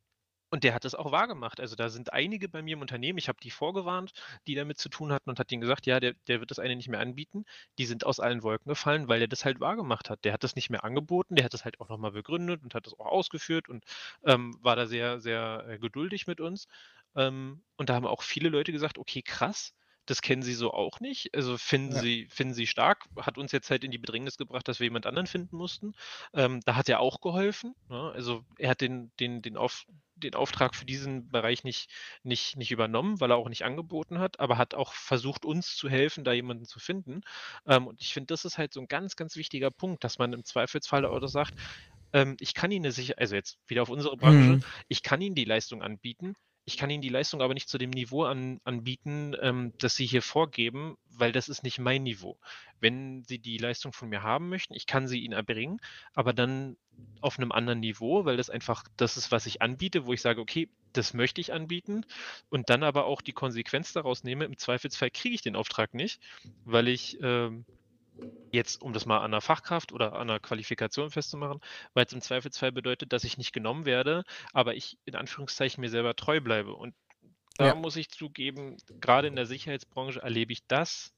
und der hat das auch wahrgemacht. Also, da sind einige bei mir im Unternehmen ich habe die vorgewarnt, die damit zu tun hatten und habe denen gesagt: „Ja, der der wird das eine nicht mehr anbieten.“ Die sind aus allen Wolken gefallen, weil er das halt wahrgemacht hat. Der hat das nicht mehr angeboten, der hat das halt auch noch mal begründet und hat das auch ausgeführt und, ähm, war da sehr, sehr, äh, geduldig mit uns. Ähm, und da haben auch viele Leute gesagt: „Okay, krass, das kennen sie so auch nicht. Also, finden Ja. sie finden sie stark.“ Hat uns jetzt halt in die Bedrängnis gebracht, dass wir jemand anderen finden mussten. Ähm, da hat er auch geholfen, ne? Also, er hat den den den Auf den Auftrag für diesen Bereich nicht nicht nicht übernommen, weil er auch nicht angeboten hat, aber hat auch versucht, uns zu helfen, da jemanden zu finden. Ähm, und ich finde, das ist halt so 'n ganz, ganz wichtiger Punkt, dass man im Zweifelsfall oder sagt, ähm: „Ich kann Ihnen 'ne Sicher“ also, jetzt wieder auf unsere Branche, Mhm. „ich kann Ihnen die Leistung anbieten. ich kann Ihnen die Leistung aber nicht zu dem Niveau an, anbieten, ähm, das Sie hier vorgeben, weil das ist nicht mein Niveau. Wenn Sie die Leistung von mir haben möchten, ich kann sie Ihnen erbringen, aber dann auf einem anderen Niveau, weil das einfach das ist, was ich anbiete, wo ich sage, okay, das möchte ich anbieten und dann aber auch die Konsequenz daraus nehme, im Zweifelsfall kriege ich den Auftrag nicht, weil ich ähm, jetzt, um das mal an einer Fachkraft oder an einer Qualifikation festzumachen, weil es im Zweifelsfall bedeutet, dass ich nicht genommen werde, aber ich in Anführungszeichen mir selber treu bleibe. Und da Ja. muss ich zugeben, gerade in der Sicherheitsbranche erlebe ich das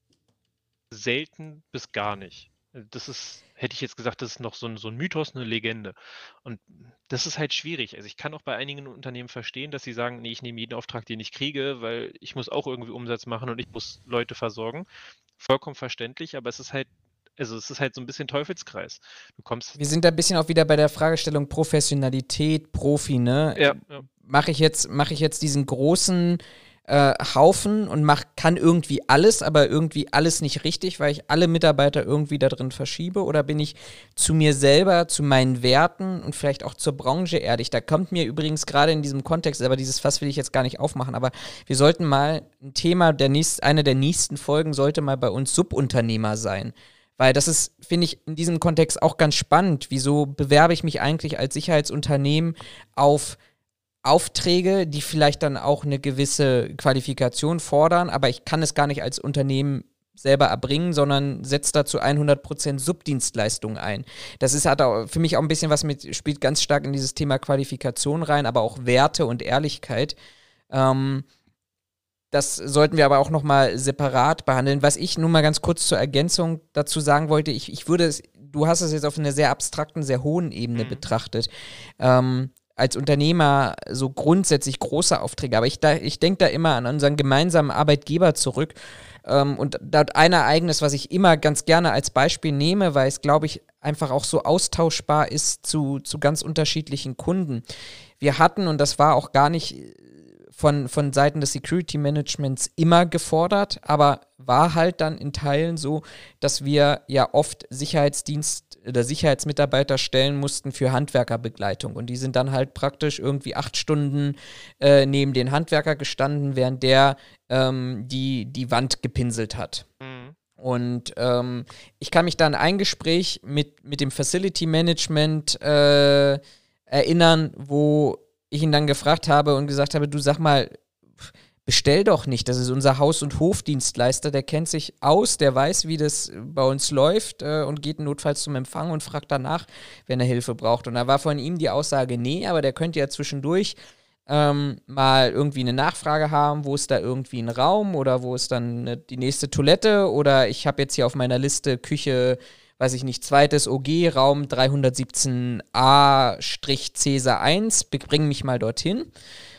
selten bis gar nicht. Also das ist, hätte ich jetzt gesagt, das ist noch so ein, so ein Mythos, eine Legende. Und das ist halt schwierig. Also ich kann auch bei einigen Unternehmen verstehen, dass sie sagen, nee, ich nehme jeden Auftrag, den ich kriege, weil ich muss auch irgendwie Umsatz machen und ich muss Leute versorgen. Vollkommen verständlich, aber es ist halt, also es ist halt so ein bisschen Teufelskreis. Du kommst. Wir sind da ein bisschen auch wieder bei der Fragestellung Professionalität, Profi, ne? Ja, ja. Mache ich jetzt, mache ich jetzt diesen großen äh, Haufen und mach, kann irgendwie alles, aber irgendwie alles nicht richtig, weil ich alle Mitarbeiter irgendwie da drin verschiebe? Oder bin ich zu mir selber, zu meinen Werten und vielleicht auch zur Branche ehrlich? Da kommt mir übrigens gerade in diesem Kontext, aber dieses Fass will ich jetzt gar nicht aufmachen, aber wir sollten mal ein Thema, der nächst, eine der nächsten Folgen sollte mal bei uns Subunternehmer sein. Weil das ist, finde ich, in diesem Kontext auch ganz spannend. Wieso bewerbe ich mich eigentlich als Sicherheitsunternehmen auf Aufträge, die vielleicht dann auch eine gewisse Qualifikation fordern, aber ich kann es gar nicht als Unternehmen selber erbringen, sondern setze dazu hundert Prozent Subdienstleistungen ein. Das ist, hat auch für mich auch ein bisschen was mit, spielt ganz stark in dieses Thema Qualifikation rein, aber auch Werte und Ehrlichkeit. Ähm, Das sollten wir aber auch nochmal separat behandeln. Was ich nur mal ganz kurz zur Ergänzung dazu sagen wollte, ich, ich würde es, du hast es jetzt auf einer sehr abstrakten, sehr hohen Ebene mhm. betrachtet. Ähm, als Unternehmer so grundsätzlich große Aufträge, aber ich, ich denke da immer an unseren gemeinsamen Arbeitgeber zurück. Ähm, und da ein Ereignis, was ich immer ganz gerne als Beispiel nehme, weil es, glaube ich, einfach auch so austauschbar ist zu, zu ganz unterschiedlichen Kunden. Wir hatten, und das war auch gar nicht von, von Seiten des Security Managements immer gefordert, aber war halt dann in Teilen so, dass wir ja oft Sicherheitsdienst oder Sicherheitsmitarbeiter stellen mussten für Handwerkerbegleitung. Und die sind dann halt praktisch irgendwie acht Stunden äh, neben den Handwerker gestanden, während der ähm, die, die Wand gepinselt hat. Mhm. Und ähm, ich kann mich da an ein Gespräch mit, mit dem Facility Management äh, erinnern, wo ich ihn dann gefragt habe und gesagt habe, du sag mal, bestell doch nicht, das ist unser Haus- und Hofdienstleister, der kennt sich aus, der weiß, wie das bei uns läuft äh, und geht notfalls zum Empfang und fragt danach, wenn er Hilfe braucht. Und da war von ihm die Aussage, nee, aber der könnte ja zwischendurch ähm, mal irgendwie eine Nachfrage haben, wo ist da irgendwie ein Raum oder wo ist dann eine, die nächste Toilette oder ich habe jetzt hier auf meiner Liste Küche, weiß ich nicht, zweites O G, Raum dreihundertsiebzehn A Cäsar eins, bring mich mal dorthin.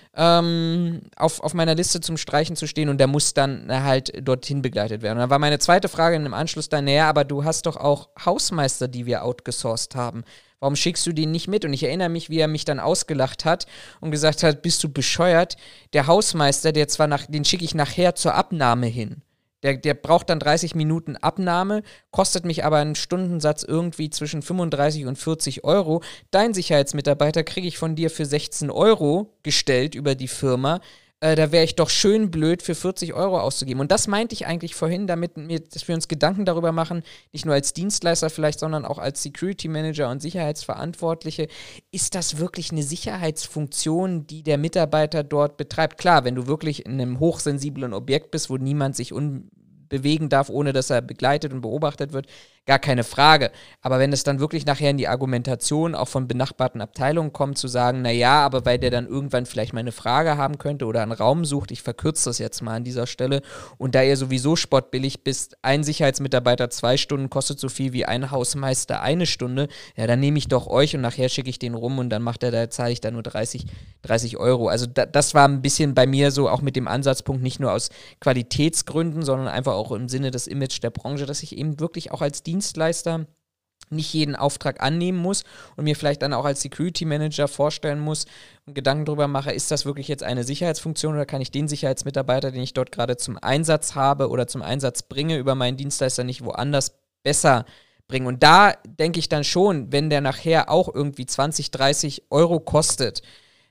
Ähm, auf, auf meiner Liste zum Streichen zu stehen und der muss dann äh, halt dorthin begleitet werden. Und dann war meine zweite Frage in dem Anschluss dann, naja, aber du hast doch auch Hausmeister, die wir outgesourced haben. Warum schickst du den nicht mit? Und ich erinnere mich, wie er mich dann ausgelacht hat und gesagt hat, bist du bescheuert? Der Hausmeister, der zwar nach, den schicke ich nachher zur Abnahme hin. Der, der braucht dann dreißig Minuten Abnahme, kostet mich aber einen Stundensatz irgendwie zwischen fünfunddreißig und vierzig Euro. Dein Sicherheitsmitarbeiter kriege ich von dir für sechzehn Euro gestellt über die Firma. Äh, da wäre ich doch schön blöd, für vierzig Euro auszugeben. Und das meinte ich eigentlich vorhin, damit wir, dass wir uns Gedanken darüber machen, nicht nur als Dienstleister vielleicht, sondern auch als Security Manager und Sicherheitsverantwortliche. Ist das wirklich eine Sicherheitsfunktion, die der Mitarbeiter dort betreibt? Klar, wenn du wirklich in einem hochsensiblen Objekt bist, wo niemand sich unbewegen darf, ohne dass er begleitet und beobachtet wird, gar keine Frage. Aber wenn es dann wirklich nachher in die Argumentation auch von benachbarten Abteilungen kommt, zu sagen, naja, aber weil der dann irgendwann vielleicht mal eine Frage haben könnte oder einen Raum sucht, ich verkürze das jetzt mal an dieser Stelle, und da ihr sowieso spottbillig bist, ein Sicherheitsmitarbeiter zwei Stunden kostet so viel wie ein Hausmeister eine Stunde, ja, dann nehme ich doch euch und nachher schicke ich den rum und dann macht er, da zahle ich da nur dreißig Euro. Also da, das war ein bisschen bei mir so auch mit dem Ansatzpunkt, nicht nur aus Qualitätsgründen, sondern einfach auch im Sinne des Image der Branche, dass ich eben wirklich auch als Dienstleister nicht jeden Auftrag annehmen muss und mir vielleicht dann auch als Security Manager vorstellen muss und Gedanken darüber mache, ist das wirklich jetzt eine Sicherheitsfunktion oder kann ich den Sicherheitsmitarbeiter, den ich dort gerade zum Einsatz habe oder zum Einsatz bringe, über meinen Dienstleister nicht woanders besser bringen. Und da denke ich dann schon, wenn der nachher auch irgendwie zwanzig, dreißig Euro kostet,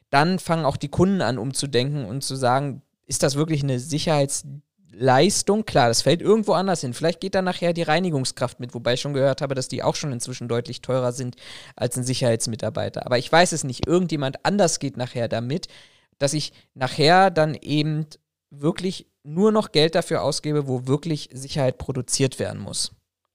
dann fangen auch die Kunden an, umzudenken und zu sagen, ist das wirklich eine Sicherheitsleistung? Klar, das fällt irgendwo anders hin. Vielleicht geht dann nachher die Reinigungskraft mit, wobei ich schon gehört habe, dass die auch schon inzwischen deutlich teurer sind als ein Sicherheitsmitarbeiter. Aber ich weiß es nicht. Irgendjemand anders geht nachher damit, dass ich nachher dann eben wirklich nur noch Geld dafür ausgebe, wo wirklich Sicherheit produziert werden muss.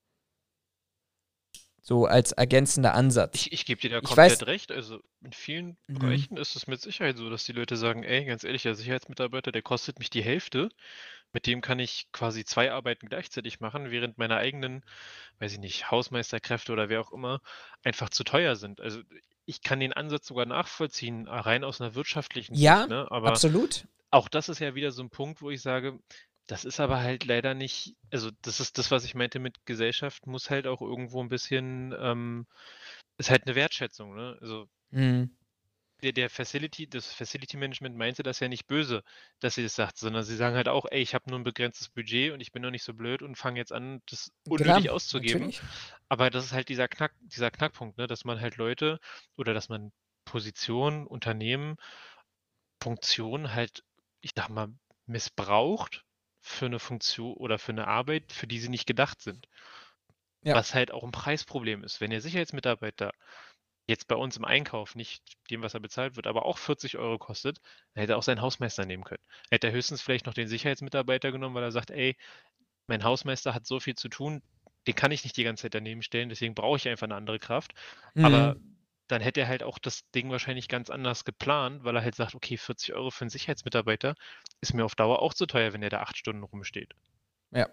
So als ergänzender Ansatz. Ich, ich gebe dir da Ich komplett weiß- recht. Also in vielen Mhm. Bereichen ist es mit Sicherheit so, dass die Leute sagen, ey, ganz ehrlich, der Sicherheitsmitarbeiter, der kostet mich die Hälfte. Mit dem kann ich quasi zwei Arbeiten gleichzeitig machen, während meine eigenen, weiß ich nicht, Hausmeisterkräfte oder wer auch immer, einfach zu teuer sind. Also ich kann den Ansatz sogar nachvollziehen, rein aus einer wirtschaftlichen Ja, Sicht, ne? Aber absolut. auch das ist ja wieder so ein Punkt, wo ich sage, das ist aber halt leider nicht, also das ist das, was ich meinte mit Gesellschaft, muss halt auch irgendwo ein bisschen, ähm, ist halt eine Wertschätzung, ne? Also Mhm. der, der Facility, das Facility Management meinte das ja nicht böse, dass sie das sagt, sondern sie sagen halt auch, ey, ich habe nur ein begrenztes Budget und ich bin noch nicht so blöd und fange jetzt an, das unnötig Klar, auszugeben. natürlich. Aber das ist halt dieser Knack, dieser Knackpunkt, ne? Dass man halt Leute oder dass man Positionen, Unternehmen, Funktionen halt, ich sag mal, missbraucht für eine Funktion oder für eine Arbeit, für die sie nicht gedacht sind. Ja. Was halt auch ein Preisproblem ist. Wenn der Sicherheitsmitarbeiter jetzt bei uns im Einkauf nicht dem, was er bezahlt wird, aber auch vierzig Euro kostet, dann hätte er auch seinen Hausmeister nehmen können. Hätte er höchstens vielleicht noch den Sicherheitsmitarbeiter genommen, weil er sagt, ey, mein Hausmeister hat so viel zu tun, den kann ich nicht die ganze Zeit daneben stellen, deswegen brauche ich einfach eine andere Kraft. Mhm. Aber dann hätte er halt auch das Ding wahrscheinlich ganz anders geplant, weil er halt sagt, okay, vierzig Euro für einen Sicherheitsmitarbeiter ist mir auf Dauer auch zu teuer, wenn der da acht Stunden rumsteht. Ja.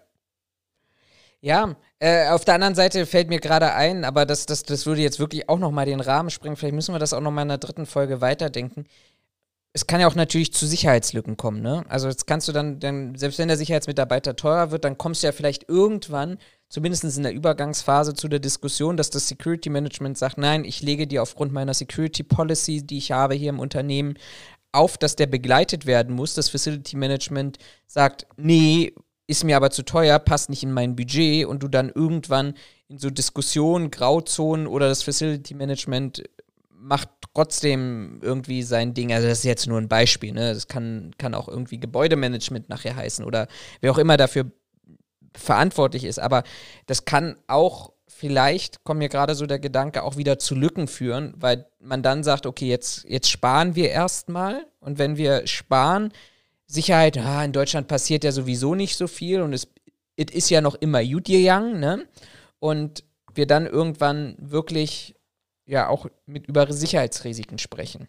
Ja, äh, auf der anderen Seite fällt mir gerade ein, aber das, das, das würde jetzt wirklich auch nochmal den Rahmen sprengen. Vielleicht müssen wir das auch nochmal in der dritten Folge weiterdenken. Es kann ja auch natürlich zu Sicherheitslücken kommen, ne? Also jetzt kannst du dann, dann, selbst wenn der Sicherheitsmitarbeiter teurer wird, dann kommst du ja vielleicht irgendwann, zumindest in der Übergangsphase, zu der Diskussion, dass das Security Management sagt, nein, ich lege dir aufgrund meiner Security Policy, die ich habe hier im Unternehmen, auf, dass der begleitet werden muss. Das Facility Management sagt, nee, ist mir aber zu teuer, passt nicht in mein Budget und du dann irgendwann in so Diskussionen, Grauzonen oder das Facility Management macht trotzdem irgendwie sein Ding. Also das ist jetzt nur ein Beispiel, ne? Das kann, kann auch irgendwie Gebäudemanagement nachher heißen oder wer auch immer dafür verantwortlich ist. Aber das kann auch vielleicht, kommt mir gerade so der Gedanke, auch wieder zu Lücken führen, weil man dann sagt, okay, jetzt, jetzt sparen wir erstmal und wenn wir sparen, Sicherheit, ah, in Deutschland passiert ja sowieso nicht so viel und es it ist ja noch immer gut gegangen, ne? Und wir dann irgendwann wirklich ja auch mit über Sicherheitsrisiken sprechen.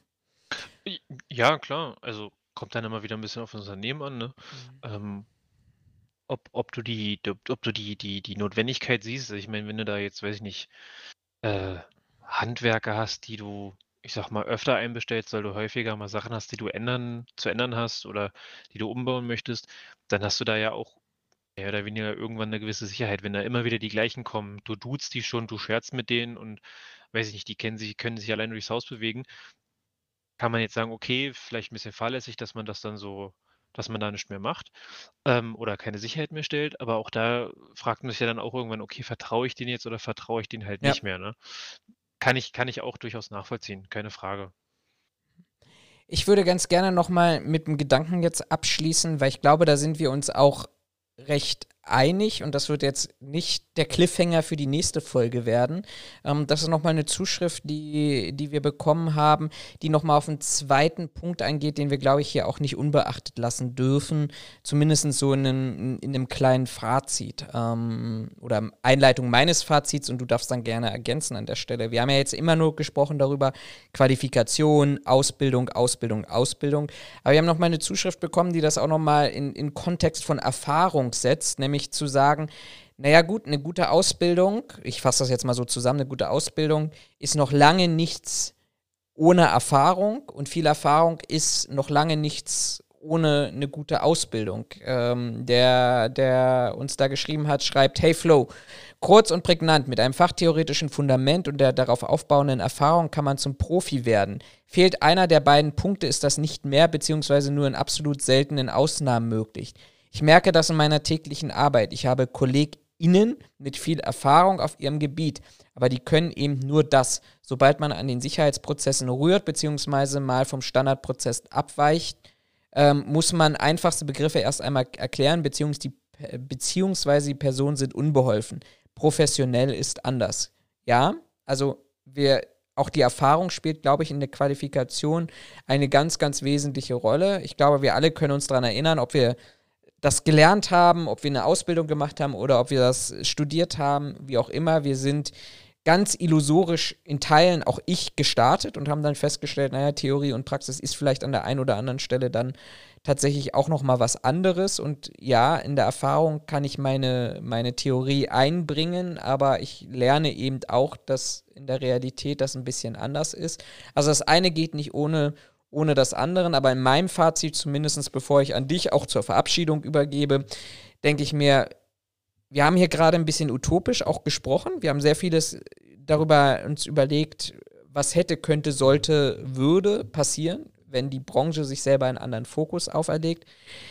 Ja, klar. Also kommt dann immer wieder ein bisschen auf das Unternehmen an, ne? Mhm. Ähm, ob, ob du die, ob du die, die, die Notwendigkeit siehst. Ich meine, wenn du da jetzt, weiß ich nicht, äh, Handwerker hast, die du, ich sag mal, öfter einbestellst, weil du häufiger mal Sachen hast, die du ändern, zu ändern hast oder die du umbauen möchtest, dann hast du da ja auch mehr oder weniger irgendwann eine gewisse Sicherheit, wenn da immer wieder die gleichen kommen. Du duzt die schon, du scherzt mit denen und weiß ich nicht, die kennen sich, können sich alleine durchs Haus bewegen. Kann man jetzt sagen, okay, vielleicht ein bisschen fahrlässig, dass man das dann so, dass man da nichts mehr macht ähm, oder keine Sicherheit mehr stellt, aber auch da fragt man sich ja dann auch irgendwann, okay, vertraue ich den jetzt oder vertraue ich den halt Ja. nicht mehr, ne? Kann ich, kann ich auch durchaus nachvollziehen, keine Frage. Ich würde ganz gerne nochmal mit dem Gedanken jetzt abschließen, weil ich glaube, da sind wir uns auch recht einig und das wird jetzt nicht der Cliffhanger für die nächste Folge werden. Ähm, das ist nochmal eine Zuschrift, die, die wir bekommen haben, die nochmal auf einen zweiten Punkt eingeht, den wir, glaube ich, hier auch nicht unbeachtet lassen dürfen, zumindest so in einem, in einem kleinen Fazit ähm, oder Einleitung meines Fazits und du darfst dann gerne ergänzen an der Stelle. Wir haben ja jetzt immer nur gesprochen darüber, Qualifikation, Ausbildung, Ausbildung, Ausbildung, aber wir haben nochmal eine Zuschrift bekommen, die das auch nochmal in, in Kontext von Erfahrung setzt, nämlich zu sagen, naja gut, eine gute Ausbildung, ich fasse das jetzt mal so zusammen, eine gute Ausbildung ist noch lange nichts ohne Erfahrung und viel Erfahrung ist noch lange nichts ohne eine gute Ausbildung. Ähm, der, der uns da geschrieben hat, schreibt, hey Flo, kurz und prägnant, mit einem fachtheoretischen Fundament und der darauf aufbauenden Erfahrung kann man zum Profi werden. Fehlt einer der beiden Punkte, ist das nicht mehr beziehungsweise nur in absolut seltenen Ausnahmen möglich. Ich merke das in meiner täglichen Arbeit. Ich habe KollegInnen SpezialistInnen mit viel Erfahrung auf ihrem Gebiet. Aber die können eben nur das. Sobald man an den Sicherheitsprozessen rührt, beziehungsweise mal vom Standardprozess abweicht, ähm, muss man einfachste Begriffe erst einmal erklären, beziehungsweise die, beziehungsweise die Personen sind unbeholfen. Professionell ist anders. Ja, also wir, auch die Erfahrung spielt, glaube ich, in der Qualifikation eine ganz, ganz wesentliche Rolle. Ich glaube, wir alle können uns daran erinnern, ob wir das gelernt haben, ob wir eine Ausbildung gemacht haben oder ob wir das studiert haben, wie auch immer. Wir sind ganz illusorisch in Teilen, auch ich, gestartet und haben dann festgestellt, naja, Theorie und Praxis ist vielleicht an der einen oder anderen Stelle dann tatsächlich auch noch mal was anderes. Und ja, in der Erfahrung kann ich meine, meine Theorie einbringen, aber ich lerne eben auch, dass in der Realität das ein bisschen anders ist. Also das eine geht nicht ohne, ohne das andere, aber in meinem Fazit zumindest, bevor ich an dich auch zur Verabschiedung übergebe, denke ich mir, wir haben hier gerade ein bisschen utopisch auch gesprochen. Wir haben sehr vieles darüber uns überlegt, was hätte, könnte, sollte, würde passieren, wenn die Branche sich selber einen anderen Fokus auferlegt.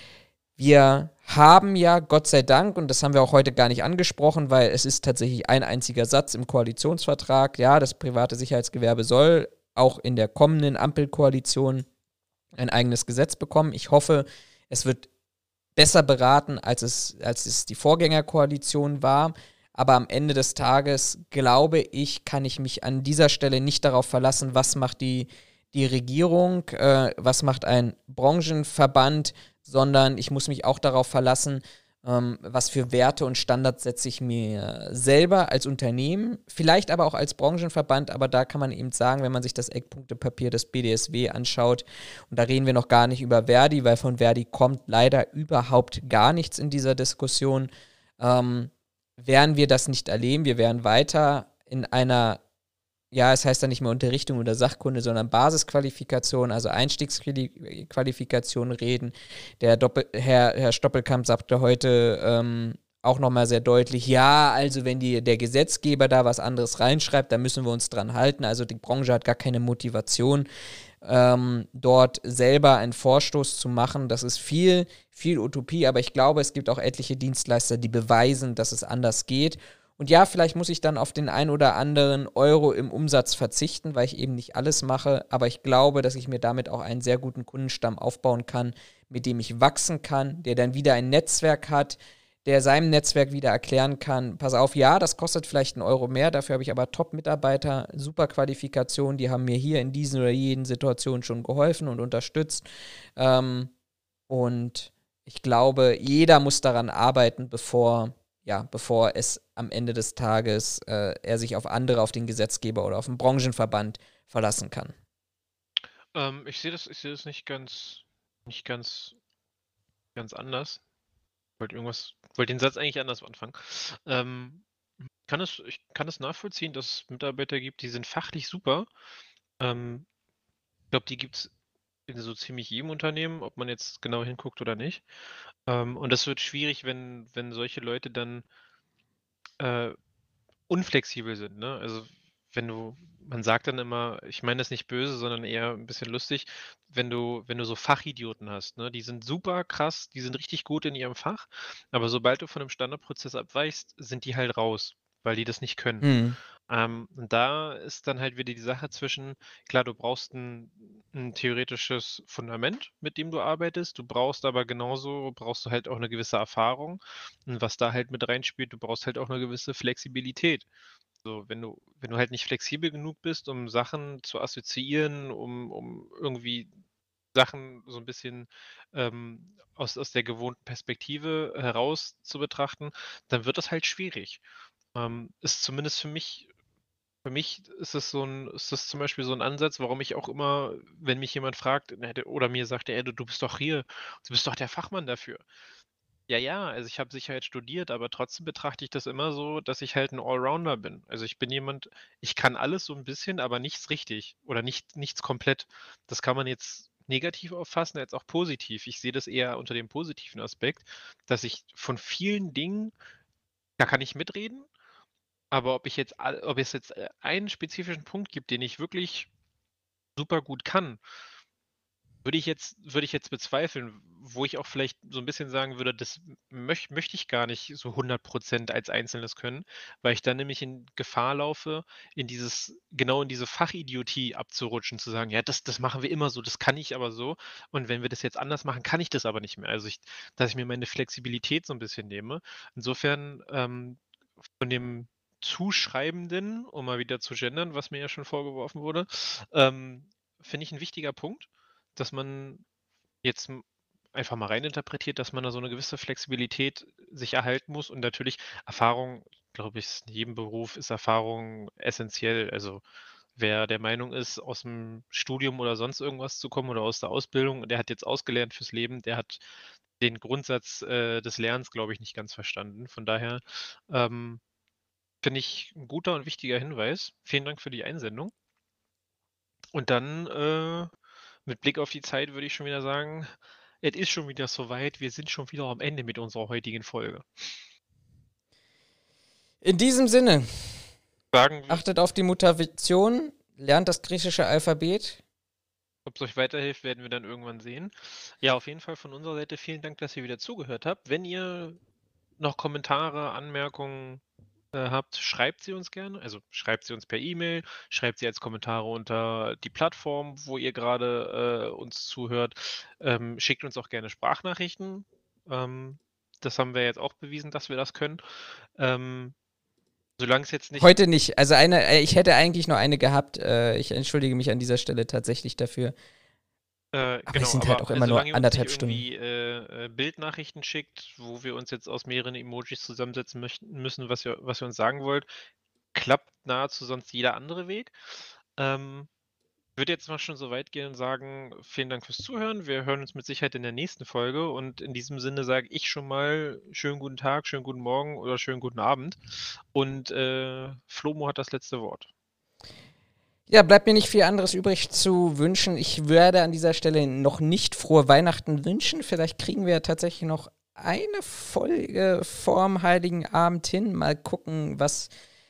Wir haben ja, Gott sei Dank, und das haben wir auch heute gar nicht angesprochen, weil es ist tatsächlich ein einziger Satz im Koalitionsvertrag, ja, das private Sicherheitsgewerbe soll auch in der kommenden Ampelkoalition ein eigenes Gesetz bekommen. Ich hoffe, es wird besser beraten, als es, als es die Vorgängerkoalition war. Aber am Ende des Tages, glaube ich, kann ich mich an dieser Stelle nicht darauf verlassen, was macht die, die Regierung, äh, was macht ein Branchenverband, sondern ich muss mich auch darauf verlassen, ähm, was für Werte und Standards setze ich mir selber als Unternehmen, vielleicht aber auch als Branchenverband, aber da kann man eben sagen, wenn man sich das Eckpunktepapier des B D S W anschaut, und da reden wir noch gar nicht über Verdi, weil von Verdi kommt leider überhaupt gar nichts in dieser Diskussion, ähm, werden wir das nicht erleben. Wir werden weiter in einer, ja, es heißt dann nicht mehr Unterrichtung oder Sachkunde, sondern Basisqualifikation, also Einstiegsqualifikation reden. Der Doppel, Herr, Herr Stoppelkamp sagte heute ähm, auch nochmal sehr deutlich, ja, also wenn die, der Gesetzgeber da was anderes reinschreibt, dann müssen wir uns dran halten. Also die Branche hat gar keine Motivation, ähm, dort selber einen Vorstoß zu machen. Das ist viel, viel Utopie, aber ich glaube, es gibt auch etliche Dienstleister, die beweisen, dass es anders geht. Und ja, vielleicht muss ich dann auf den ein oder anderen Euro im Umsatz verzichten, weil ich eben nicht alles mache, aber ich glaube, dass ich mir damit auch einen sehr guten Kundenstamm aufbauen kann, mit dem ich wachsen kann, der dann wieder ein Netzwerk hat, der seinem Netzwerk wieder erklären kann, pass auf, ja, das kostet vielleicht einen Euro mehr, dafür habe ich aber Top-Mitarbeiter, super Qualifikation, die haben mir hier in diesen oder jenen Situationen schon geholfen und unterstützt. Ähm, und ich glaube, jeder muss daran arbeiten, bevor, ja, bevor es am Ende des Tages äh, er sich auf andere, auf den Gesetzgeber oder auf den Branchenverband verlassen kann. Ähm, ich sehe das, ich sehe das nicht ganz, nicht ganz, ganz anders. Ich wollte irgendwas, wollte den Satz eigentlich anders anfangen. Ähm, kann es, ich kann es nachvollziehen, dass es Mitarbeiter gibt, die sind fachlich super. Ähm, ich glaube, die gibt es in so ziemlich jedem Unternehmen, ob man jetzt genau hinguckt oder nicht. Ähm, und das wird schwierig, wenn, wenn solche Leute dann äh, unflexibel sind, ne? Also wenn du, man sagt dann immer, ich meine das nicht böse, sondern eher ein bisschen lustig, wenn du, wenn du so Fachidioten hast, ne? Die sind super krass, die sind richtig gut in ihrem Fach, aber sobald du von einem Standardprozess abweichst, sind die halt raus, weil die das nicht können. Hm. Ähm, und da ist dann halt wieder die Sache zwischen, klar, du brauchst ein, ein theoretisches Fundament, mit dem du arbeitest, du brauchst aber genauso, brauchst du halt auch eine gewisse Erfahrung. Und was da halt mit reinspielt, du brauchst halt auch eine gewisse Flexibilität. So, wenn du, wenn du halt nicht flexibel genug bist, um Sachen zu assoziieren, um, um irgendwie Sachen so ein bisschen ähm, aus, aus der gewohnten Perspektive heraus zu betrachten, dann wird das halt schwierig. Ähm, ist zumindest für mich für mich ist das so 'n ist das zum Beispiel so 'n Ansatz, warum ich auch immer, wenn mich jemand fragt, ne, d oder mir sagt: „Ey, du du bist doch hier, du bist doch der Fachmann dafür." Ja, ja, also ich habe Sicherheit studiert, aber trotzdem betrachte ich das immer so, dass ich halt 'n Allrounder bin. Also, ich bin jemand, ich kann alles so 'n bisschen, aber nichts richtig oder nicht nichts komplett. Das kann man jetzt negativ auffassen als auch positiv. Ich sehe das eher unter dem positiven Aspekt, dass ich von vielen Dingen, da kann ich mitreden, aber ob ich jetzt all ob es jetzt, äh, einen spezifischen Punkt gibt, den ich wirklich super gut kann, Würde ich jetzt würde ich jetzt bezweifeln, wo ich auch vielleicht so ein bisschen sagen würde, das möch möchte ich gar nicht so hundert Prozent als Einzelnes können, weil ich dann nämlich in Gefahr laufe, in dieses genau in diese Fachidiotie abzurutschen, zu sagen: „Ja, das das machen wir immer so, das kann ich aber so und wenn wir das jetzt anders machen, kann ich das aber nicht mehr.“ Also, ich dass ich mir meine Flexibilität so ein bisschen nehme. Insofern, ähm, von dem Zuschreibenden, um mal wieder zu gendern, was mir ja schon vorgeworfen wurde, ähm, finde ich ein wichtiger Punkt, dass man jetzt m einfach mal reininterpretiert, dass man da so 'ne gewisse Flexibilität sich erhalten muss und natürlich Erfahrung, glaube ich, ist in jedem Beruf ist Erfahrung essenziell. Also, wer der Meinung ist, aus'm Studium oder sonst irgendwas zu kommen oder aus der Ausbildung und der hat jetzt ausgelernt fürs Leben, der hat den Grundsatz, äh, des Lernens, glaube ich, nicht ganz verstanden. Von daher, ähm, finde ich 'n guter und wichtiger Hinweis. Vielen Dank für die Einsendung. Und dann, äh, mit Blick auf die Zeit würde ich schon wieder sagen, es ist schon wieder soweit. Wir sind schon wieder am Ende mit unserer heutigen Folge. In diesem Sinne, Sagen wir, achtet auf die Mutation, lernt das griechische Alphabet. ob es euch weiterhilft, werden wir dann irgendwann sehen. Ja, auf jeden Fall von unserer Seite vielen Dank, dass ihr wieder zugehört habt. Wenn ihr noch Kommentare, Anmerkungen äh, habt, schreibt sie uns gerne. Also schreibt sie uns per E-Mail, schreibt sie als Kommentare unter die Plattform, wo ihr gerade äh, uns zuhört. Ähm, schickt uns auch gerne Sprachnachrichten. Ähm, das haben wir jetzt auch bewiesen, dass wir das können. Ähm, solange es jetzt nicht. Heute nicht. Also eine, äh, ich hätte eigentlich noch eine gehabt. Äh, ich entschuldige mich an dieser Stelle tatsächlich dafür. Äh, Aber genau, es sind aber halt auch äh, immer solange nur ihr uns nicht anderthalb Stunden. irgendwie äh, äh, Bildnachrichten schickt, wo wir uns jetzt aus mehreren Emojis zusammensetzen möchten, müssen, was ihr, was ihr uns sagen wollt, klappt nahezu sonst jeder andere Weg. Ähm, würde jetzt mal schon so weit gehen und sagen, vielen Dank fürs Zuhören. Wir hören uns mit Sicherheit in der nächsten Folge und in diesem Sinne sage ich schon mal schönen guten Tag, schönen guten Morgen oder schönen guten Abend. Und äh, Flomo hat das letzte Wort. Ja, bleibt mir nicht viel anderes übrig zu wünschen. Ich werde an dieser Stelle noch nicht frohe Weihnachten wünschen. Vielleicht kriegen wir ja tatsächlich noch eine Folge vorm Heiligen Abend hin. Mal gucken, was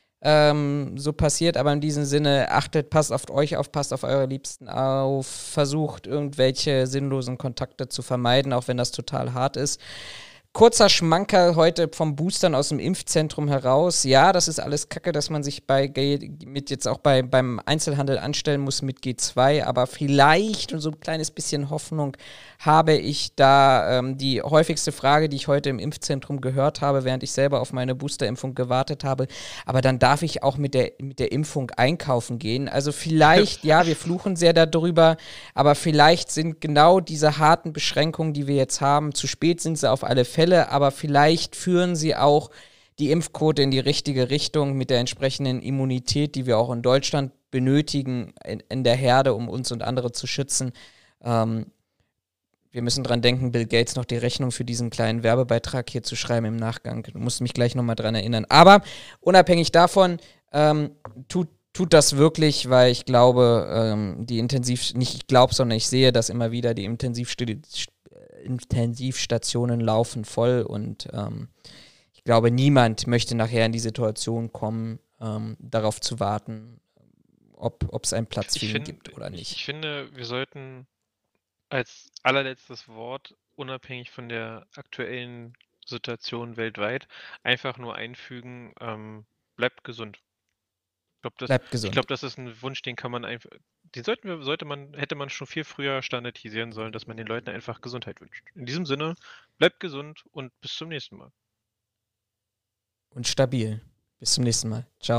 ähm, so passiert. Aber in diesem Sinne, achtet, passt auf euch auf, passt auf eure Liebsten auf, versucht irgendwelche sinnlosen Kontakte zu vermeiden, auch wenn das total hart ist. Kurzer Schmankerl heute vom Boostern aus dem Impfzentrum heraus. Ja, das ist alles Kacke, dass man sich bei G mit jetzt auch bei, beim Einzelhandel anstellen muss mit G zwei, aber vielleicht, und so ein kleines bisschen Hoffnung habe ich da, ähm, die häufigste Frage, die ich heute im Impfzentrum gehört habe, während ich selber auf meine Boosterimpfung gewartet habe, aber dann darf ich auch mit der, mit der Impfung einkaufen gehen. Also vielleicht, ja, wir fluchen sehr darüber, aber vielleicht sind genau diese harten Beschränkungen, die wir jetzt haben, zu spät sind sie auf alle Fälle, aber vielleicht führen sie auch die Impfquote in die richtige Richtung mit der entsprechenden Immunität, die wir auch in Deutschland benötigen, in, in der Herde, um uns und andere zu schützen. Ähm, wir müssen dran denken, Bill Gates noch die Rechnung für diesen kleinen Werbebeitrag hier zu schreiben im Nachgang. Du musst mich gleich nochmal dran erinnern. Aber unabhängig davon, ähm, tut Tut das wirklich, weil ich glaube, ähm, die Intensiv, nicht ich glaube, sondern ich sehe das immer wieder, die Intensivstudi- Intensivstationen laufen voll und ähm, ich glaube, niemand möchte nachher in die Situation kommen, ähm, darauf zu warten, ob es einen Platz für Ich, ihn find, gibt oder ich, nicht. ich finde, wir sollten als allerletztes Wort, unabhängig von der aktuellen Situation weltweit, einfach nur einfügen, ähm, bleibt gesund. Ich glaube, das, Bleibt ich gesund. glaub, das ist ein Wunsch, den kann man einfach, den sollten wir, sollte man, hätte man schon viel früher standardisieren sollen, dass man den Leuten einfach Gesundheit wünscht. In diesem Sinne, bleibt gesund und bis zum nächsten Mal. Und stabil. Bis zum nächsten Mal. Ciao.